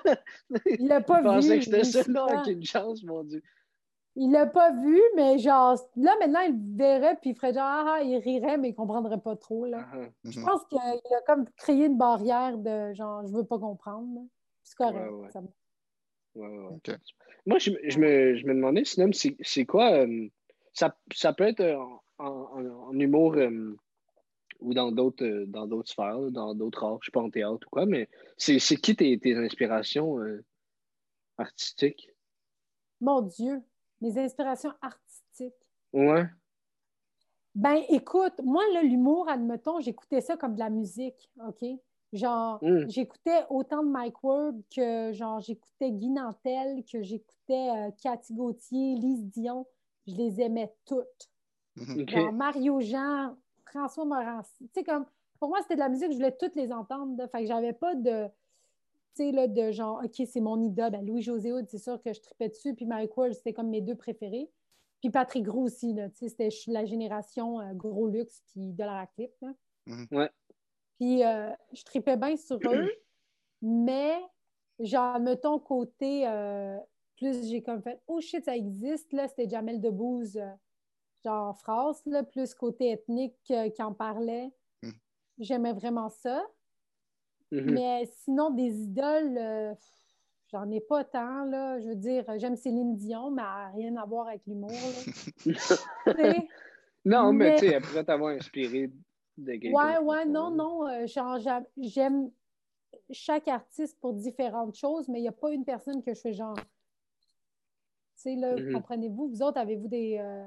Il l'a Il pas pensait vu, que c'était lui, ça. Non, souvent. aucune chance, mon Dieu. Il l'a pas vu, mais genre, là, maintenant, il verrait, puis il ferait genre, ah, ah, il rirait, mais il comprendrait pas trop, là. Uh-huh. Je Mhm. pense qu'il a, il a comme créé une barrière de genre, je veux pas comprendre, là. C'est Ouais, correct. ouais. Ça me- Ouais, ouais, ouais. OK. Moi, je, je me, je me demandais, sinon, c'est c'est quoi euh, ça, ça peut être euh, en, en, en humour euh, ou dans d'autres euh, dans d'autres sphères, là, dans d'autres arts, je sais pas en théâtre ou quoi, mais c'est c'est qui tes, tes inspirations euh, artistiques? Mon Dieu, mes inspirations artistiques. Ouais. Ben, écoute, moi, là, l'humour, admettons, j'écoutais ça comme de la musique, OK? Genre, Hum, j'écoutais autant de Mike Ward que, genre, j'écoutais Guy Nantel, que j'écoutais euh, Cathy Gauthier, Lise Dion. Je les aimais toutes. Mhm. Genre, OK. Mario Jean, François Morancy. Tu sais, comme, pour moi, c'était de la musique, je voulais toutes les entendre. Là. Fait que j'avais pas de, tu sais, là, de genre, OK, c'est mon idole. Ben, Louis-José Hood, c'est sûr que je tripais dessus. Puis Mike Ward, c'était comme mes deux préférés. Puis Patrick Gros aussi, là, tu sais, c'était la génération euh, Gros Luxe puis de la clip. Là. Mhm. Ouais. Puis euh, je tripais bien sur eux, mais genre, mettons, côté euh, plus, j'ai comme fait, oh shit, ça existe, là, c'était Jamel Debbouze, euh, genre France, là, plus côté ethnique euh, qui en parlait. Mhm. J'aimais vraiment ça. Mhm. Mais sinon, des idoles, euh, j'en ai pas tant, là. Je veux dire, j'aime Céline Dion, mais elle n'a rien à voir avec l'humour, là. Tu sais? Non, mais Mais tu sais, elle pourrait t'avoir inspiré de quelque ouais, autre ouais, non, façon. non. euh, genre, j'a- j'aime chaque artiste pour différentes choses, mais il n'y a pas une personne que je fais genre. Tu sais, là, Mhm. comprenez-vous? Vous autres, avez-vous des, euh,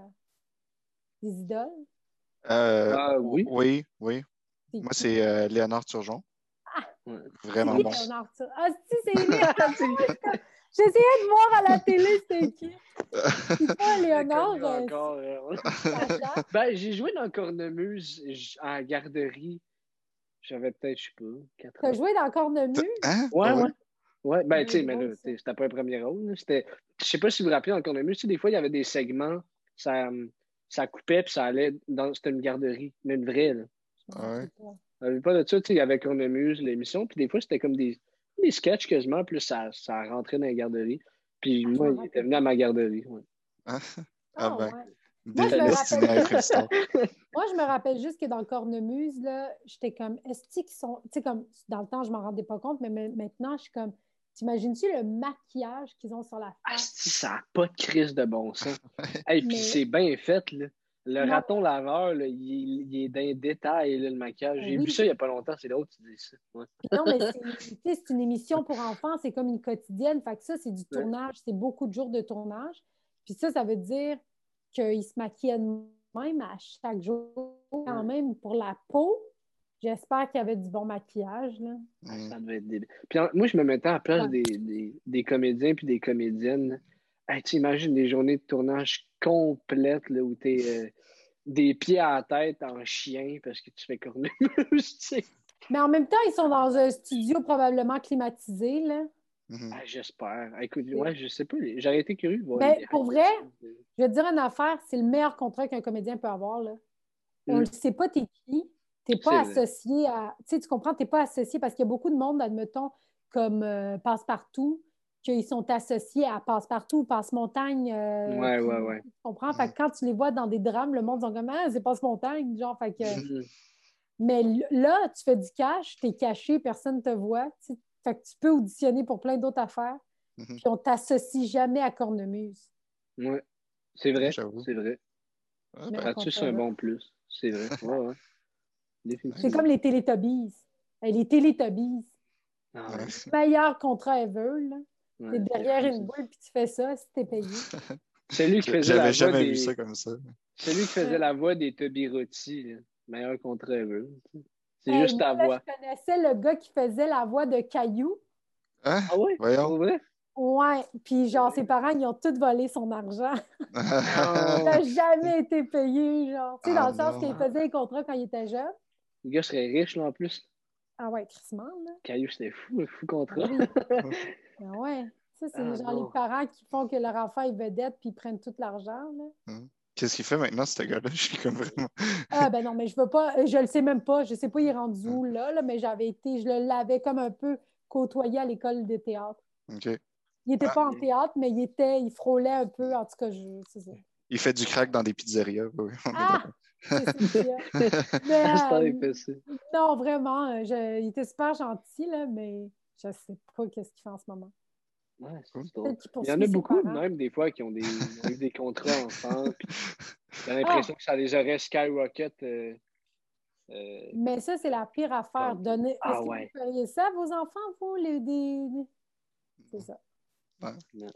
des idoles? Euh, Ah o- oui. oui, oui. C'est Moi, qui? c'est euh, Léonard Turgeon. Ah, Ouais. c'est Vraiment qui, bon. Léonard? Ça? Ah, si, c'est lui! C'est- J'essayais de voir à la télé c'était qui. C'est pas Je l'ai Léonard, connu euh, encore. euh, Sacha? Ben, j'ai joué dans Cornemuse j- en garderie. J'avais peut-être, je sais pas, quatre T'as ans. joué dans Cornemuse? Hein? Ouais, Pas ouais. vrai? Ouais, ben, tu C'est sais, mais drôle, là, ça. t'sais, c'était pas un premier rôle. Là. C'était, je sais pas si vous vous rappelez, dans Cornemuse, tu sais, des fois, il y avait des segments, ça, hum, ça coupait, puis ça allait dans, c'était une garderie, mais une vraie, là. Je me Ah ouais. rappelle pas. On avait pas de ça, tu sais, il y avait Cornemuse, l'émission, puis des fois, c'était comme des, des sketchs quasiment, puis là, ça, ça rentrait dans les garderies. Puis Ah, je moi, me il était rappelle venu à pas. ma garderie. Ouais. Hein? Ah Ah, ben, ouais. Moi, je dé- me C'était destiné rappelle à être une juste, star. moi, je me rappelle juste que dans Cornemuse, là, j'étais comme, est-ce qu'ils sont, tu sais, comme, dans le temps, je m'en rendais pas compte, mais ma- maintenant, je suis comme, t'imagines-tu le maquillage qu'ils ont sur la Ah, face? si, ça n'a pas de crise de bon sens. Et puis Mais, c'est bien fait, là. Le non, raton laveur, là, il, est- il est dans les détails, là, le maquillage. mais J'ai vu oui. ça il n'y a pas longtemps, c'est l'autre qui dit ça. Ouais. Puis non, mais c'est, tu sais, c'est une émission pour enfants, c'est comme une quotidienne. Fait que ça, c'est du Ouais. tournage, c'est beaucoup de jours de tournage. Puis ça, ça veut dire qu'ils se maquillaient de même à chaque jour. Quand Ouais. même, pour la peau, j'espère qu'il y avait du bon maquillage, là. Ah, Mm. ça devait être débile. Puis en- moi, je me mettais à la place Ouais. des, des, des comédiens puis des comédiennes. Là. Hey, tu imagines des journées de tournage complètes là, où tu es des pieds à la tête en chien parce que tu fais cornemuse, tu sais. Mais en même temps, ils sont dans un studio probablement climatisé, là. Mhm. Ah, j'espère. Écoute, ouais, je sais pas. les- J'aurais été curieux de voir Mais les pour behind the vrai, scenes. je vais te dire une affaire, c'est le meilleur contrat qu'un comédien peut avoir, là. On Mm. ne sait pas t'es qui, t'es pas C'est vrai. associé à... Tu sais, tu comprends, t'es pas associé parce qu'il y a beaucoup de monde, admettons, comme euh, Passe-Partout, qu'ils sont associés à Passe-Partout ou Passe-Montagne. euh, Ouais, puis, ouais, ouais. tu comprends? Fait Mhm. que quand tu les vois dans des drames, le monde dit comme ah, c'est Passe-Montagne, genre, fait que... Mhm. Mais l- là, tu fais du cash, t'es caché, personne ne te voit. Tu sais. Fait que tu peux auditionner pour plein d'autres affaires, Mhm. puis on t'associe jamais à Cornemuse. Ouais. C'est Ouais, vrai, j'avoue. c'est vrai. Ouais, Mais ben, Là-dessus, c'est un bon plus. C'est vrai. Ouais, ouais. c'est comme Définitivement. les Télétubbies. Hey, les Télétubbies, Ah ouais. ouais. meilleur contrat ever, là. T'es Ouais, c'est derrière fou, une ça. boule puis tu fais ça si t'es payé. Celui qui faisait la J'avais voix jamais vu ça des. comme ça. Celui qui faisait la voix des Toby Rossi, là. Meilleur contre ever. C'est Hey, juste moi, ta là, voix. je connaissais le gars qui faisait la voix de Caillou. Hein? Ah ouais? Voyons. Pour vrai? Ouais, puis genre, ses Sérieux? parents, ils ont tous volé son argent. Il Non. n'a jamais été payé, genre. Tu sais, Ah dans le sens qu'il non. faisait les contrats quand il était jeune. Le gars serait riche, là, en plus. Ah ouais, crissement, là. Caillou, c'était fou, un fou Ah contrat. oui. Ah ouais. Ça, c'est Ah genre les non. parents qui font que leur enfant est vedette puis ils prennent tout l'argent, là. Hein? Qu'est-ce qu'il fait maintenant, ce gars-là? Je suis comme vraiment. Ah ben non, mais je veux pas, je le sais même pas, je sais pas il est rendu Hein? où là, là, mais j'avais été, je le l'avais comme un peu côtoyé à l'école de théâtre. OK. Il était Ah, pas en théâtre, mais il était, il frôlait un peu, en tout cas, je, c'est ça. il fait du crack dans des pizzerias. Oui, on est Ah! d'accord. C'est ça qu'il y a. À ce temps, Mais il euh, fait ça. non, vraiment, euh, je- il était super gentil, là, mais je sais pas qu'est-ce qu'il fait en ce moment. Ouais, Cool. c'est drôle. Peut-être qu'il Il y en poursuit a ses beaucoup, parents. même des fois, qui ont, des, ils ont eu des contrats enfants. Puis t'as Ah! l'impression que ça les aurait skyrocket. Euh, euh, Mais ça, c'est la pire affaire. tantôt. Donner... Est-ce Ah que vous ouais. feriez ça à vos enfants, vous, les, des... C'est ça. Ouais. Non.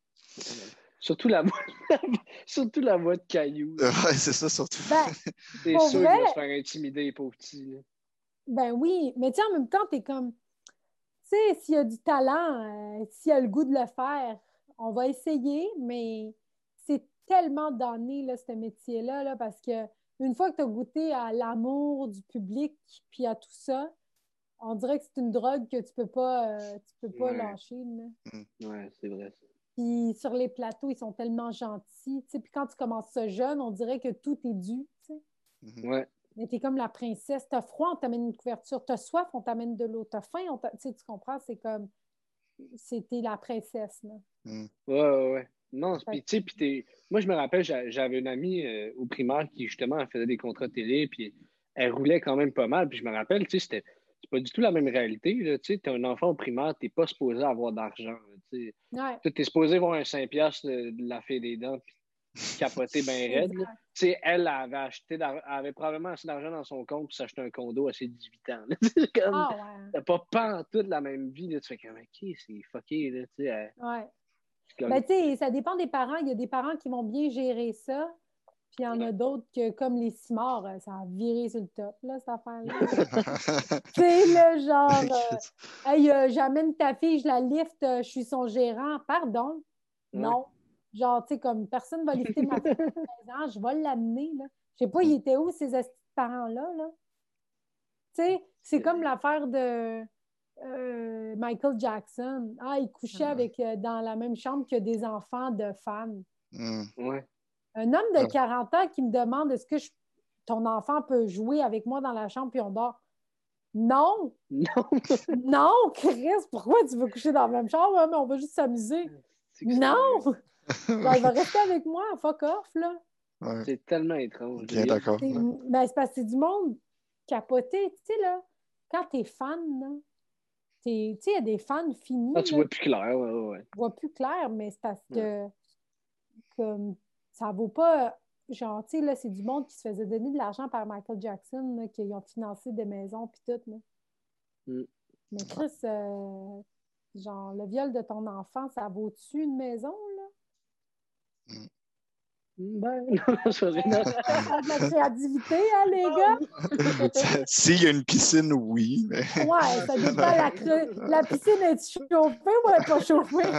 Surtout la voix, surtout la voix de Caillou. Là. Ouais, c'est ça surtout. Ben, C'est pour sûr vrai, qu'il va se faire intimider, pauvre petit. Là. ben oui. Mais tu sais, en même temps, t'es comme... Tu sais, s'il y a du talent, euh, s'il y a le goût de le faire, on va essayer, mais c'est tellement donné, là, ce métier-là, là, parce que une fois que tu as goûté à l'amour du public puis à tout ça, on dirait que c'est une drogue que tu peux pas, euh, tu peux pas Ouais, lâcher, là. ouais, c'est vrai. Ça. Puis sur les plateaux, ils sont tellement gentils. Tu sais, puis quand tu commences ça jeune, on dirait que tout est dû. Tu sais. Mhm. Ouais. Mais t'es comme la princesse. T'as froid, on t'amène une couverture. T'as soif, on t'amène de l'eau. T'as faim, on t'a... Tu sais, tu comprends? C'est comme... C'était la princesse, là. Mhm. Ouais, ouais, ouais. Non, Fait puis que- tu sais, puis t'es... Moi, je me rappelle, j'a- j'avais une amie euh, au primaire qui, justement, elle faisait des contrats télé, puis elle roulait quand même pas mal. Puis je me rappelle, tu sais, c'était c'est pas du tout la même réalité. Là, tu sais, t'es un enfant au primaire, t'es pas supposé avoir d'argent. Là, tu sais. Ouais, Tu sais, t'es supposé avoir un cinq piastres de, de la fée des dents, puis capoter bien raide. Là. Tu exact. sais, elle, elle avait acheté, d'ar- elle avait probablement assez d'argent dans son compte pour s'acheter un condo à ses dix-huit ans. là. C'est comme, Ah ouais. t'as pas pas en toute la même vie. Là. Tu fais comme, OK, c'est fucké. Là, tu sais, elle- Ouais. c'est comme, Ben, tu sais, ça dépend des parents. Il y a des parents qui vont bien gérer ça. Puis il y en a d'autres que, comme les Simards, euh, ça a viré sur le top, là, cette affaire-là. Tu sais, là, genre, euh, hey, euh, j'amène ta fille, je la lifte, euh, je suis son gérant. Pardon? ouais. Non. Genre, tu sais, comme personne ne va lifter ma fille de treize ans, je vais l'amener, là. Je sais pas, ils étaient où, ces esti de parents-là, là? Tu sais, c'est comme l'affaire de euh, Michael Jackson. Ah, il couchait avec, euh, dans la même chambre que des enfants de fans. Mhm. Ouais. Un homme de Ah. quarante ans qui me demande est-ce que je- ton enfant peut jouer avec moi dans la chambre puis on dort. Non! Non. Non, Chris, pourquoi tu veux coucher dans la même chambre? Hein, mais on va juste s'amuser. C'est que c'est- Non! Genre, il va rester avec moi, fuck off, là. Ouais, C'est tellement étrange. bien Il y a- d'accord. C'est Ouais. ben, c'est parce que c'est du monde capoté. Tu sais, là, quand t'es fan, là, t'es- tu sais, il y a des fans finis, Ah, tu là, vois plus clair, ouais, ouais, ouais. tu vois plus clair, mais c'est parce que comme, ça vaut pas. Genre, tu sais, là, c'est du monde qui se faisait donner de l'argent par Michael Jackson, là, qui ont financé des maisons puis tout, là. Mm. Mais Chris, euh, genre, le viol de ton enfant, ça vaut-tu une maison, là? Mhm. Ben, non, c'est vrai, non. Ça prend de la créativité, hein, les gars? Ça- S'il y a une piscine, oui, mais. Ouais, ça dépend. La, creux- la piscine est chauffée ou elle n'est pas chauffée?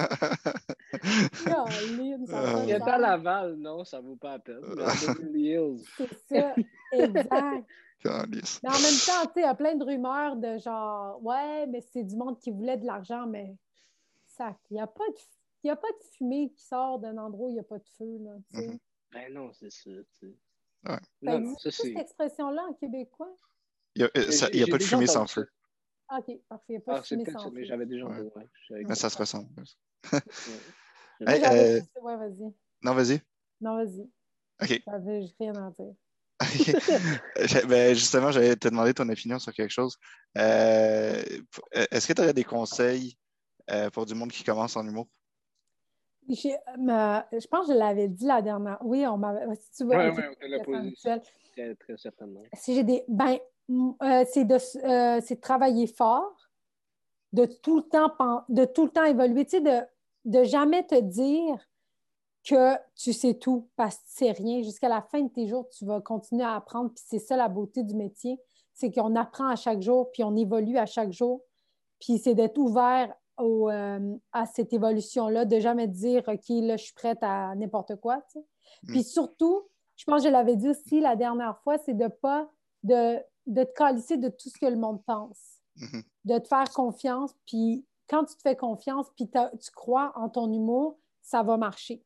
Caroline, ça n'a pas Il de est à sens. Laval, non, ça vaut pas la peine. Mais à Beverly Hills. C'est ça, exact. Calice. Mais en même temps, tu sais, il y a plein de rumeurs de genre, ouais, mais c'est du monde qui voulait de l'argent, mais sac, il n'y a pas de, il y a pas de fumée qui sort d'un endroit où il n'y a pas de feu, là, tu sais. Mhm. Ben non, c'est ça, tu sais. Ouais. Ça Non, non, existe ça cette c'est. expression-là en québécois? Il n'y a, euh, ça- il y a J'ai pas de déjà fumée sans entendu ça. feu. OK, parfait. Il n'y a pas Ah, de c'est fumée peut-être ça, sans mais feu. j'avais déjà Ouais. entendu. Ouais, j'avais Mais ça se ressemble. Ouais. Moi, Hey, j'avais. euh, Ouais, vas-y. non, vas-y. Non, vas-y. OK. J'avais j'ai rien à dire. J'ai- ben, justement, j'allais te demander ton opinion sur quelque chose. Euh, p- est-ce que tu aurais des conseils euh, pour du monde qui commence en humour? J'ai- ma- je pense que je l'avais dit la dernière. Oui, on m'avait. Si tu veux, Ouais, ok, ouais, on te l'a question posé. habituelle. Très, très certainement. Si j'ai des. Ben, m- euh, c'est de, euh, c'est de travailler fort, de tout le temps, pen- de tout le temps évoluer. Tu sais, de, de jamais te dire que tu sais tout parce que tu sais rien. Jusqu'à la fin de tes jours, tu vas continuer à apprendre. Puis c'est ça la beauté du métier, c'est qu'on apprend à chaque jour, puis on évolue à chaque jour. Puis c'est d'être ouvert au, euh, à cette évolution-là, de jamais dire OK, là, je suis prête à n'importe quoi. Tu sais. Mm. Puis surtout, je pense que je l'avais dit aussi la dernière fois, c'est de pas de, de te calisser de tout ce que le monde pense, Mhm. de te faire confiance. Puis quand tu te fais confiance, puis t'as- tu crois en ton humour, ça va marcher.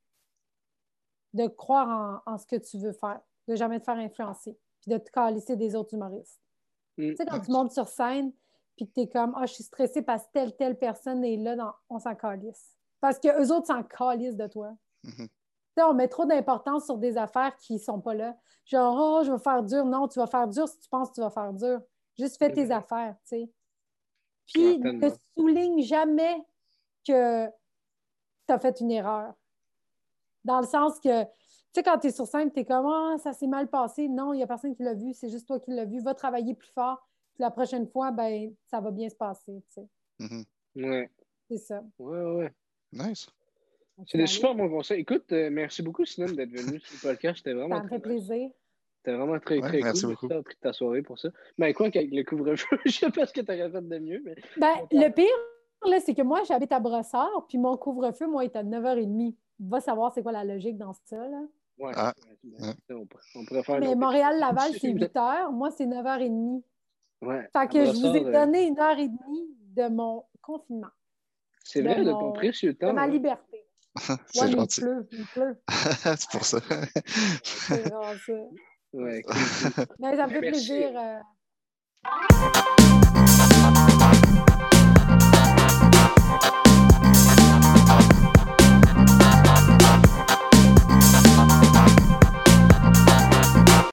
De croire en, en ce que tu veux faire, de jamais te faire influencer, puis de te calisser des autres humoristes. Mm. Tu sais, quand Nice. tu montes sur scène, puis que tu es comme, ah, je suis stressée parce que telle, telle personne est là, dans... on s'en calisse. Parce qu'eux autres s'en calissent de toi. Mhm. Tu sais, on met trop d'importance sur des affaires qui ne sont pas là. Genre, oh, je vais faire dur. Non, tu vas faire dur si tu penses que tu vas faire dur. Juste fais tes affaires, tu sais. Puis, Ah, ne tellement. souligne jamais que tu as fait une erreur. Dans le sens que, tu sais, quand tu es sur scène, tu es comme, ah, ça s'est mal passé. Non, il n'y a personne qui l'a vu, c'est juste toi qui l'as vu. Va travailler plus fort. Puis la prochaine fois, ben, ça va bien se passer, tu sais. Mhm. Ouais. C'est ça. Ouais, ouais, ouais. Nice. Donc, C'est des je vais super aller. bons conseils. Écoute, euh, merci beaucoup, Sinem, d'être venu sur le podcast. C'était vraiment Ça me très fait nice. plaisir. C'était vraiment très, Ouais, très merci cool. beaucoup. Tu as pris de ta soirée pour ça. Mais quoi qu'avec le couvre-feu, je sais pas ce que tu aurais fait de mieux, mais. Ben, le pire, là, c'est que moi, j'habite à Brossard, puis mon couvre-feu, moi, est à neuf heures trente. Va savoir c'est quoi la logique dans ça, là. Ouais. Ah, Ouais, ouais. on, pourrait- on pourrait faire un Mais autre Montréal-Laval, c'est épisode. huit heures. Moi, c'est neuf heures trente. Ouais. Fait À que je vous Brossard, ai euh, donné une heure et demie de mon confinement, c'est de, vrai, de mon, ton précieux de temps. ma Ouais. liberté. C'est Ouais, mais il gentil. pleut, il pleut. C'est pour ça. C'est vraiment ça. Ouais, cool, cool. Mais ça me Ben, fait merci. plaisir. euh,